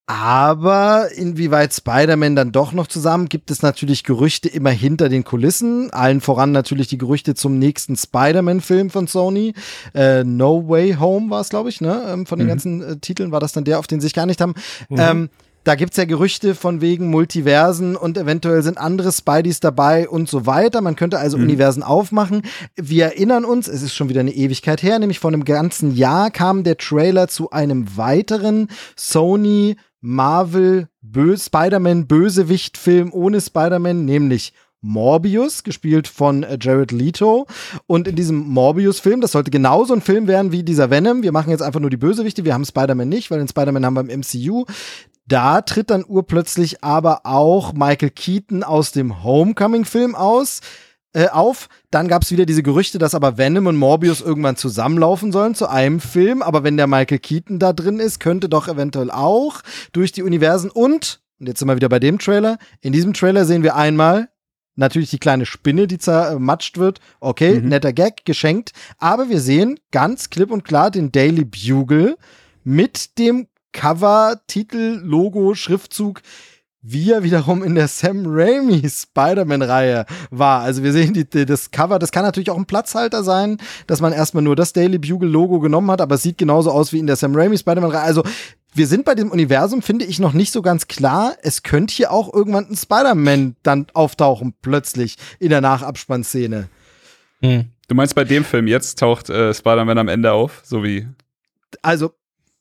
Aber inwieweit Spider-Man dann doch noch zusammen, gibt es natürlich Gerüchte immer hinter den Kulissen. Allen voran natürlich die Gerüchte zum nächsten Spider-Man-Film von Sony. Äh, No Way Home war es, glaube ich, ne? Ähm, von den mhm. ganzen äh, Titeln war das dann der, auf den sie sich geeinigt haben. Mhm. Ähm, Da gibt's ja Gerüchte von wegen Multiversen und eventuell sind andere Spideys dabei und so weiter. Man könnte also mhm. Universen aufmachen. Wir erinnern uns, es ist schon wieder eine Ewigkeit her, nämlich vor einem ganzen Jahr kam der Trailer zu einem weiteren Sony Marvel Bö- Spider-Man-Bösewicht-Film ohne Spider-Man, nämlich Morbius, gespielt von äh, Jared Leto. Und in diesem Morbius-Film, das sollte genauso ein Film werden wie dieser Venom. Wir machen jetzt einfach nur die Bösewichte, wir haben Spider-Man nicht, weil den Spider-Man haben wir im M C U. Da tritt dann urplötzlich aber auch Michael Keaton aus dem Homecoming-Film aus, äh, auf. Dann gab es wieder diese Gerüchte, dass aber Venom und Morbius irgendwann zusammenlaufen sollen zu einem Film. Aber wenn der Michael Keaton da drin ist, könnte doch eventuell auch durch die Universen und, und jetzt sind wir wieder bei dem Trailer, in diesem Trailer sehen wir einmal natürlich die kleine Spinne, die zermatscht wird. Okay, mhm. netter Gag, geschenkt. Aber wir sehen ganz klipp und klar den Daily Bugle mit dem Cover, Titel, Logo, Schriftzug, wie er wiederum in der Sam Raimi Spider-Man-Reihe war. Also wir sehen die, die, das Cover, das kann natürlich auch ein Platzhalter sein, dass man erstmal nur das Daily Bugle-Logo genommen hat, aber es sieht genauso aus wie in der Sam Raimi Spider-Man-Reihe. Also wir sind bei dem Universum, finde ich, noch nicht so ganz klar. Es könnte hier auch irgendwann ein Spider-Man dann auftauchen, plötzlich in der Nachabspannszene. Hm. Du meinst, bei dem Film jetzt taucht äh, Spider-Man am Ende auf, so wie Also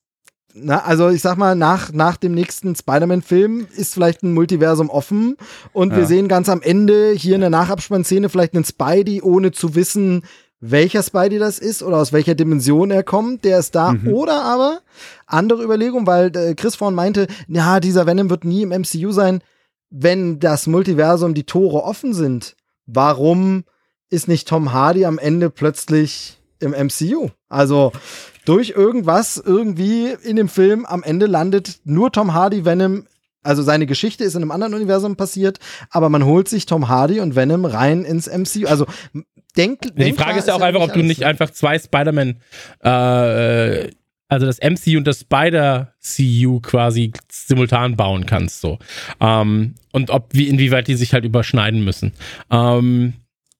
Na, also ich sag mal, nach, nach dem nächsten Spider-Man-Film ist vielleicht ein Multiversum offen und ja. wir sehen ganz am Ende hier in der Nachabspannszene vielleicht einen Spidey, ohne zu wissen, welcher Spidey das ist oder aus welcher Dimension er kommt, der ist da. Mhm. Oder aber andere Überlegung, weil äh, Chris vorhin meinte, ja, dieser Venom wird nie im M C U sein. Wenn das Multiversum, die Tore offen sind, warum ist nicht Tom Hardy am Ende plötzlich im M C U? Also durch irgendwas irgendwie in dem Film am Ende landet nur Tom Hardy, Venom. Also seine Geschichte ist in einem anderen Universum passiert, aber man holt sich Tom Hardy und Venom rein ins M C U. Also denk, denk Die Frage ist ja auch ist einfach, ob du nicht einfach zwei Spider-Man, äh, also das M C U und das Spider-C U quasi simultan bauen kannst, so. Ähm, und ob, wie, inwieweit die sich halt überschneiden müssen. Ähm,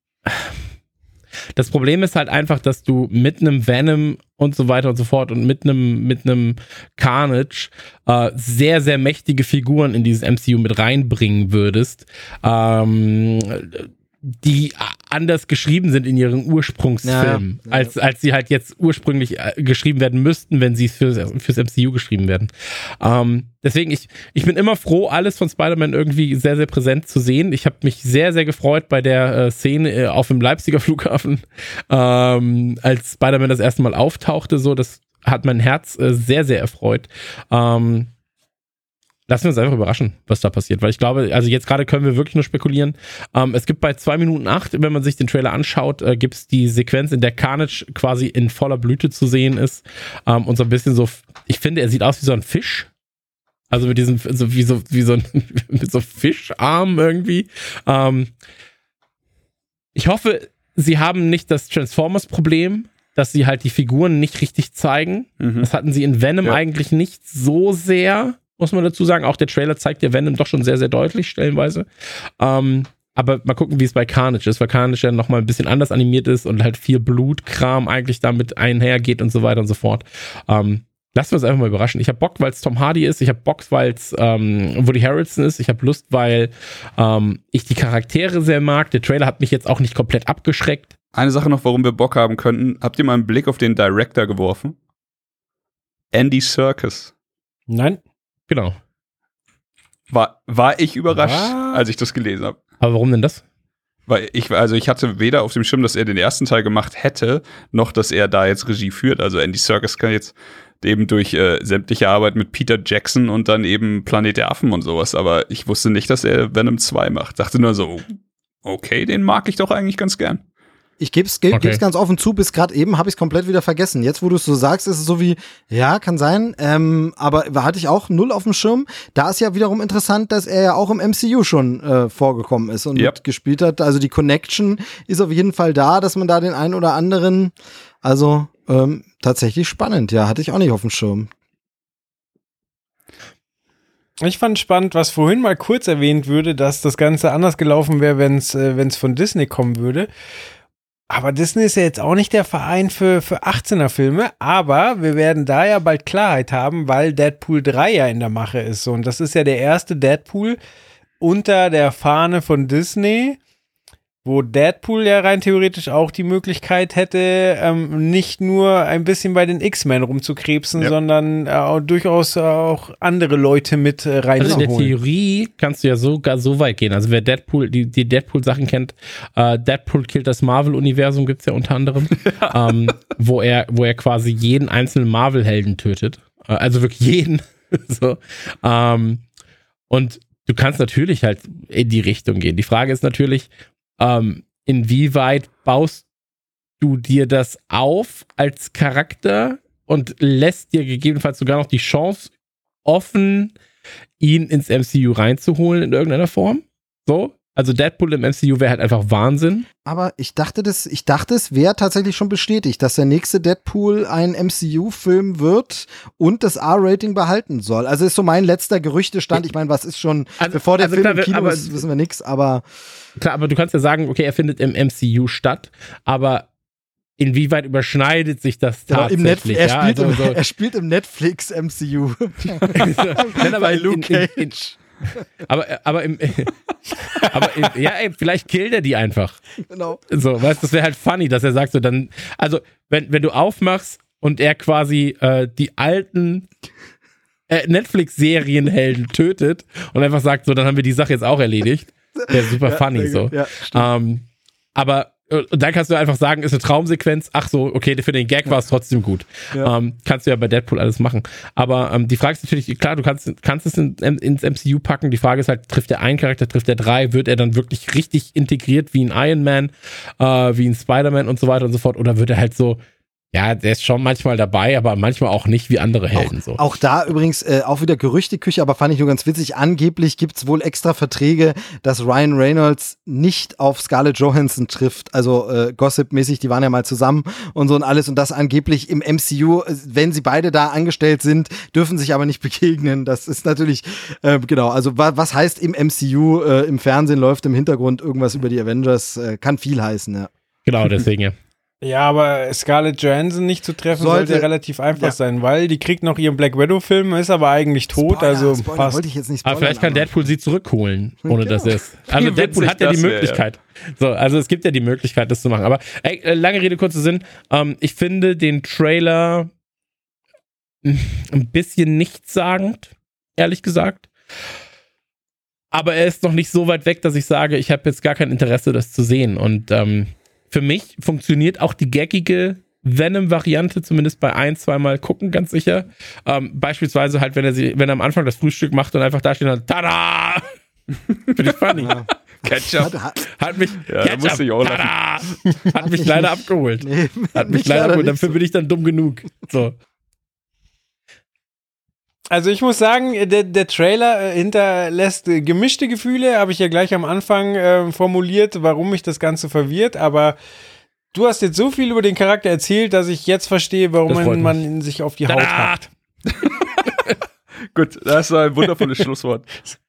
Das Problem ist halt einfach, dass du mit einem Venom und so weiter und so fort und mit einem mit einem Carnage äh, sehr, sehr mächtige Figuren in dieses M C U mit reinbringen würdest, ähm, die anders geschrieben sind in ihren Ursprungsfilmen, ja, ja. als als sie halt jetzt ursprünglich geschrieben werden müssten, wenn sie fürs, fürs M C U geschrieben werden. Ähm, deswegen, ich, ich bin immer froh, alles von Spider-Man irgendwie sehr, sehr präsent zu sehen. Ich habe mich sehr, sehr gefreut bei der äh, Szene äh, auf dem Leipziger Flughafen, ähm, als Spider-Man das erste Mal auftauchte. So, das hat mein Herz äh, sehr, sehr erfreut. Ähm, Lassen wir uns einfach überraschen, was da passiert, weil ich glaube, also jetzt gerade können wir wirklich nur spekulieren. Ähm, es gibt bei zwei Minuten acht, wenn man sich den Trailer anschaut, äh, gibt es die Sequenz, in der Carnage quasi in voller Blüte zu sehen ist ähm, und so ein bisschen so, ich finde, er sieht aus wie so ein Fisch. Also mit diesem, so wie so, wie so ein mit so Fischarm irgendwie. Ähm, ich hoffe, sie haben nicht das Transformers-Problem, dass sie halt die Figuren nicht richtig zeigen. Mhm. Das hatten sie in Venom ja. eigentlich nicht so sehr, muss man dazu sagen. Auch der Trailer zeigt ja Venom doch schon sehr, sehr deutlich, stellenweise. Ähm, aber mal gucken, wie es bei Carnage ist, weil Carnage ja nochmal ein bisschen anders animiert ist und halt viel Blutkram eigentlich damit einhergeht und so weiter und so fort. Ähm, lassen wir uns einfach mal überraschen. Ich habe Bock, weil es Tom Hardy ist. Ich habe Bock, weil es ähm, Woody Harrelson ist. Ich habe Lust, weil ähm, ich die Charaktere sehr mag. Der Trailer hat mich jetzt auch nicht komplett abgeschreckt. Eine Sache noch, warum wir Bock haben könnten. Habt ihr mal einen Blick auf den Director geworfen? Andy Serkis. Nein. Genau. War, war ich überrascht, Was? als ich das gelesen habe. Aber warum denn das? Weil ich, also ich hatte weder auf dem Schirm, dass er den ersten Teil gemacht hätte, noch dass er da jetzt Regie führt. Also Andy Serkis kann jetzt eben durch äh, sämtliche Arbeit mit Peter Jackson und dann eben Planet der Affen und sowas. Aber ich wusste nicht, dass er Venom zwei macht. Dachte nur so, okay, den mag ich doch eigentlich ganz gern. Ich gebe es okay. ganz offen zu, bis gerade eben habe ich es komplett wieder vergessen. Jetzt, wo du es so sagst, ist es so wie, ja, kann sein, ähm, aber hatte ich auch null auf dem Schirm. Da ist ja wiederum interessant, dass er ja auch im M C U schon äh, vorgekommen ist und yep. mitgespielt hat. Also die Connection ist auf jeden Fall da, dass man da den einen oder anderen, also ähm, tatsächlich spannend, ja, hatte ich auch nicht auf dem Schirm. Ich fand spannend, was vorhin mal kurz erwähnt würde, dass das Ganze anders gelaufen wäre, wenn es äh, wenn's von Disney kommen würde. Aber Disney ist ja jetzt auch nicht der Verein für, für achtzehner-Filme, aber wir werden da ja bald Klarheit haben, weil Deadpool drei ja in der Mache ist. Und das ist ja der erste Deadpool unter der Fahne von Disney, wo Deadpool ja rein theoretisch auch die Möglichkeit hätte, ähm, nicht nur ein bisschen bei den X-Men rumzukrebsen, ja. sondern äh, durchaus auch andere Leute mit äh, reinzuholen. Also in der Theorie kannst du ja sogar so weit gehen. Also wer Deadpool, die, die Deadpool-Sachen kennt, äh, Deadpool killt das Marvel-Universum, gibt's ja unter anderem, ähm, wo er, wo er quasi jeden einzelnen Marvel-Helden tötet. Äh, also wirklich jeden. so. Ähm, und du kannst natürlich halt in die Richtung gehen. Die Frage ist natürlich, Ähm, inwieweit baust du dir das auf als Charakter und lässt dir gegebenenfalls sogar noch die Chance offen, ihn ins M C U reinzuholen in irgendeiner Form? So? Also Deadpool im M C U wäre halt einfach Wahnsinn. Aber ich dachte, das, ich dachte, es wäre tatsächlich schon bestätigt, dass der nächste Deadpool ein M C U-Film wird und das R-Rating behalten soll. Also ist so mein letzter Gerüchtestand. Ich meine, was ist schon, also, bevor der also Film klar, im Kino aber, ist, wissen wir nichts, aber klar, aber du kannst ja sagen, okay, er findet im M C U statt, aber inwieweit überschneidet sich das tatsächlich? Ja, im Net- er, ja, spielt also, im, so. er spielt im Netflix-M C U. Nein, aber bei in, Luke in, Cage. In, in, aber, aber im, aber im, ja, ey, vielleicht killt er die einfach. Genau. So, weißt du, das wäre halt funny, dass er sagt so dann, also, wenn, wenn du aufmachst und er quasi äh, die alten äh, Netflix-Serienhelden tötet und einfach sagt so, dann haben wir die Sache jetzt auch erledigt. Wäre super ja, funny, so. Ja, ähm, aber und dann kannst du einfach sagen, ist eine Traumsequenz, ach so, okay, für den Gag war es trotzdem gut. Ja. Ähm, kannst du ja bei Deadpool alles machen. Aber ähm, die Frage ist natürlich, klar, du kannst, kannst es in, in, ins M C U packen, die Frage ist halt, trifft er einen Charakter, trifft er drei, wird er dann wirklich richtig integriert wie ein Iron Man, äh, wie ein Spider-Man und so weiter und so fort, oder wird er halt so, ja, der ist schon manchmal dabei, aber manchmal auch nicht wie andere Helden. Auch, so. auch da übrigens äh, auch wieder Gerüchteküche, aber fand ich nur ganz witzig. Angeblich gibt's wohl extra Verträge, dass Ryan Reynolds nicht auf Scarlett Johansson trifft. Also äh, Gossip-mäßig, die waren ja mal zusammen und so und alles. Und das angeblich im M C U, wenn sie beide da angestellt sind, dürfen sich aber nicht begegnen. Das ist natürlich, äh, genau, also wa- was heißt im M C U, äh, im Fernsehen läuft im Hintergrund irgendwas über die Avengers, äh, kann viel heißen, ja. Genau, deswegen ja. Ja, aber Scarlett Johansson nicht zu treffen sollte, sollte relativ einfach ja. sein, weil die kriegt noch ihren Black Widow-Film, ist aber eigentlich tot, Spoiler, also Spoiler, passt. Wollte ich jetzt nicht spoilern, aber vielleicht kann aber Deadpool sie zurückholen, ohne genau. dass er es. Also Wie Deadpool hat ja die Möglichkeit. Wär, ja. So, also es gibt ja die Möglichkeit, das zu machen. Aber ey, lange Rede, kurzer Sinn. Ähm, ich finde den Trailer ein bisschen nichtssagend, ehrlich gesagt. Aber er ist noch nicht so weit weg, dass ich sage, ich habe jetzt gar kein Interesse, das zu sehen. Und ähm, für mich funktioniert auch die gaggige Venom-Variante, zumindest bei ein, zweimal gucken, ganz sicher. Ähm, beispielsweise halt, wenn er, sie, wenn er am Anfang das Frühstück macht und einfach da steht und dann, tada! Finde ich funny. Ja. Ketchup. Hat, hat mich, ja, Ketchup, musste ich auch tada! Hat mich leider nicht. abgeholt. Nee, hat mich leider abgeholt. Dafür so. bin ich dann dumm genug. So. Also ich muss sagen, der, der Trailer hinterlässt gemischte Gefühle, habe ich ja gleich am Anfang äh, formuliert, warum mich das Ganze verwirrt, aber du hast jetzt so viel über den Charakter erzählt, dass ich jetzt verstehe, warum man, man sich auf die Tada! Haut hackt. Gut, das war ein wundervolles Schlusswort.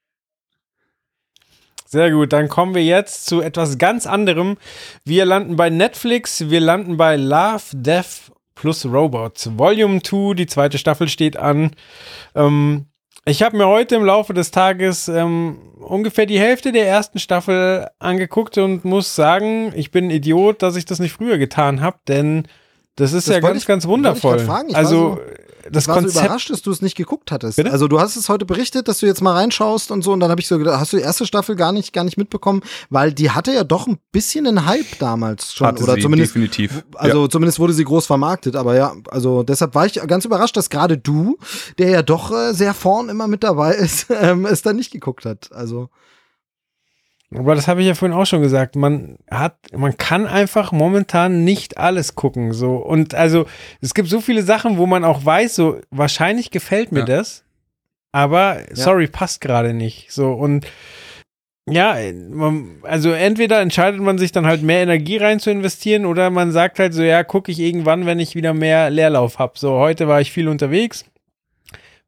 Sehr gut, dann kommen wir jetzt zu etwas ganz anderem. Wir landen bei Netflix, wir landen bei Love, Death plus Robots. Volume zwei, die zweite Staffel steht an. Ähm, ich habe mir heute im Laufe des Tages ähm, ungefähr die Hälfte der ersten Staffel angeguckt und muss sagen, ich bin ein Idiot, dass ich das nicht früher getan habe, denn das ist das ja ganz, ich, ganz wundervoll. Ich fragen. Ich also so, das ich war Konzept so überrascht, dass du es nicht geguckt hattest. Bitte? Also du hast es heute berichtet, dass du jetzt mal reinschaust und so und dann habe ich so gedacht, hast du die erste Staffel gar nicht gar nicht mitbekommen, weil die hatte ja doch ein bisschen einen Hype damals schon hatte oder sie, zumindest definitiv. Also ja. zumindest wurde sie groß vermarktet, aber ja, also deshalb war ich ganz überrascht, dass gerade du, der ja doch äh, sehr vorn immer mit dabei ist, ähm, es dann nicht geguckt hat. Also aber das habe ich ja vorhin auch schon gesagt. Man hat, man kann einfach momentan nicht alles gucken. So. Und also, es gibt so viele Sachen, wo man auch weiß, so, wahrscheinlich gefällt mir ja. das, aber sorry, ja. passt gerade nicht. So, und ja, man, also entweder entscheidet man sich dann halt mehr Energie rein zu investieren oder man sagt halt so, ja, gucke ich irgendwann, wenn ich wieder mehr Leerlauf habe. So, heute war ich viel unterwegs.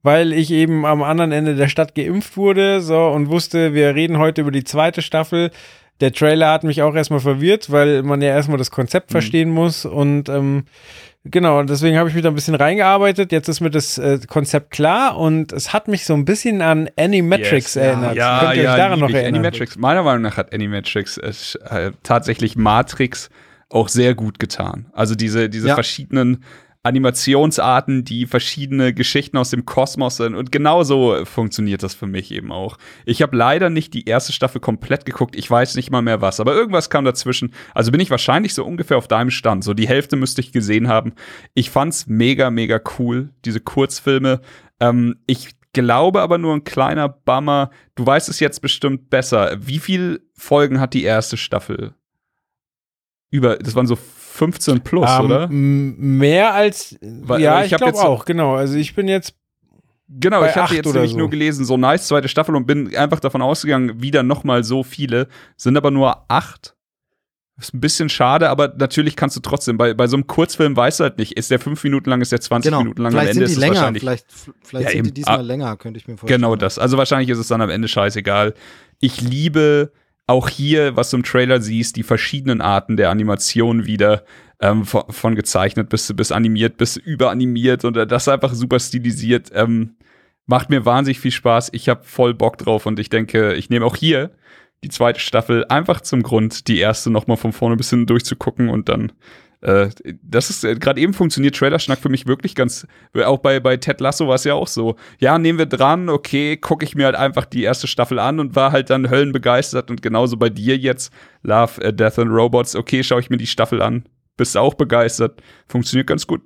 weil ich eben am anderen Ende der Stadt geimpft wurde, so, und wusste, wir reden heute über die zweite Staffel. Der Trailer hat mich auch erstmal verwirrt, weil man ja erstmal das Konzept mhm. verstehen muss und ähm, genau, und deswegen habe ich mich da ein bisschen reingearbeitet. Jetzt ist mir das äh, Konzept klar und es hat mich so ein bisschen an Animatrix yes, erinnert. Ja, Könnt ihr ja, euch daran noch erinnern? Animatrix, meiner Meinung nach hat Animatrix äh, tatsächlich Matrix auch sehr gut getan. Also diese, diese ja. verschiedenen Animationsarten, die verschiedene Geschichten aus dem Kosmos sind. Und genauso funktioniert das für mich eben auch. Ich habe leider nicht die erste Staffel komplett geguckt. Ich weiß nicht mal mehr was. Aber irgendwas kam dazwischen. Also bin ich wahrscheinlich so ungefähr auf deinem Stand. So die Hälfte müsste ich gesehen haben. Ich fand's mega, mega cool, diese Kurzfilme. Ähm, ich glaube aber nur ein kleiner Bummer. Du weißt es jetzt bestimmt besser. Wie viele Folgen hat die erste Staffel? Über, das waren so fünfzehn plus, um, oder? Mehr als, Weil, ja, ich, ich glaube auch, genau. Also ich bin jetzt Genau, bei ich hatte jetzt nämlich so. nur gelesen, so nice, zweite Staffel und bin einfach davon ausgegangen, wieder nochmal so viele, sind aber nur acht. Ist ein bisschen schade, aber natürlich kannst du trotzdem, bei, bei so einem Kurzfilm weißt du halt nicht, ist der fünf Minuten lang, ist der zwanzig genau. Minuten lang, vielleicht am Ende sind die ist es länger, wahrscheinlich. Vielleicht, vielleicht ja, sind eben, die diesmal ah, länger, könnte ich mir vorstellen. Genau das, also wahrscheinlich ist es dann am Ende scheißegal. Ich liebe auch hier, was du im Trailer siehst, die verschiedenen Arten der Animation wieder, ähm, von, von gezeichnet bis, bis animiert, bis überanimiert und das einfach super stilisiert. Ähm, macht mir wahnsinnig viel Spaß. Ich habe voll Bock drauf und ich denke, ich nehme auch hier die zweite Staffel einfach zum Grund, die erste noch mal von vorne bis hinten durchzugucken und dann äh, das ist, äh, gerade eben funktioniert Trailerschnack für mich wirklich ganz, auch bei, bei Ted Lasso war es ja auch so, ja, nehmen wir dran, okay, gucke ich mir halt einfach die erste Staffel an und war halt dann höllenbegeistert und genauso bei dir jetzt, Love, uh, Death and Robots, okay, schaue ich mir die Staffel an, bist auch begeistert, funktioniert ganz gut.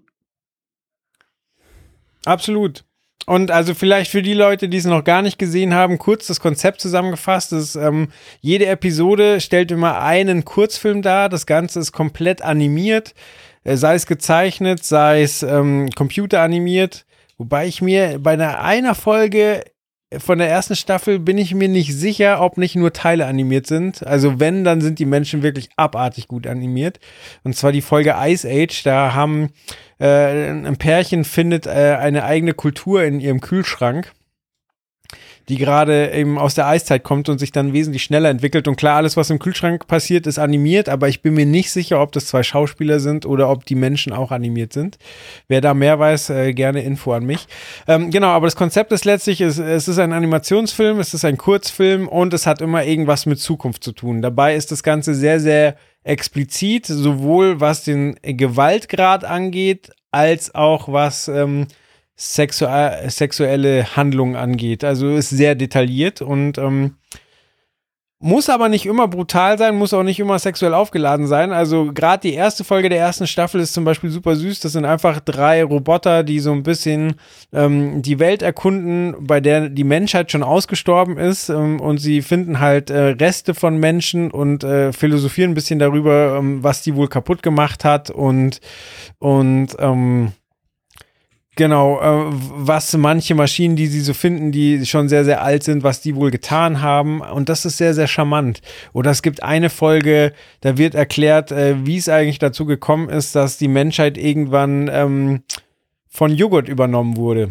Absolut. Und also vielleicht für die Leute, die es noch gar nicht gesehen haben, kurz das Konzept zusammengefasst. Das ist, ähm, jede Episode stellt immer einen Kurzfilm dar. Das Ganze ist komplett animiert, äh, sei es gezeichnet, sei es ähm, computeranimiert. Wobei ich mir bei einer, einer Folge von der ersten Staffel bin ich mir nicht sicher, ob nicht nur Teile animiert sind. Also wenn, dann sind die Menschen wirklich abartig gut animiert. Und zwar die Folge Ice Age. Da haben äh, ein Pärchen findet äh, eine eigene Kultur in ihrem Kühlschrank, die gerade eben aus der Eiszeit kommt und sich dann wesentlich schneller entwickelt. Und klar, alles, was im Kühlschrank passiert, ist animiert, aber ich bin mir nicht sicher, ob das zwei Schauspieler sind oder ob die Menschen auch animiert sind. Wer da mehr weiß, äh, gerne Info an mich. Ähm, genau, aber das Konzept ist letztlich, es, es ist ein Animationsfilm, es ist ein Kurzfilm und es hat immer irgendwas mit Zukunft zu tun. Dabei ist das Ganze sehr, sehr explizit, sowohl was den Gewaltgrad angeht, als auch was ähm, Sexu- sexuelle Handlungen angeht. Also ist sehr detailliert und ähm, muss aber nicht immer brutal sein, muss auch nicht immer sexuell aufgeladen sein. Also gerade die erste Folge der ersten Staffel ist zum Beispiel super süß. Das sind einfach drei Roboter, die so ein bisschen ähm, die Welt erkunden, bei der die Menschheit schon ausgestorben ist ähm, und sie finden halt äh, Reste von Menschen und äh, philosophieren ein bisschen darüber, ähm, was die wohl kaputt gemacht hat und und ähm, Genau, äh, was manche Maschinen, die sie so finden, die schon sehr, sehr alt sind, was die wohl getan haben. Und das ist sehr, sehr charmant. Oder es gibt eine Folge, da wird erklärt, äh, wie es eigentlich dazu gekommen ist, dass die Menschheit irgendwann ähm, von Joghurt übernommen wurde.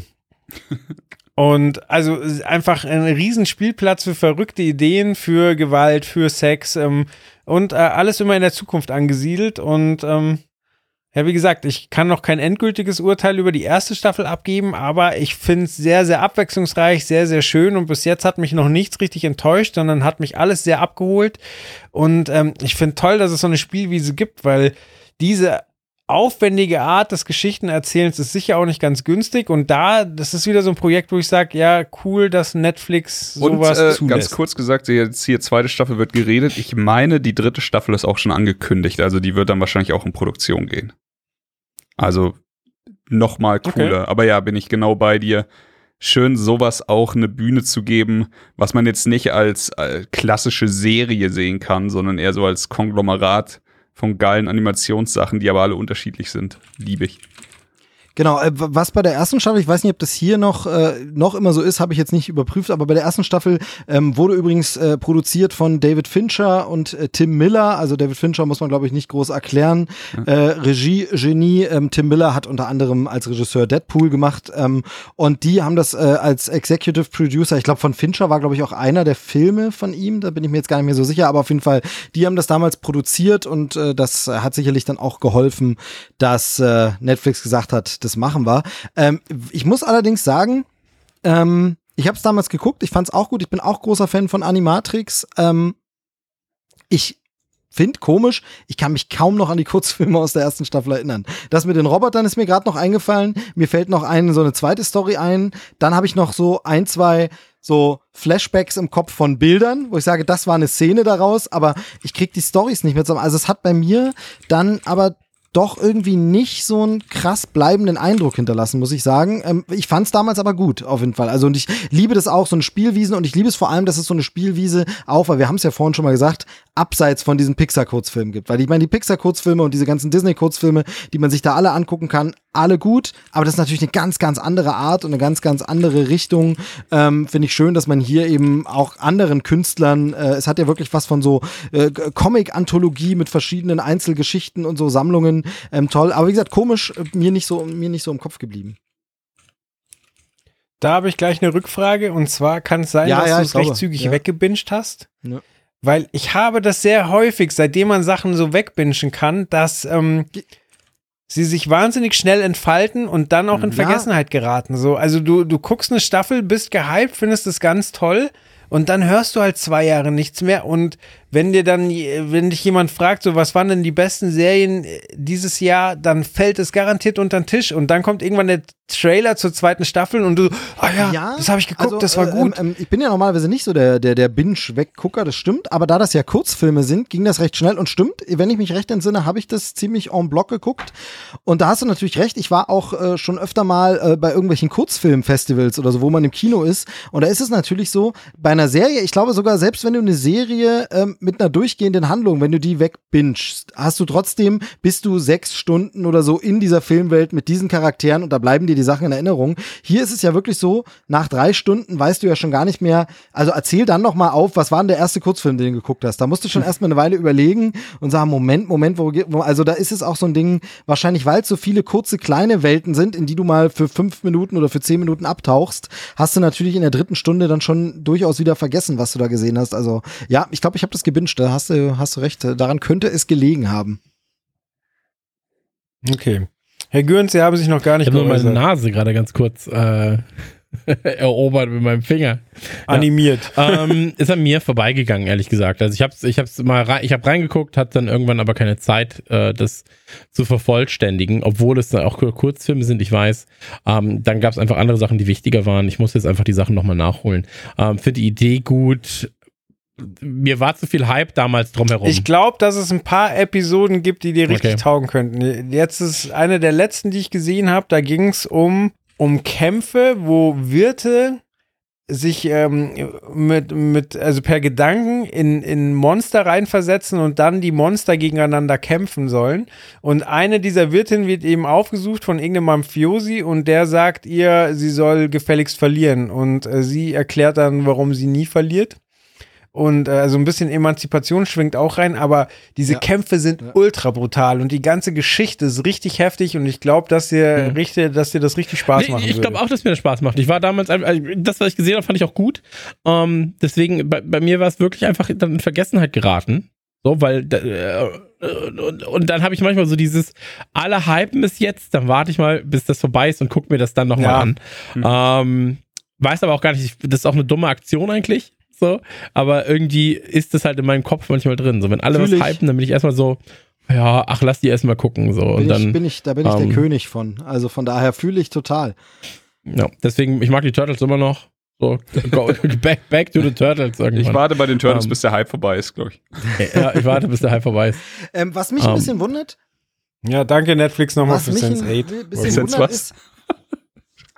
Und also einfach ein Riesenspielplatz für verrückte Ideen, für Gewalt, für Sex ähm, und äh, alles immer in der Zukunft angesiedelt. Und ähm, ja, wie gesagt, ich kann noch kein endgültiges Urteil über die erste Staffel abgeben, aber ich finde es sehr, sehr abwechslungsreich, sehr, sehr schön und bis jetzt hat mich noch nichts richtig enttäuscht, sondern hat mich alles sehr abgeholt und ähm, ich finde toll, dass es so eine Spielwiese gibt, weil diese aufwendige Art des Geschichtenerzählens ist sicher auch nicht ganz günstig und da, das ist wieder so ein Projekt, wo ich sage, ja, cool, dass Netflix sowas und, äh, zulässt. Ganz kurz gesagt, jetzt hier zweite Staffel wird geredet, ich meine, die dritte Staffel ist auch schon angekündigt, also die wird dann wahrscheinlich auch in Produktion gehen. Also noch mal cooler. Okay. Aber ja, bin ich genau bei dir. Schön, sowas auch eine Bühne zu geben, was man jetzt nicht als äh, klassische Serie sehen kann, sondern eher so als Konglomerat von geilen Animationssachen, die aber alle unterschiedlich sind. Liebe ich. Genau, äh, was bei der ersten Staffel, ich weiß nicht, ob das hier noch, äh, noch immer so ist, habe ich jetzt nicht überprüft, aber bei der ersten Staffel ähm, wurde übrigens äh, produziert von David Fincher und äh, Tim Miller. Also David Fincher muss man, glaube ich, nicht groß erklären. Äh, Regie-Genie. Ähm, Tim Miller hat unter anderem als Regisseur Deadpool gemacht ähm, und die haben das äh, als Executive Producer, ich glaube von Fincher war, glaube ich, auch einer der Filme von ihm, da bin ich mir jetzt gar nicht mehr so sicher, aber auf jeden Fall, die haben das damals produziert und äh, das hat sicherlich dann auch geholfen, dass äh, Netflix gesagt hat, das machen wir. Ähm, ich muss allerdings sagen, ähm, ich habe es damals geguckt, ich fand es auch gut, ich bin auch großer Fan von Animatrix. Ähm, ich finde komisch, ich kann mich kaum noch an die Kurzfilme aus der ersten Staffel erinnern. Das mit den Robotern ist mir gerade noch eingefallen, mir fällt noch ein, so eine zweite Story ein, dann habe ich noch so ein, zwei so Flashbacks im Kopf von Bildern, wo ich sage, das war eine Szene daraus, aber ich krieg die Storys nicht mehr zusammen. Also es hat bei mir dann aber doch irgendwie nicht so einen krass bleibenden Eindruck hinterlassen, muss ich sagen. Ähm, ich fand es damals aber gut, auf jeden Fall. Also und ich liebe das auch, so eine Spielwiese und ich liebe es vor allem, dass es so eine Spielwiese auch, weil wir haben es ja vorhin schon mal gesagt, abseits von diesen Pixar-Kurzfilmen gibt. Weil ich meine, die Pixar-Kurzfilme und diese ganzen Disney-Kurzfilme, die man sich da alle angucken kann, alle gut, aber das ist natürlich eine ganz, ganz andere Art und eine ganz, ganz andere Richtung. Ähm, finde ich schön, dass man hier eben auch anderen Künstlern, äh, es hat ja wirklich was von so äh, Comic-Anthologie mit verschiedenen Einzelgeschichten und so Sammlungen, ähm, toll. Aber wie gesagt, komisch, äh, mir nicht so, mir nicht so im Kopf geblieben. Da habe ich gleich eine Rückfrage und zwar kann es sein, Ja, dass ja, du ich es recht glaube, zügig ja. weggebinged hast. Ja. Weil ich habe das sehr häufig, seitdem man Sachen so wegbingen kann, dass ähm, sie sich wahnsinnig schnell entfalten und dann auch in Ja. Vergessenheit geraten. So, also du, du guckst eine Staffel, bist gehypt, findest es ganz toll und dann hörst du halt zwei Jahre nichts mehr. Und wenn dir dann, wenn dich jemand fragt, so was waren denn die besten Serien dieses Jahr, dann fällt es garantiert unter den Tisch und dann kommt irgendwann der Trailer zur zweiten Staffel und du, ah ja, Ja, das habe ich geguckt, also, das war äh, gut. Ähm, ähm, ich bin ja normalerweise nicht so der, der, der Binge-Weggucker, das stimmt, aber da das ja Kurzfilme sind, ging das recht schnell und stimmt, wenn ich mich recht entsinne, habe ich das ziemlich en bloc geguckt und da hast du natürlich recht, ich war auch äh, schon öfter mal äh, bei irgendwelchen Kurzfilmfestivals oder so, wo man im Kino ist und da ist es natürlich so, bei einer Serie, ich glaube sogar selbst wenn du eine Serie ähm, mit einer durchgehenden Handlung, wenn du die wegbingst, hast du trotzdem, bist du sechs Stunden oder so in dieser Filmwelt mit diesen Charakteren und da bleiben dir die Sachen in Erinnerung. Hier ist es ja wirklich so, nach drei Stunden weißt du ja schon gar nicht mehr, also erzähl dann noch mal auf, was war denn der erste Kurzfilm, den du geguckt hast? Da musst du schon erstmal eine Weile überlegen und sagen, Moment, Moment, wo, wo also da ist es auch so ein Ding, wahrscheinlich weil es so viele kurze, kleine Welten sind, in die du mal für fünf Minuten oder für zehn Minuten abtauchst, hast du natürlich in der dritten Stunde dann schon durchaus wieder vergessen, was du da gesehen hast. Also ja, ich glaube, ich habe das gebinged, da hast du, hast du recht, daran könnte es gelegen haben. Okay. Herr Gürns, Sie haben sich noch gar nicht Ich habe nur meine geäußert. Nase gerade ganz kurz äh, erobert mit meinem Finger. Animiert. Ja. ähm, ist an mir vorbeigegangen, ehrlich gesagt. Also ich habe ich hab's mal rein, ich habe reingeguckt, hatte dann irgendwann aber keine Zeit, äh, das zu vervollständigen, obwohl es dann auch Kurzfilme sind, ich weiß. Ähm, dann gab es einfach andere Sachen, die wichtiger waren. Ich muss jetzt einfach die Sachen nochmal nachholen. Ähm, Finde die Idee gut. Mir war zu viel Hype damals drumherum. Ich glaube, dass es ein paar Episoden gibt, die dir richtig Okay. taugen könnten. Jetzt ist eine der letzten, die ich gesehen habe, da ging es um, um Kämpfe, wo Wirte sich ähm, mit, mit, also per Gedanken in, in Monster reinversetzen und dann die Monster gegeneinander kämpfen sollen. Und eine dieser Wirtinnen wird eben aufgesucht von irgendeinem Mafiosi und der sagt ihr, sie soll gefälligst verlieren. Und äh, sie erklärt dann, warum sie nie verliert. Und äh, also ein bisschen Emanzipation schwingt auch rein, aber diese Ja. Kämpfe sind Ja. ultra brutal und die ganze Geschichte ist richtig heftig und ich glaube, dass dir Mhm. richtig, dass dir das richtig Spaß Nee, machen ich würde. glaube auch, dass mir das Spaß macht. Ich war damals, also das, was ich gesehen habe, fand ich auch gut. Ähm, deswegen, bei, bei mir war es wirklich einfach dann in Vergessenheit geraten. So, weil, äh, und, und dann habe ich manchmal so dieses, alle hypen es jetzt, dann warte ich mal, bis das vorbei ist und guck mir das dann nochmal Ja. an. Mhm. Ähm, weiß aber auch gar nicht, ich- das ist auch eine dumme Aktion eigentlich. So, aber irgendwie ist das halt in meinem Kopf manchmal drin. So, wenn alle Fühl was ich. hypen, dann bin ich erstmal so, ja, ach, lass die erstmal gucken. So, und Bin dann. ich, bin ich, da bin ich ähm, der König von. Also von daher fühle ich total. Ja, deswegen, ich mag die Turtles immer noch. So, go, back, back to the Turtles irgendwann. Ich warte bei den Turtles, Ähm. bis der Hype vorbei ist, glaube ich. Ja, ich warte, bis der Hype vorbei ist. Ähm, was mich ein Ähm. bisschen wundert, Ja, danke Netflix nochmal was für mich ein sense eight. bisschen Sense wundert was? ist,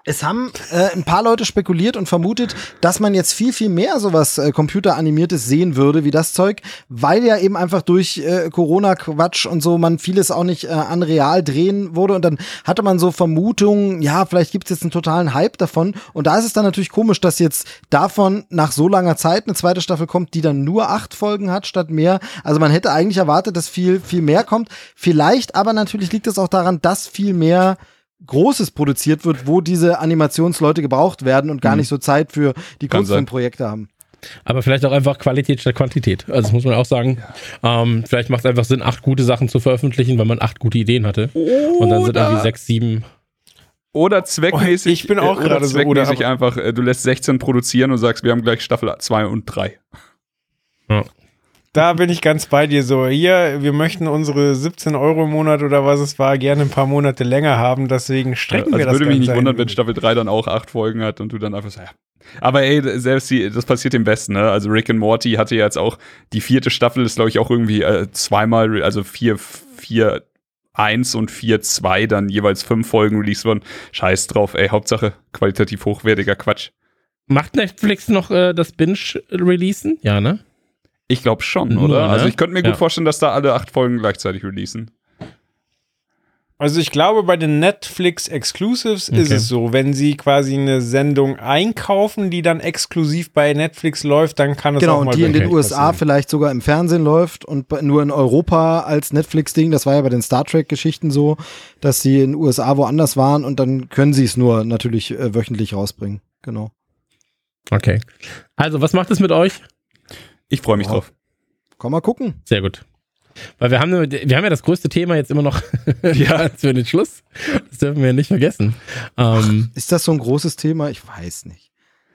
Es haben äh, ein paar Leute spekuliert und vermutet, dass man jetzt viel, viel mehr sowas äh, computeranimiertes sehen würde, wie das Zeug, weil ja eben einfach durch äh, Corona-Quatsch und so man vieles auch nicht äh, an real drehen wurde und dann hatte man so Vermutungen, ja, vielleicht gibt es jetzt einen totalen Hype davon und da ist es dann natürlich komisch, dass jetzt davon nach so langer Zeit eine zweite Staffel kommt, die dann nur acht Folgen hat statt mehr. Also man hätte eigentlich erwartet, dass viel, viel mehr kommt. Vielleicht aber natürlich liegt es auch daran, dass viel mehr Großes produziert wird, wo diese Animationsleute gebraucht werden und gar nicht so Zeit für die Kurzfilmprojekte haben. Aber vielleicht auch einfach Qualität statt Quantität. Also das muss man auch sagen. Ja. Ähm, vielleicht macht es einfach Sinn, acht gute Sachen zu veröffentlichen, weil man acht gute Ideen hatte. Oder und dann sind irgendwie sechs, sieben. Oder zweckmäßig. Oh, ich bin auch gerade so. Oder zweckmäßig einfach, du lässt sechzehn produzieren und sagst, wir haben gleich Staffel zwei und drei. Ja. Da bin ich ganz bei dir so. Hier, wir möchten unsere siebzehn Euro im Monat oder was es war, gerne ein paar Monate länger haben. Deswegen strecken ja, also wir das würde mich nicht ein. wundern, wenn Staffel drei dann auch acht Folgen hat und du dann einfach sagst, ja. Aber ey, selbst die, das passiert dem Besten, ne? Also Rick and Morty hatte ja jetzt auch, die vierte Staffel ist, glaube ich, auch irgendwie äh, zweimal, also vier, vier, eins und vier, zwei dann jeweils fünf Folgen released worden. Scheiß drauf, ey, Hauptsache qualitativ hochwertiger Quatsch. Macht Netflix noch äh, das Binge-Releasen? Ja, ne? Ich glaube schon, Nur, oder? Ne? Also ich könnte mir gut ja. vorstellen, dass da alle acht Folgen gleichzeitig releasen. Also ich glaube, bei den Netflix-Exclusives okay. ist es so, wenn sie quasi eine Sendung einkaufen, die dann exklusiv bei Netflix läuft, dann kann es genau, auch mal und die in den passieren. U S A vielleicht sogar im Fernsehen läuft und nur in Europa als Netflix-Ding. Das war ja bei den Star Trek-Geschichten so, dass sie in den U S A woanders waren und dann können sie es nur natürlich äh, wöchentlich rausbringen. Genau. Okay. Also, was macht es mit euch? Ich freue mich ja. drauf. Komm mal gucken. Sehr gut. Weil wir haben, wir haben ja das größte Thema jetzt immer noch ja. für den Schluss. Das dürfen wir nicht vergessen. Ähm, Ist das so ein großes Thema? Ich weiß nicht.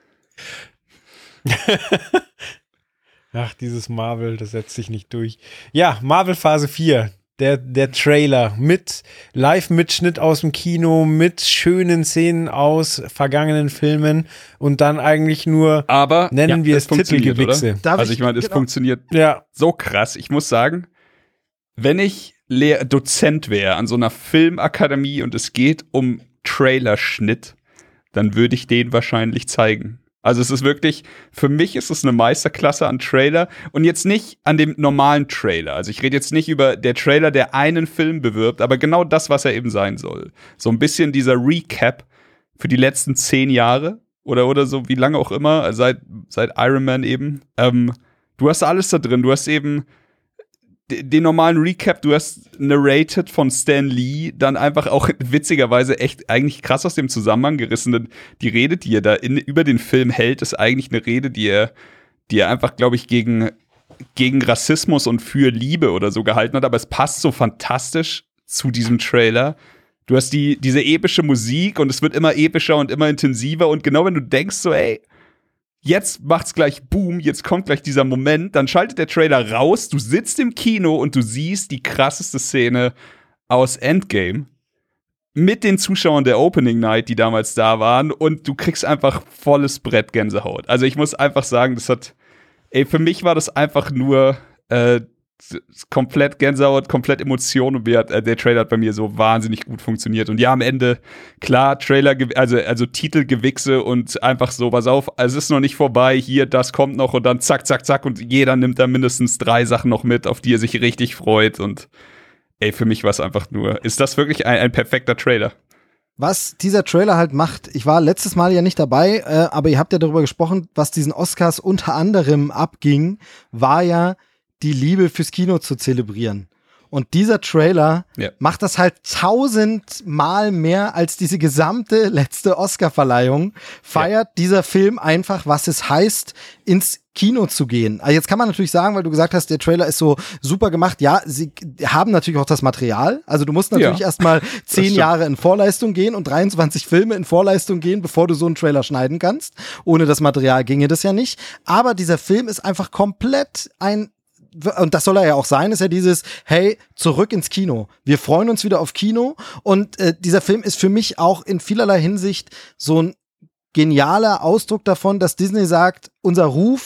Ach, dieses Marvel, das setzt sich nicht durch. Ja, Marvel Phase vier. Der, der Trailer mit Live-Mitschnitt aus dem Kino, mit schönen Szenen aus vergangenen Filmen und dann eigentlich nur, aber nennen ja, wir es es Titelgewichse. Also ich meine, es genau. funktioniert ja. so krass. Ich muss sagen, wenn ich Lehr- Dozent wäre an so einer Filmakademie und es geht um Trailerschnitt, dann würde ich den wahrscheinlich zeigen. Also es ist wirklich, für mich ist es eine Meisterklasse an Trailer und jetzt nicht an dem normalen Trailer. Also ich rede jetzt nicht über der Trailer, der einen Film bewirbt, aber genau das, was er eben sein soll. So ein bisschen dieser Recap für die letzten zehn Jahre oder, oder so, wie lange auch immer, seit, seit Iron Man eben. Ähm, du hast alles da drin. Du hast eben den normalen Recap, du hast narrated von Stan Lee, dann einfach auch witzigerweise echt eigentlich krass aus dem Zusammenhang gerissen. Denn die Rede, die er da in, über den Film hält, ist eigentlich eine Rede, die er, die er einfach, glaube ich, gegen, gegen Rassismus und für Liebe oder so gehalten hat. Aber es passt so fantastisch zu diesem Trailer. Du hast die, diese epische Musik und es wird immer epischer und immer intensiver. Und genau wenn du denkst so, ey, jetzt macht's gleich Boom, jetzt kommt gleich dieser Moment, dann schaltet der Trailer raus, du sitzt im Kino und du siehst die krasseste Szene aus Endgame mit den Zuschauern der Opening Night, die damals da waren und du kriegst einfach volles Brett Gänsehaut. Also ich muss einfach sagen, das hat, ey, für mich war das einfach nur äh, komplett Gänsehaut, komplett Emotion und hat, äh, der Trailer hat bei mir so wahnsinnig gut funktioniert. Und ja, am Ende, klar, Trailer, also, also Titelgewichse und einfach so, pass auf, es ist noch nicht vorbei, hier, das kommt noch und dann zack, zack, zack und jeder nimmt da mindestens drei Sachen noch mit, auf die er sich richtig freut und ey, für mich war es einfach nur, ist das wirklich ein, ein perfekter Trailer? Was dieser Trailer halt macht, ich war letztes Mal ja nicht dabei, äh, aber ihr habt ja darüber gesprochen, was diesen Oscars unter anderem abging, war ja die Liebe fürs Kino zu zelebrieren. Und dieser Trailer ja. macht das halt tausendmal mehr als diese gesamte letzte Oscar-Verleihung. Feiert ja. dieser Film einfach, was es heißt, ins Kino zu gehen. Also jetzt kann man natürlich sagen, weil du gesagt hast, der Trailer ist so super gemacht. Ja, sie haben natürlich auch das Material. Also du musst natürlich ja. erstmal zehn Jahre in Vorleistung gehen und dreiundzwanzig Filme in Vorleistung gehen, bevor du so einen Trailer schneiden kannst. Ohne das Material ginge das ja nicht. Aber dieser Film ist einfach komplett ein, und das soll er ja auch sein, ist ja dieses, hey, zurück ins Kino. Wir freuen uns wieder auf Kino. Und äh, dieser Film ist für mich auch in vielerlei Hinsicht so ein genialer Ausdruck davon, dass Disney sagt, unser Ruf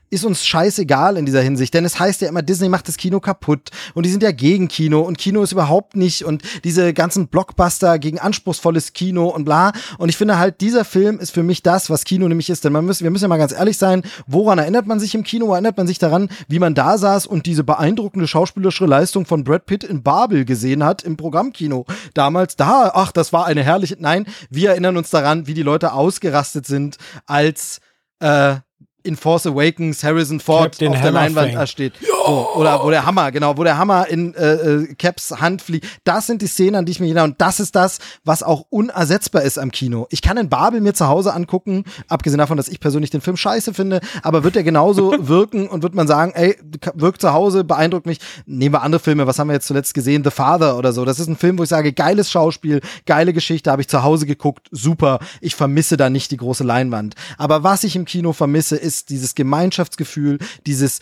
ist uns scheißegal in dieser Hinsicht, denn es heißt ja immer, Disney macht das Kino kaputt und die sind ja gegen Kino und Kino ist überhaupt nicht und diese ganzen Blockbuster gegen anspruchsvolles Kino und bla. Und ich finde halt, dieser Film ist für mich das, was Kino nämlich ist, denn man müssen, wir müssen ja mal ganz ehrlich sein, woran erinnert man sich im Kino? Wo erinnert man sich daran, wie man da saß und diese beeindruckende schauspielerische Leistung von Brad Pitt in Babel gesehen hat im Programmkino? Damals, da, ach, das war eine herrliche, nein, wir erinnern uns daran, wie die Leute ausgerastet sind, als äh, in Force Awakens Harrison Ford auf der Leinwand da steht. So, oder wo der Hammer, genau, wo der Hammer in äh, Caps Hand fliegt. Das sind die Szenen, an die ich mich erinnere. Und das ist das, was auch unersetzbar ist am Kino. Ich kann in Babel mir zu Hause angucken, abgesehen davon, dass ich persönlich den Film scheiße finde, aber wird der genauso wirken und wird man sagen, ey, wirkt zu Hause, beeindruckt mich. Nehmen wir andere Filme, was haben wir jetzt zuletzt gesehen? The Father oder so. Das ist ein Film, wo ich sage, geiles Schauspiel, geile Geschichte, habe ich zu Hause geguckt, super. Ich vermisse da nicht die große Leinwand. Aber was ich im Kino vermisse, ist dieses Gemeinschaftsgefühl, dieses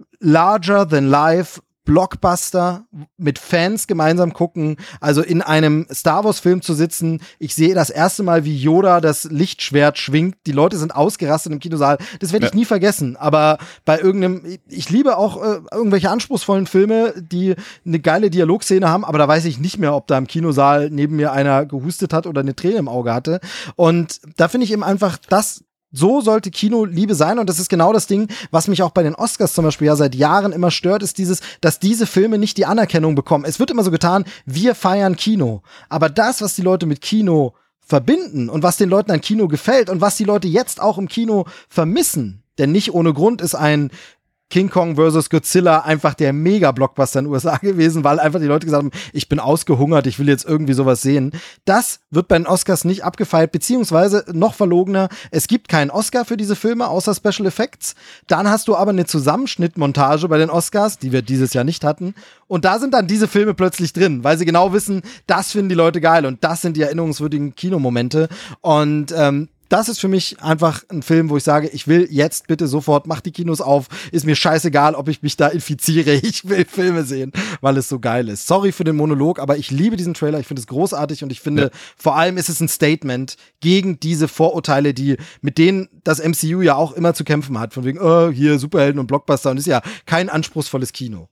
larger than life Blockbuster mit Fans gemeinsam gucken, also in einem Star Wars Film zu sitzen. Ich sehe das erste Mal, wie Yoda das Lichtschwert schwingt. Die Leute sind ausgerastet im Kinosaal. Das werde ich ja. nie vergessen. Aber bei irgendeinem, ich liebe auch äh, irgendwelche anspruchsvollen Filme, die eine geile Dialogszene haben, aber da weiß ich nicht mehr, ob da im Kinosaal neben mir einer gehustet hat oder eine Träne im Auge hatte. Und da finde ich eben einfach, das so sollte Kino Liebe sein und das ist genau das Ding, was mich auch bei den Oscars zum Beispiel ja seit Jahren immer stört, ist dieses, dass diese Filme nicht die Anerkennung bekommen. Es wird immer so getan, wir feiern Kino. Aber das, was die Leute mit Kino verbinden und was den Leuten an Kino gefällt und was die Leute jetzt auch im Kino vermissen, denn nicht ohne Grund ist ein King Kong versus Godzilla einfach der Mega-Blockbuster in den U S A gewesen, weil einfach die Leute gesagt haben, ich bin ausgehungert, ich will jetzt irgendwie sowas sehen. Das wird bei den Oscars nicht abgefeiert, beziehungsweise noch verlogener, es gibt keinen Oscar für diese Filme, außer Special Effects. Dann hast du aber eine Zusammenschnittmontage bei den Oscars, die wir dieses Jahr nicht hatten. Und da sind dann diese Filme plötzlich drin, weil sie genau wissen, das finden die Leute geil und das sind die erinnerungswürdigen Kinomomente. Und ähm, das ist für mich einfach ein Film, wo ich sage, ich will jetzt bitte sofort, mach die Kinos auf, ist mir scheißegal, ob ich mich da infiziere, ich will Filme sehen, weil es so geil ist. Sorry für den Monolog, aber ich liebe diesen Trailer, ich finde es großartig und ich finde, ja. vor allem ist es ein Statement gegen diese Vorurteile, die mit denen das M C U ja auch immer zu kämpfen hat, von wegen, oh, hier Superhelden und Blockbuster und ist ja kein anspruchsvolles Kino.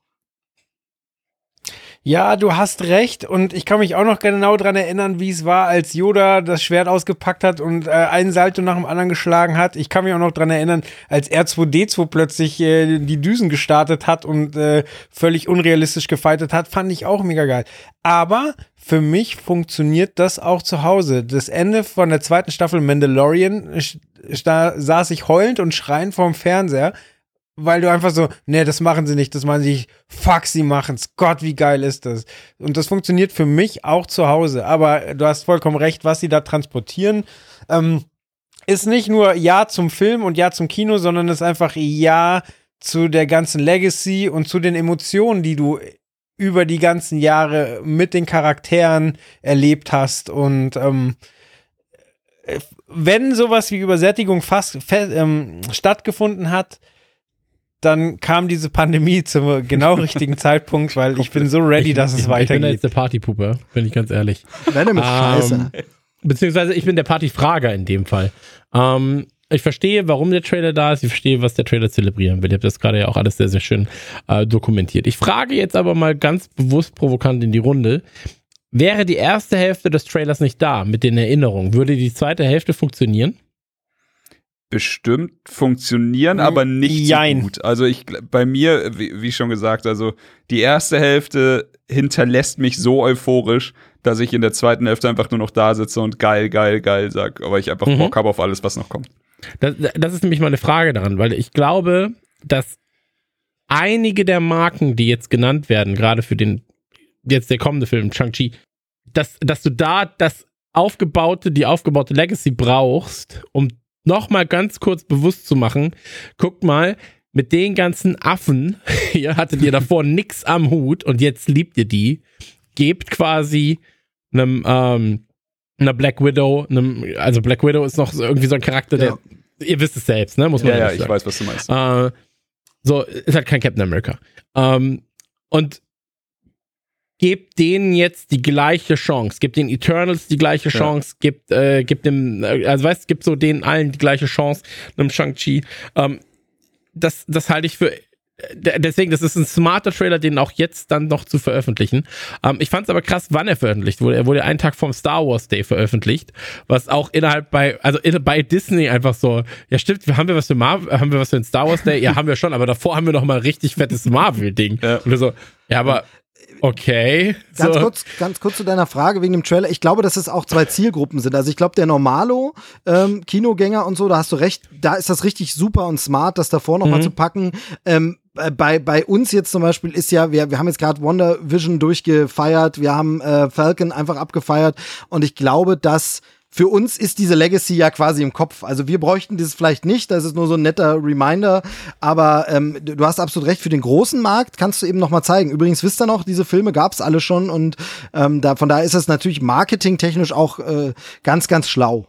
Ja, du hast recht und ich kann mich auch noch genau dran erinnern, wie es war, als Yoda das Schwert ausgepackt hat und äh, einen Salto nach dem anderen geschlagen hat. Ich kann mich auch noch dran erinnern, als R zwei D zwei plötzlich äh, die Düsen gestartet hat und äh, völlig unrealistisch gefightet hat, fand ich auch mega geil. Aber für mich funktioniert das auch zu Hause. Das Ende von der zweiten Staffel Mandalorian, da saß ich heulend und schreiend vorm Fernseher, weil du einfach so, nee, das machen sie nicht, das machen sie nicht, fuck, sie machen's, Gott, wie geil ist das. Und das funktioniert für mich auch zu Hause, aber du hast vollkommen recht, was sie da transportieren, ähm, ist nicht nur Ja zum Film und Ja zum Kino, sondern ist einfach Ja zu der ganzen Legacy und zu den Emotionen, die du über die ganzen Jahre mit den Charakteren erlebt hast und ähm, wenn sowas wie Übersättigung fast fe- ähm, stattgefunden hat, dann kam diese Pandemie zum genau richtigen Zeitpunkt, weil ich bin so ready, dass es ich, weitergeht. Ich bin jetzt der Partypuppe, bin ich ganz ehrlich. Venom ist scheiße. Beziehungsweise ich bin der Partyfrager in dem Fall. Ähm, ich verstehe, warum der Trailer da ist. Ich verstehe, was der Trailer zelebrieren will. Ihr habt das gerade ja auch alles sehr, sehr schön äh, dokumentiert. Ich frage jetzt aber mal ganz bewusst provokant in die Runde. Wäre die erste Hälfte des Trailers nicht da mit den Erinnerungen, würde die zweite Hälfte funktionieren? Bestimmt funktionieren, aber nicht Jein. so gut. Also ich, bei mir, wie, wie schon gesagt, also die erste Hälfte hinterlässt mich so euphorisch, dass ich in der zweiten Hälfte einfach nur noch da sitze und geil, geil, geil sag, aber ich einfach mhm. Bock habe auf alles, was noch kommt. Das, das ist nämlich meine Frage daran, weil ich glaube, dass einige der Marken, die jetzt genannt werden, gerade für den jetzt der kommende Film, Shang-Chi, dass, dass du da das aufgebaute, die aufgebaute Legacy brauchst, um noch mal ganz kurz bewusst zu machen, guckt mal, mit den ganzen Affen, ihr hattet ihr davor nix am Hut und jetzt liebt ihr die, gebt quasi einem, ähm, einer Black Widow, einem, also Black Widow ist noch irgendwie so ein Charakter, ja. der, ihr wisst es selbst, ne, muss man ja, ja ja, ich sagen. weiß, was du meinst. Äh, so, ist halt kein Captain America. Ähm, und gebt denen jetzt die gleiche Chance. Gebt den Eternals die gleiche Chance. Ja. Gebt, äh, gebt dem, also weißt, gibt so denen allen die gleiche Chance, einem Shang-Chi. Ähm, das, das halte ich für deswegen, das ist ein smarter Trailer, den auch jetzt dann noch zu veröffentlichen. Ähm, ich fand es aber krass, wann er veröffentlicht wurde. Er wurde einen Tag vom Star Wars Day veröffentlicht, was auch innerhalb bei, also in, bei Disney einfach so, ja stimmt, haben wir was für Marvel, haben wir was für den Star Wars Day? Ja, haben wir schon, aber davor haben wir noch mal ein richtig fettes Marvel-Ding. Ja. Und so, ja, aber okay. Ganz so. kurz, ganz kurz zu deiner Frage wegen dem Trailer. Ich glaube, dass es auch zwei Zielgruppen sind. Also ich glaube, der Normalo ähm, Kinogänger und so, da hast du recht, da ist das richtig super und smart, das davor noch mhm. mal zu packen. Ähm, bei, bei uns jetzt zum Beispiel ist ja, wir, wir haben jetzt gerade Wonder Vision durchgefeiert, wir haben äh, Falcon einfach abgefeiert und ich glaube, dass für uns ist diese Legacy ja quasi im Kopf. Also wir bräuchten das vielleicht nicht, das ist nur so ein netter Reminder, aber ähm, du hast absolut recht, für den großen Markt kannst du eben noch mal zeigen. Übrigens wisst ihr noch, diese Filme gab's alle schon und ähm, da, von daher ist es natürlich marketingtechnisch auch äh, ganz, ganz schlau.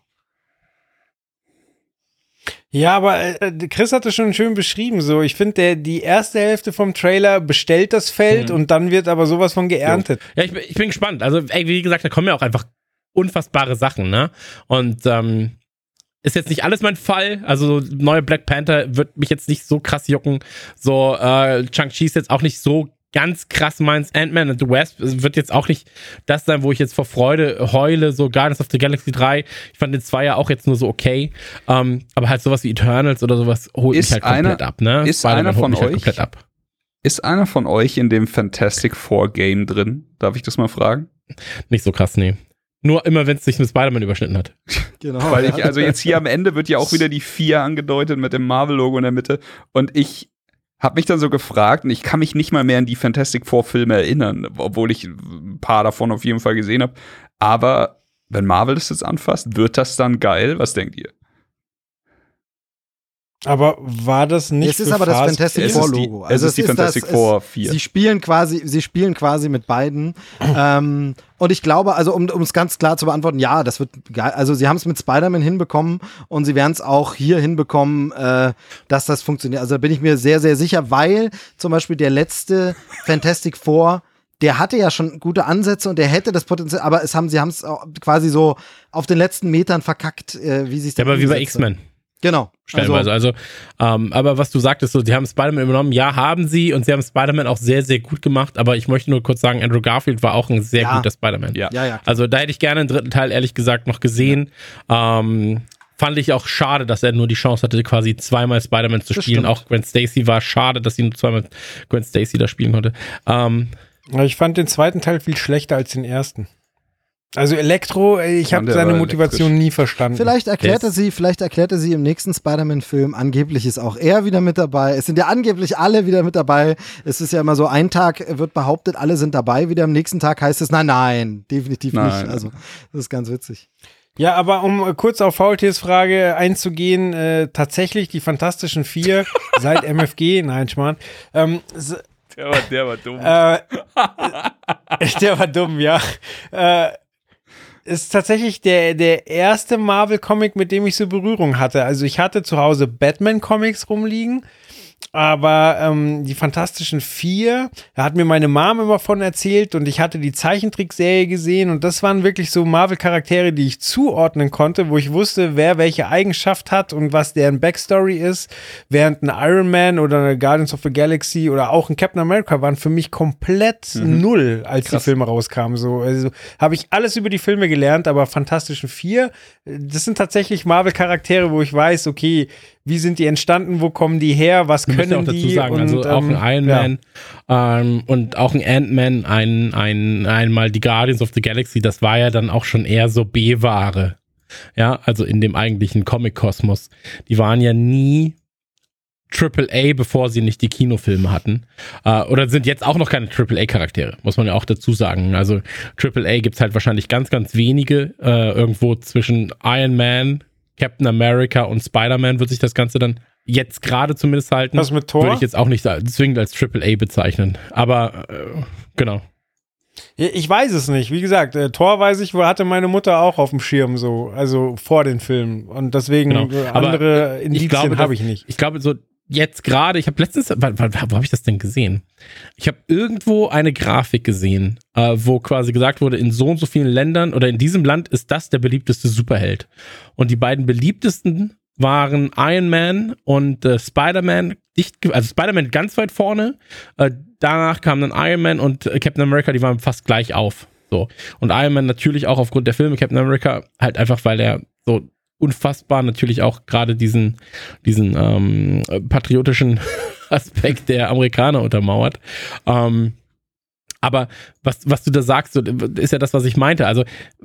Ja, aber äh, Chris hat es schon schön beschrieben. So, ich finde, der die erste Hälfte vom Trailer bestellt das Feld mhm. und dann wird aber sowas von geerntet. Ja, ich, ich bin gespannt. Also, ey, wie gesagt, da kommen ja auch einfach unfassbare Sachen, ne? Und ähm, ist jetzt nicht alles mein Fall. Also, neue Black Panther wird mich jetzt nicht so krass jucken. So, äh, Shang-Chi ist jetzt auch nicht so ganz krass meins. Ant-Man and the Wasp wird jetzt auch nicht das sein, wo ich jetzt vor Freude heule, so Guardians of the Galaxy drei. Ich fand den zwei ja auch jetzt nur so okay. Ähm, aber halt sowas wie Eternals oder sowas holt ist mich halt komplett einer, ab, ne? Ist Spider-Man einer von holt mich euch halt komplett ab. Ist einer von euch in dem Fantastic Four Game drin? Darf ich das mal fragen? Nicht so krass, nee. Nur immer, wenn es sich mit Spider-Man überschnitten hat. Genau. Weil ich, also jetzt hier am Ende wird ja auch wieder die vier angedeutet mit dem Marvel-Logo in der Mitte. Und ich hab mich dann so gefragt, und ich kann mich nicht mal mehr an die Fantastic Four Filme erinnern, obwohl ich ein paar davon auf jeden Fall gesehen habe. Aber wenn Marvel das jetzt anfasst, wird das dann geil? Was denkt ihr? Aber war das nicht? Es ist aber das Fantastic Four Logo. Also es ist die Fantastic Four vier. Sie spielen quasi, sie spielen quasi mit beiden. ähm, und ich glaube, also um es ganz klar zu beantworten, ja, das wird geil. Also sie haben es mit Spider-Man hinbekommen und sie werden es auch hier hinbekommen, äh, dass das funktioniert. Also da bin ich mir sehr, sehr sicher, weil zum Beispiel der letzte Fantastic Four, der hatte ja schon gute Ansätze und der hätte das Potenzial, aber es haben, sie haben es quasi so auf den letzten Metern verkackt, äh, wie sie es ja, aber wie bei X-Men. Genau. Stellenweise. Also, also ähm, aber was du sagtest, so, die haben Spider-Man übernommen, ja, haben sie, und sie haben Spider-Man auch sehr, sehr gut gemacht, aber ich möchte nur kurz sagen, Andrew Garfield war auch ein sehr ja. guter Spider-Man. Ja. Ja, ja, also da hätte ich gerne einen dritten Teil, ehrlich gesagt, noch gesehen. Ja. Ähm, fand ich auch schade, dass er nur die Chance hatte, quasi zweimal Spider-Man zu das spielen. Stimmt. Auch Gwen Stacy war schade, dass sie nur zweimal Gwen Stacy da spielen konnte. Ähm, ich fand den zweiten Teil viel schlechter als den ersten. Also Elektro, ich habe seine Motivation nie verstanden. Vielleicht erklärte yes. sie, vielleicht erklärte sie im nächsten Spider-Man-Film, angeblich ist auch er wieder mit dabei. Es sind ja angeblich alle wieder mit dabei. Es ist ja immer so, ein Tag wird behauptet, alle sind dabei, wieder am nächsten Tag heißt es, nein, nein, definitiv nein, nicht. Also das ist ganz witzig. Ja, aber um kurz auf Faultiers Frage einzugehen, äh, tatsächlich die Fantastischen Vier seit M F G, nein, Schmarrn, ähm, der war, der war dumm. Äh, der war dumm, ja. Äh, ist tatsächlich der, der erste Marvel-Comic, mit dem ich so Berührung hatte. Also ich hatte zu Hause Batman-Comics rumliegen, aber ähm, die Fantastischen Vier, da hat mir meine Mom immer von erzählt und ich hatte die Zeichentrickserie gesehen und das waren wirklich so Marvel-Charaktere, die ich zuordnen konnte, wo ich wusste, wer welche Eigenschaft hat und was deren Backstory ist, während ein Iron Man oder eine Guardians of the Galaxy oder auch ein Captain America waren für mich komplett mhm. null, als Krass. Die Filme rauskamen. So, also habe ich alles über die Filme gelernt, aber Fantastischen Vier, das sind tatsächlich Marvel-Charaktere, wo ich weiß, okay, wie sind die entstanden, wo kommen die her, was können die? Ich muss auch dazu sagen, und, also auch ein Iron ja. Man ähm, und auch ein Ant-Man, ein, ein, einmal die Guardians of the Galaxy, das war ja dann auch schon eher so B-Ware. Ja, also in dem eigentlichen Comic-Kosmos. Die waren ja nie Triple A, bevor sie nicht die Kinofilme hatten. Äh, oder sind jetzt auch noch keine Triple A-Charaktere, muss man ja auch dazu sagen. Also Triple A gibt es halt wahrscheinlich ganz, ganz wenige. Äh, irgendwo zwischen Iron Man, Captain America und Spider-Man wird sich das Ganze dann jetzt gerade zumindest halten. Was mit Thor? Würde ich jetzt auch nicht zwingend als Triple A bezeichnen. Aber äh, genau. Ich weiß es nicht. Wie gesagt, äh, Thor weiß ich, hatte meine Mutter auch auf dem Schirm so, also vor den Filmen. Und deswegen genau. äh, andere Aber Indizien habe ich nicht. Ich glaube, so jetzt gerade, ich habe letztens, wo, wo, wo habe ich das denn gesehen? Ich habe irgendwo eine Grafik gesehen, äh, wo quasi gesagt wurde, in so und so vielen Ländern oder in diesem Land ist das der beliebteste Superheld. Und die beiden beliebtesten waren Iron Man und äh, Spider-Man dicht, also Spider-Man ganz weit vorne, äh, danach kam dann Iron Man und äh, Captain America, die waren fast gleich auf. So. Und Iron Man natürlich auch aufgrund der Filme, Captain America halt einfach, weil er so unfassbar natürlich auch gerade diesen, diesen ähm, patriotischen Aspekt der Amerikaner untermauert. Ähm, aber was, was du da sagst, ist ja das, was ich meinte. Also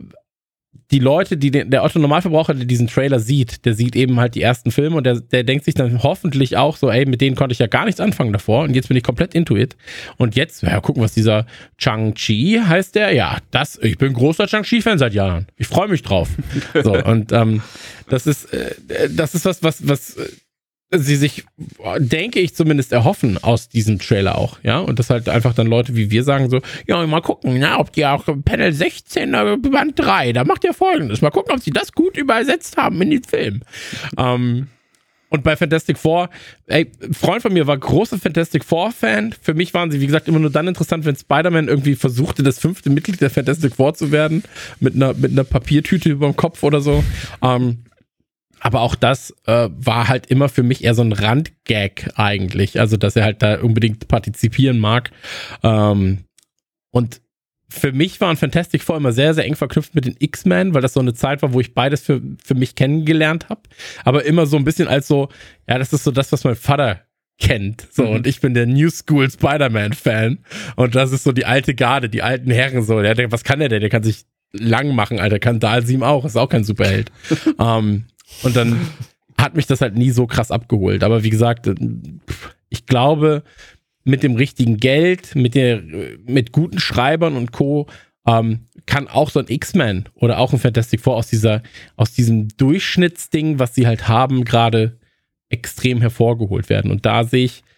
die Leute, die den, der Otto-Normalverbraucher, der diesen Trailer sieht, der sieht eben halt die ersten Filme und der, der denkt sich dann hoffentlich auch so, ey, mit denen konnte ich ja gar nichts anfangen davor und jetzt bin ich komplett into it. Und jetzt, ja, gucken, was dieser Shang-Chi heißt der, ja, das, ich bin großer Shang-Chi-Fan seit Jahren. Ich freue mich drauf. So, und ähm, das ist, äh, das ist was, was, was sie sich, denke ich zumindest, erhoffen aus diesem Trailer auch, ja, und das halt einfach dann Leute wie wir sagen so, ja, mal gucken, na, ob die auch Panel sechzehn, Band drei, da macht ihr Folgendes, mal gucken, ob sie das gut übersetzt haben in den Film. ähm, und bei Fantastic Four, ey, ein Freund von mir war großer Fantastic Four-Fan, für mich waren sie, wie gesagt, immer nur dann interessant, wenn Spider-Man irgendwie versuchte, das fünfte Mitglied der Fantastic Four zu werden, mit einer, mit einer Papiertüte über dem Kopf oder so, ähm, aber auch das äh, war halt immer für mich eher so ein Randgag eigentlich. Also, dass er halt da unbedingt partizipieren mag. Ähm, und für mich waren Fantastic Four immer sehr, sehr eng verknüpft mit den X-Men, weil das so eine Zeit war, wo ich beides für, für mich kennengelernt habe. Aber immer so ein bisschen als so, ja, das ist so das, was mein Vater kennt. So, mhm. Und ich bin der New School Spider-Man-Fan. Und das ist so die alte Garde, die alten Herren so. Der denkt, was kann der denn? Der kann sich lang machen, Alter. Kann Dalsim auch. Ist auch kein Superheld. ähm, Und dann hat mich das halt nie so krass abgeholt. Aber wie gesagt, ich glaube, mit dem richtigen Geld, mit der, mit guten Schreibern und Co. Ähm, kann auch so ein X-Men oder auch ein Fantastic Four aus dieser, aus diesem Durchschnittsding, was sie halt haben, gerade extrem hervorgeholt werden. Und da sehe ich,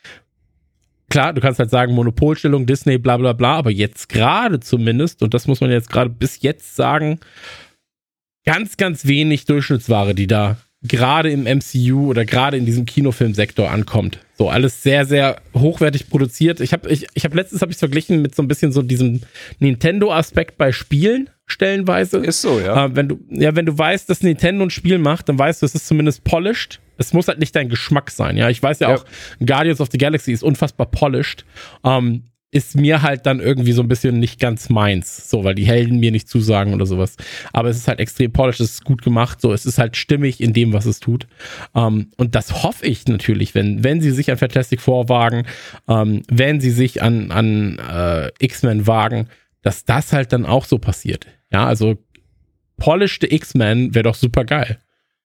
klar, du kannst halt sagen, Monopolstellung, Disney, bla bla bla, aber jetzt gerade zumindest, und das muss man jetzt gerade bis jetzt sagen, ganz, ganz wenig Durchschnittsware, die da gerade im M C U oder gerade in diesem Kinofilmsektor ankommt. So, alles sehr, sehr hochwertig produziert. Ich habe ich, ich hab letztens habe ich es verglichen mit so ein bisschen so diesem Nintendo-Aspekt bei Spielen stellenweise. Ist so, ja. Äh, wenn du, ja, wenn du weißt, dass Nintendo ein Spiel macht, dann weißt du, es ist zumindest polished. Es muss halt nicht dein Geschmack sein. Ja, ich weiß ja, ja. auch, Guardians of the Galaxy ist unfassbar polished. Ähm, ist mir halt dann irgendwie so ein bisschen nicht ganz meins, so, weil die Helden mir nicht zusagen oder sowas. Aber es ist halt extrem polished, es ist gut gemacht, so, es ist halt stimmig in dem, was es tut. Um, und das hoffe ich natürlich, wenn, wenn sie sich an Fantastic Four wagen, um, wenn sie sich an, an uh, X-Men wagen, dass das halt dann auch so passiert. Ja, also polished X-Men wäre doch super geil.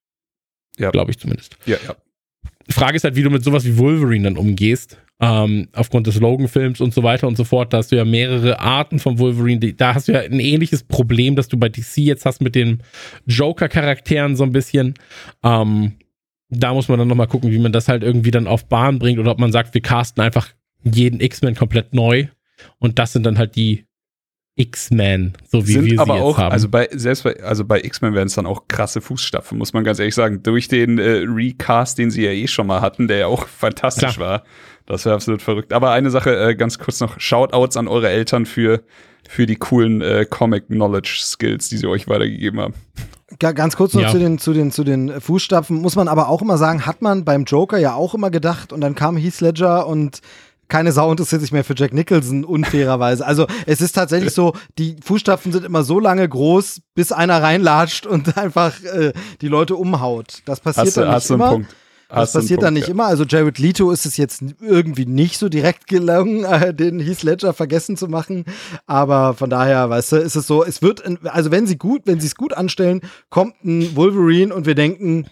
Ja. Glaube ich zumindest. Ja, ja. Die Frage ist halt, wie du mit sowas wie Wolverine dann umgehst. Ähm, aufgrund des Logan-Films und so weiter und so fort, da hast du ja mehrere Arten von Wolverine, die, da hast du ja ein ähnliches Problem, das du bei D C jetzt hast mit den Joker-Charakteren so ein bisschen. Ähm, da muss man dann nochmal gucken, wie man das halt irgendwie dann auf Bahn bringt oder ob man sagt, wir casten einfach jeden X-Men komplett neu und das sind dann halt die X-Men, so wie sind wir sie aber jetzt auch, haben. Also bei, selbst bei, also bei X-Men werden es dann auch krasse Fußstapfen, muss man ganz ehrlich sagen. Durch den äh, Recast, den sie ja eh schon mal hatten, der ja auch fantastisch Klar. war. Das wäre absolut verrückt. Aber eine Sache, äh, ganz kurz noch, Shoutouts an eure Eltern für, für die coolen äh, Comic-Knowledge-Skills, die sie euch weitergegeben haben. Ganz kurz noch Ja. zu den, zu den, zu den Fußstapfen, muss man aber auch immer sagen, hat man beim Joker ja auch immer gedacht und dann kam Heath Ledger und keine Sau interessiert sich mehr für Jack Nicholson, unfairerweise. Also es ist tatsächlich so, die Fußstapfen sind immer so lange groß, bis einer reinlatscht und einfach äh, die Leute umhaut. Das passiert Hast du, dann nicht hast du einen immer. Punkt. Das Hast du einen passiert dann Punkt, nicht ja. immer. Also Jared Leto ist es jetzt irgendwie nicht so direkt gelungen, äh, den Heath Ledger vergessen zu machen. Aber von daher, weißt du, ist es so, es wird, in, also wenn sie gut, wenn sie es gut anstellen, kommt ein Wolverine und wir denken,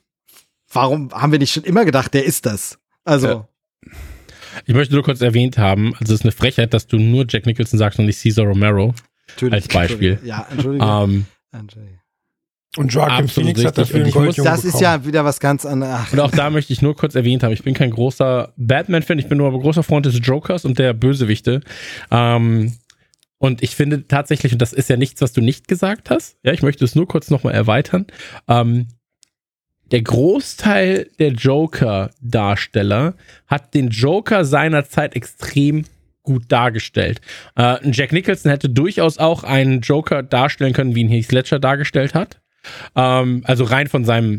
warum haben wir nicht schon immer gedacht, der ist das? Also. Ja. Ich möchte nur kurz erwähnt haben, also es ist eine Frechheit, dass du nur Jack Nicholson sagst und nicht Cesar Romero als Beispiel. Ja, entschuldige. Ähm, Entschuldige. Und Joaquin Absolut Phoenix hat richtig. dafür Und einen ich muss- Goldjungen Das ist bekommen. ja wieder was ganz anderes. Und auch da möchte ich nur kurz erwähnt haben, ich bin kein großer Batman-Fan, ich bin nur aber großer Freund des Jokers und der Bösewichte. Ähm, und ich finde tatsächlich, und das ist ja nichts, was du nicht gesagt hast, ja, ich möchte es nur kurz nochmal erweitern, ähm, der Großteil der Joker-Darsteller hat den Joker seinerzeit extrem gut dargestellt. Äh, Jack Nicholson hätte durchaus auch einen Joker darstellen können, wie ihn Heath Ledger dargestellt hat. Ähm, also rein von seinem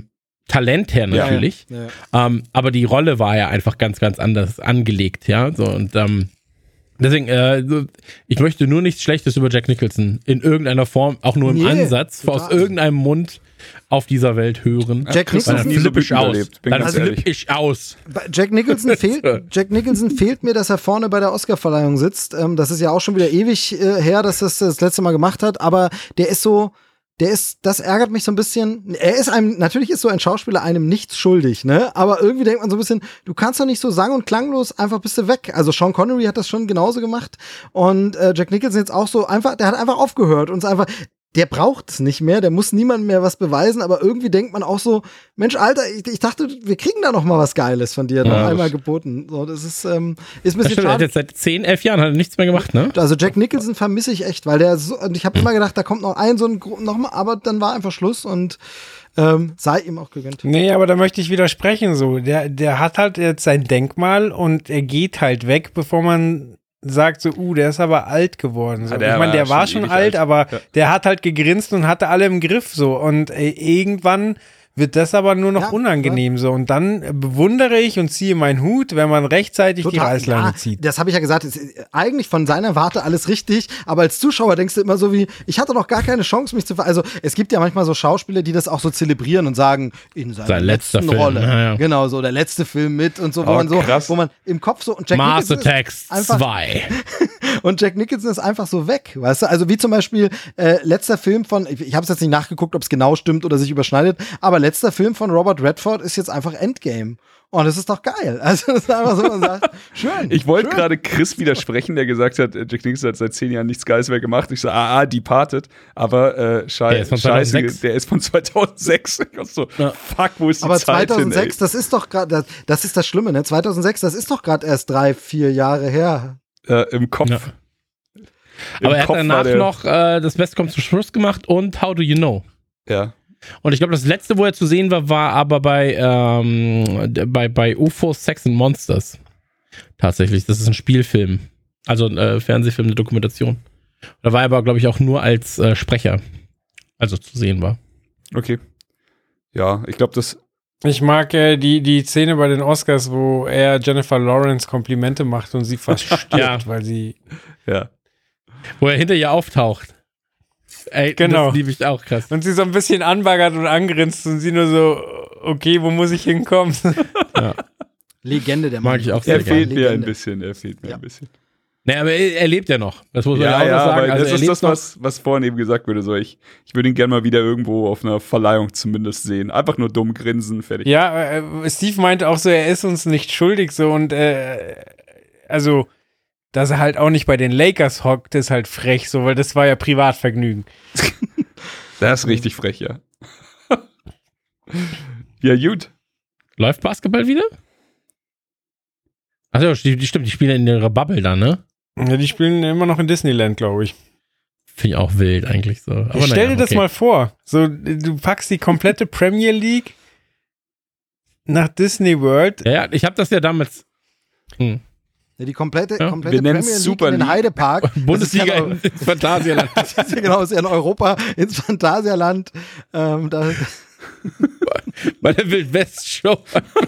Talent her natürlich. Ja, ja. Ja. Ähm, aber die Rolle war ja einfach ganz, ganz anders angelegt, ja. So und ähm, deswegen, äh, ich möchte nur nichts Schlechtes über Jack Nicholson in irgendeiner Form, auch nur im nee, Ansatz, total. aus irgendeinem Mund auf dieser Welt hören. Jack Nicholson nie so flippisch aus. Dann also flippisch aus. Jack Nicholson fehlt, Jack Nicholson fehlt mir, dass er vorne bei der Oscarverleihung sitzt. Ähm, das ist ja auch schon wieder ewig äh, her, dass das das letzte Mal gemacht hat. Aber der ist so, der ist, das ärgert mich so ein bisschen. Er ist einem, natürlich ist so ein Schauspieler einem nichts schuldig, ne? Aber irgendwie denkt man so ein bisschen, du kannst doch nicht so sang- und klanglos einfach bist du weg. Also Sean Connery hat das schon genauso gemacht. Und äh, Jack Nicholson jetzt auch so einfach, der hat einfach aufgehört und ist einfach, der braucht es nicht mehr, der muss niemandem mehr was beweisen, aber irgendwie denkt man auch so, Mensch, Alter, ich, ich dachte, wir kriegen da noch mal was Geiles von dir, noch ja, einmal geboten. So, das ist, ähm, ist ein bisschen schade. Er hat jetzt seit zehn, elf Jahren hat er nichts mehr gemacht, ne? Also Jack Nicholson vermisse ich echt, weil der so, und ich habe immer gedacht, da kommt noch ein, so ein, noch mal, aber dann war einfach Schluss und ähm, sei ihm auch gegönnt. Nee, aber da möchte ich widersprechen, so. Der, der hat halt jetzt sein Denkmal und er geht halt weg, bevor man sagt so, uh, der ist aber alt geworden. So. Ja, ich meine, der war schon, schon alt, alt, aber ja. der hat halt gegrinst und hatte alle im Griff so. Und äh, irgendwann wird das aber nur noch ja, unangenehm ja. so. Und dann bewundere ich und ziehe meinen Hut, wenn man rechtzeitig Total, die Reißleine ja, zieht. Das habe ich ja gesagt, ist eigentlich von seiner Warte alles richtig, aber als Zuschauer denkst du immer so wie, ich hatte noch gar keine Chance, mich zu ver... Also es gibt ja manchmal so Schauspieler, die das auch so zelebrieren und sagen, in seiner Sein letzten Film, Rolle. Ja, ja. Genau, so der letzte Film mit und so, wo oh, man so, krass. wo man im Kopf so... Und Jack Mars Attacks zwei. Und Jack Nicholson ist einfach so weg, weißt du? Also wie zum Beispiel äh, letzter Film von, ich, ich habe es jetzt nicht nachgeguckt, ob es genau stimmt oder sich überschneidet, aber letzter Film von Robert Redford ist jetzt einfach Endgame. Und das ist doch geil. Also das ist einfach so, man sagt, schön. Ich wollte gerade Chris widersprechen, der gesagt hat, Jack Nicholson hat seit zehn Jahren nichts Geiles mehr gemacht. Ich so, ah, ah, Departed. Aber äh, schei- der scheiße, der ist von zweitausendsechs. Ich so, ja. Fuck, wo ist die aber Zeit zweitausendsechs, hin, das ist doch gerade, das, das ist das Schlimme, ne? zweitausendsechs, das ist doch gerade erst drei, vier Jahre her. Äh, Im Kopf. Ja. Im aber er Kopf hat danach noch äh, das Beste kommt zum Schluss gemacht und How Do You Know? Ja. Und ich glaube, das letzte, wo er zu sehen war, war aber bei, ähm, bei, bei U F O Sex and Monsters. Tatsächlich, das ist ein Spielfilm. Also ein äh, Fernsehfilm, eine Dokumentation. Da war er aber, glaube ich, auch nur als äh, Sprecher. Also zu sehen war. Okay. Ja, ich glaube, das... Ich mag äh, die, die Szene bei den Oscars, wo er Jennifer Lawrence Komplimente macht und sie fast stirbt, ja. weil sie... Ja. Wo er hinter ihr auftaucht. Ey, genau. Das liebe ich auch krass. Und sie so ein bisschen anbaggert und angrinst und sie nur so, okay, wo muss ich hinkommen? Ja. Legende der Mann. Mag ich auch sehr Er fehlt gerne. mir ein bisschen, er fehlt mir ja. ein bisschen. Naja, aber er, er lebt ja noch. Das muss man ja, ja auch ja, noch sagen. Also das ist das, was, was vorhin eben gesagt wurde. So, ich, ich würde ihn gerne mal wieder irgendwo auf einer Verleihung zumindest sehen. Einfach nur dumm grinsen, fertig. Ja, äh, Steve meinte auch so, er ist uns nicht schuldig so und äh, also dass er halt auch nicht bei den Lakers hockt, ist halt frech, so, weil das war ja Privatvergnügen. Das ist richtig frech, ja. Ja, gut. Läuft Basketball wieder? Achso, die, die stimmt, die spielen in ihrer Bubble da, ne? Ja, die spielen immer noch in Disneyland, glaube ich. Finde ich auch wild eigentlich so. Aber ich stell naja, dir das okay. mal vor. So, du packst die komplette Premier League nach Disney World. Ja, ja ich habe das ja damals... Hm. Ja, die komplette, ja. komplette Premier League Super in den Heidepark. Bundesliga ja ins Phantasialand. Genau, ist ja in Europa ins Phantasialand. Ähm, da Bei der Wildwest-Show.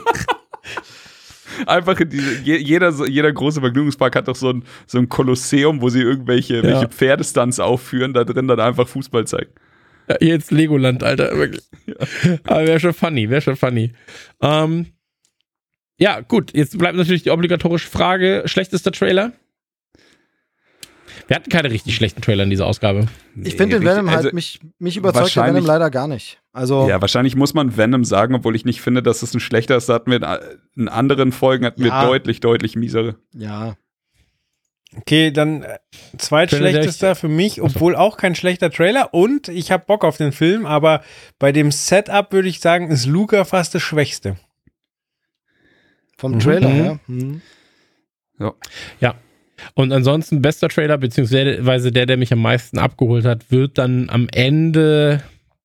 Einfach in diese, jeder, jeder große Vergnügungspark hat doch so ein, so ein Kolosseum, wo sie irgendwelche ja. welche Pferdestunts aufführen, da drin dann einfach Fußball zeigen. Ja, jetzt Legoland, Alter, wirklich. Ja. Aber wäre schon funny, wäre schon funny. Ähm, ja, gut, jetzt bleibt natürlich die obligatorische Frage, schlechtester Trailer? Wir hatten keine richtig schlechten Trailer in dieser Ausgabe. Nee, ich finde den Venom halt, also mich, mich überzeugt der Venom leider gar nicht. Also ja, wahrscheinlich muss man Venom sagen, obwohl ich nicht finde, dass es ein schlechter ist. Da hatten wir in anderen Folgen hatten ja. wir deutlich, deutlich miesere. Ja. Okay, dann äh, zweitschlechtester für mich, obwohl auch kein schlechter Trailer und ich habe Bock auf den Film, aber bei dem Setup würde ich sagen, ist Luca fast das Schwächste. Vom Trailer mhm. her. Mhm. Ja. Ja. Und ansonsten bester Trailer, beziehungsweise der, der mich am meisten abgeholt hat, wird dann am Ende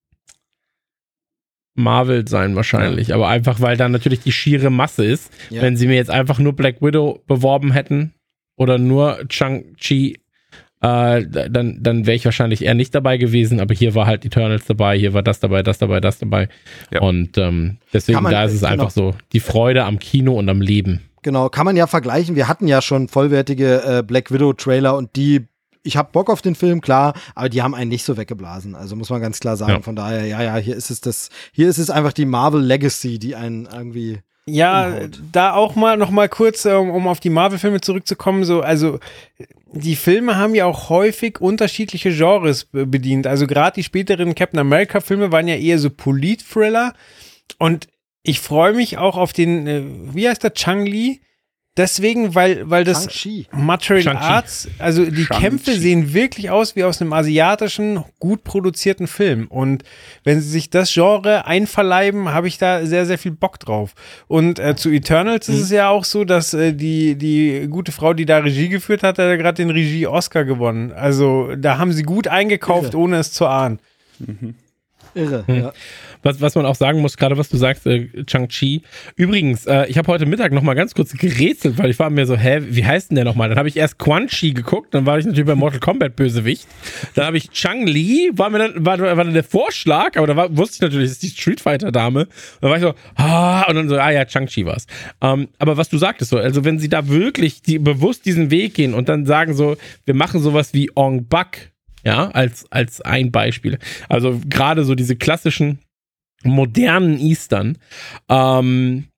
Marvel sein wahrscheinlich. Ja. Aber einfach, weil da natürlich die schiere Masse ist. Ja. Wenn sie mir jetzt einfach nur Black Widow beworben hätten oder nur Shang-Chi, äh, dann, dann wäre ich wahrscheinlich eher nicht dabei gewesen, aber hier war halt Eternals dabei, hier war das dabei, das dabei, das dabei. Ja. Und ähm, deswegen, man, da ist es genau. einfach so, die Freude am Kino und am Leben. Genau, kann man ja vergleichen. Wir hatten ja schon vollwertige äh, Black Widow-Trailer und die, ich habe Bock auf den Film, klar, aber die haben einen nicht so weggeblasen. Also muss man ganz klar sagen. Ja. Von daher, ja, ja, hier ist es das, hier ist es einfach die Marvel Legacy, die einen irgendwie Ja, umhaut. Da auch mal noch mal kurz, um, um auf die Marvel-Filme zurückzukommen, so, also die Filme haben ja auch häufig unterschiedliche Genres bedient. Also gerade die späteren Captain America-Filme waren ja eher so Polit-Thriller und ich freue mich auch auf den, äh, wie heißt der, Chang-Li? Deswegen, weil, weil das Martial Arts, also die Kämpfe sehen wirklich aus wie aus einem asiatischen, gut produzierten Film. Und wenn sie sich das Genre einverleiben, habe ich da sehr, sehr viel Bock drauf. Und äh, zu Eternals mhm. ist es ja auch so, dass äh, die, die gute Frau, die da Regie geführt hat, hat ja gerade den Regie-Oscar gewonnen. Also da haben sie gut eingekauft, Irre. ohne es zu ahnen. Mhm. Irre, hm. ja. Was, was man auch sagen muss, gerade was du sagst, äh, Shang-Chi. Übrigens, äh, ich habe heute Mittag noch mal ganz kurz gerätselt, weil ich war mir so, hä, wie heißt denn der nochmal? Dann habe ich erst Quan Chi geguckt, dann war ich natürlich bei Mortal Kombat Bösewicht. Dann habe ich Chang-Li, war mir dann, war, war dann der Vorschlag, aber da war, wusste ich natürlich, das ist die Street Fighter Dame. Dann war ich so, ah, und dann so, ah ja, Shang-Chi war's. Ähm, aber was du sagtest so, also wenn sie da wirklich die, bewusst diesen Weg gehen und dann sagen so, wir machen sowas wie Ong Bak, ja, als, als ein Beispiel. Also gerade so diese klassischen modernen Eastern, ähm,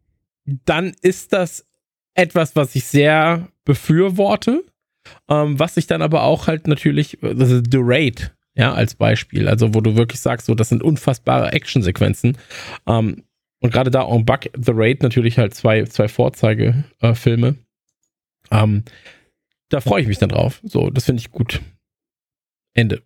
dann ist das etwas, was ich sehr befürworte, ähm, was ich dann aber auch halt natürlich, das ist The Raid, ja, als Beispiel, also wo du wirklich sagst, so, das sind unfassbare Actionsequenzen, ähm, und gerade da en Bak, The Raid natürlich halt zwei, zwei Vorzeigefilme, äh, ähm, da freue ich mich dann drauf, so, das finde ich gut. Ende.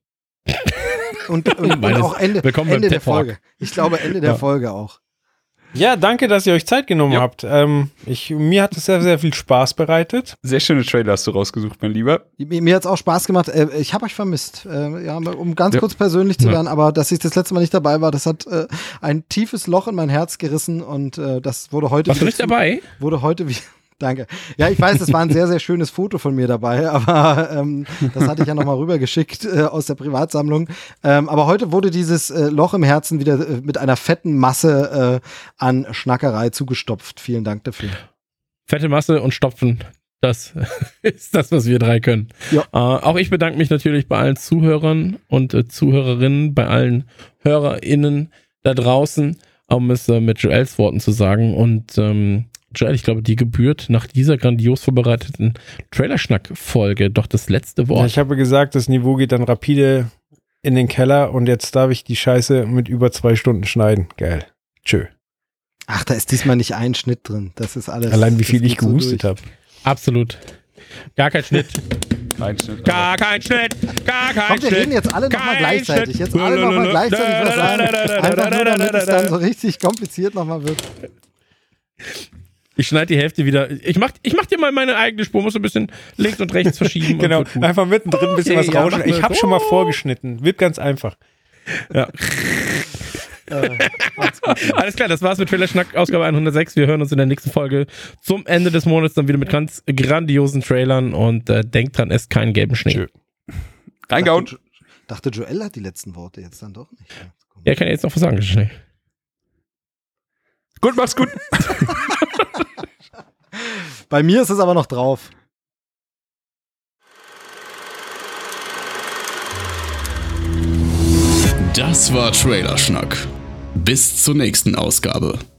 Und, und, und auch Ende, Ende der Folge. Ich glaube, Ende der ja. Folge auch. Ja, danke, dass ihr euch Zeit genommen ja. habt. Ähm, ich, mir hat es sehr, sehr viel Spaß bereitet. Sehr schöne Trailer hast du rausgesucht, mein Lieber. Mir, mir hat es auch Spaß gemacht. Äh, ich habe euch vermisst. Äh, ja, um ganz ja. kurz persönlich zu werden, ja. aber dass ich das letzte Mal nicht dabei war, das hat äh, ein tiefes Loch in mein Herz gerissen und äh, das wurde heute Warst du nicht zu, dabei? Wurde heute wieder. Danke. Ja, ich weiß, es war ein sehr, sehr schönes Foto von mir dabei, aber ähm, das hatte ich ja nochmal rübergeschickt äh, aus der Privatsammlung. Ähm, aber heute wurde dieses äh, Loch im Herzen wieder äh, mit einer fetten Masse äh, an Schnackerei zugestopft. Vielen Dank dafür. Fette Masse und Stopfen, das ist das, was wir drei können. Ja. Äh, auch ich bedanke mich natürlich bei allen Zuhörern und äh, Zuhörerinnen, bei allen HörerInnen da draußen, um es äh, mit Joels Worten zu sagen. Und ähm, Joel, ich glaube, die gebührt nach dieser grandios vorbereiteten Trailerschnack-Folge doch das letzte Wort. Ja, ich habe gesagt, das Niveau geht dann rapide in den Keller und jetzt darf ich die Scheiße mit über zwei Stunden schneiden. Geil. Tschö. Ach, da ist diesmal nicht ein Schnitt drin. Das ist alles. Allein wie viel ich gehustet so habe. Absolut. Gar kein Schnitt. Kein Schnitt. Gar kein Schnitt. Gar kein Kommt, wir Schnitt. reden jetzt alle nochmal gleichzeitig. Jetzt alle nochmal gleichzeitig was sagen. Einfach nur, damit es dann so richtig kompliziert nochmal wird. Ich schneide die Hälfte wieder. Ich mach, ich mach dir mal meine eigene Spur, muss ein bisschen links und rechts verschieben. Genau, und so einfach mittendrin ein bisschen okay, was rausschneiden. Ja, ich habe schon mal vorgeschnitten. Wird ganz einfach. Ja. äh, Alles klar, das war's mit Trailerschnack, Ausgabe hundertsechs. Wir hören uns in der nächsten Folge zum Ende des Monats dann wieder mit ganz grandiosen Trailern und äh, denkt dran, esst keinen gelben Schnee. Schön. Reingehauen. Dachte, dachte, Joel hat die letzten Worte jetzt dann doch nicht. Ja, kann jetzt noch was sagen, Schnee. Gut, mach's gut. Bei mir ist es aber noch drauf. Das war Trailerschnack. Bis zur nächsten Ausgabe.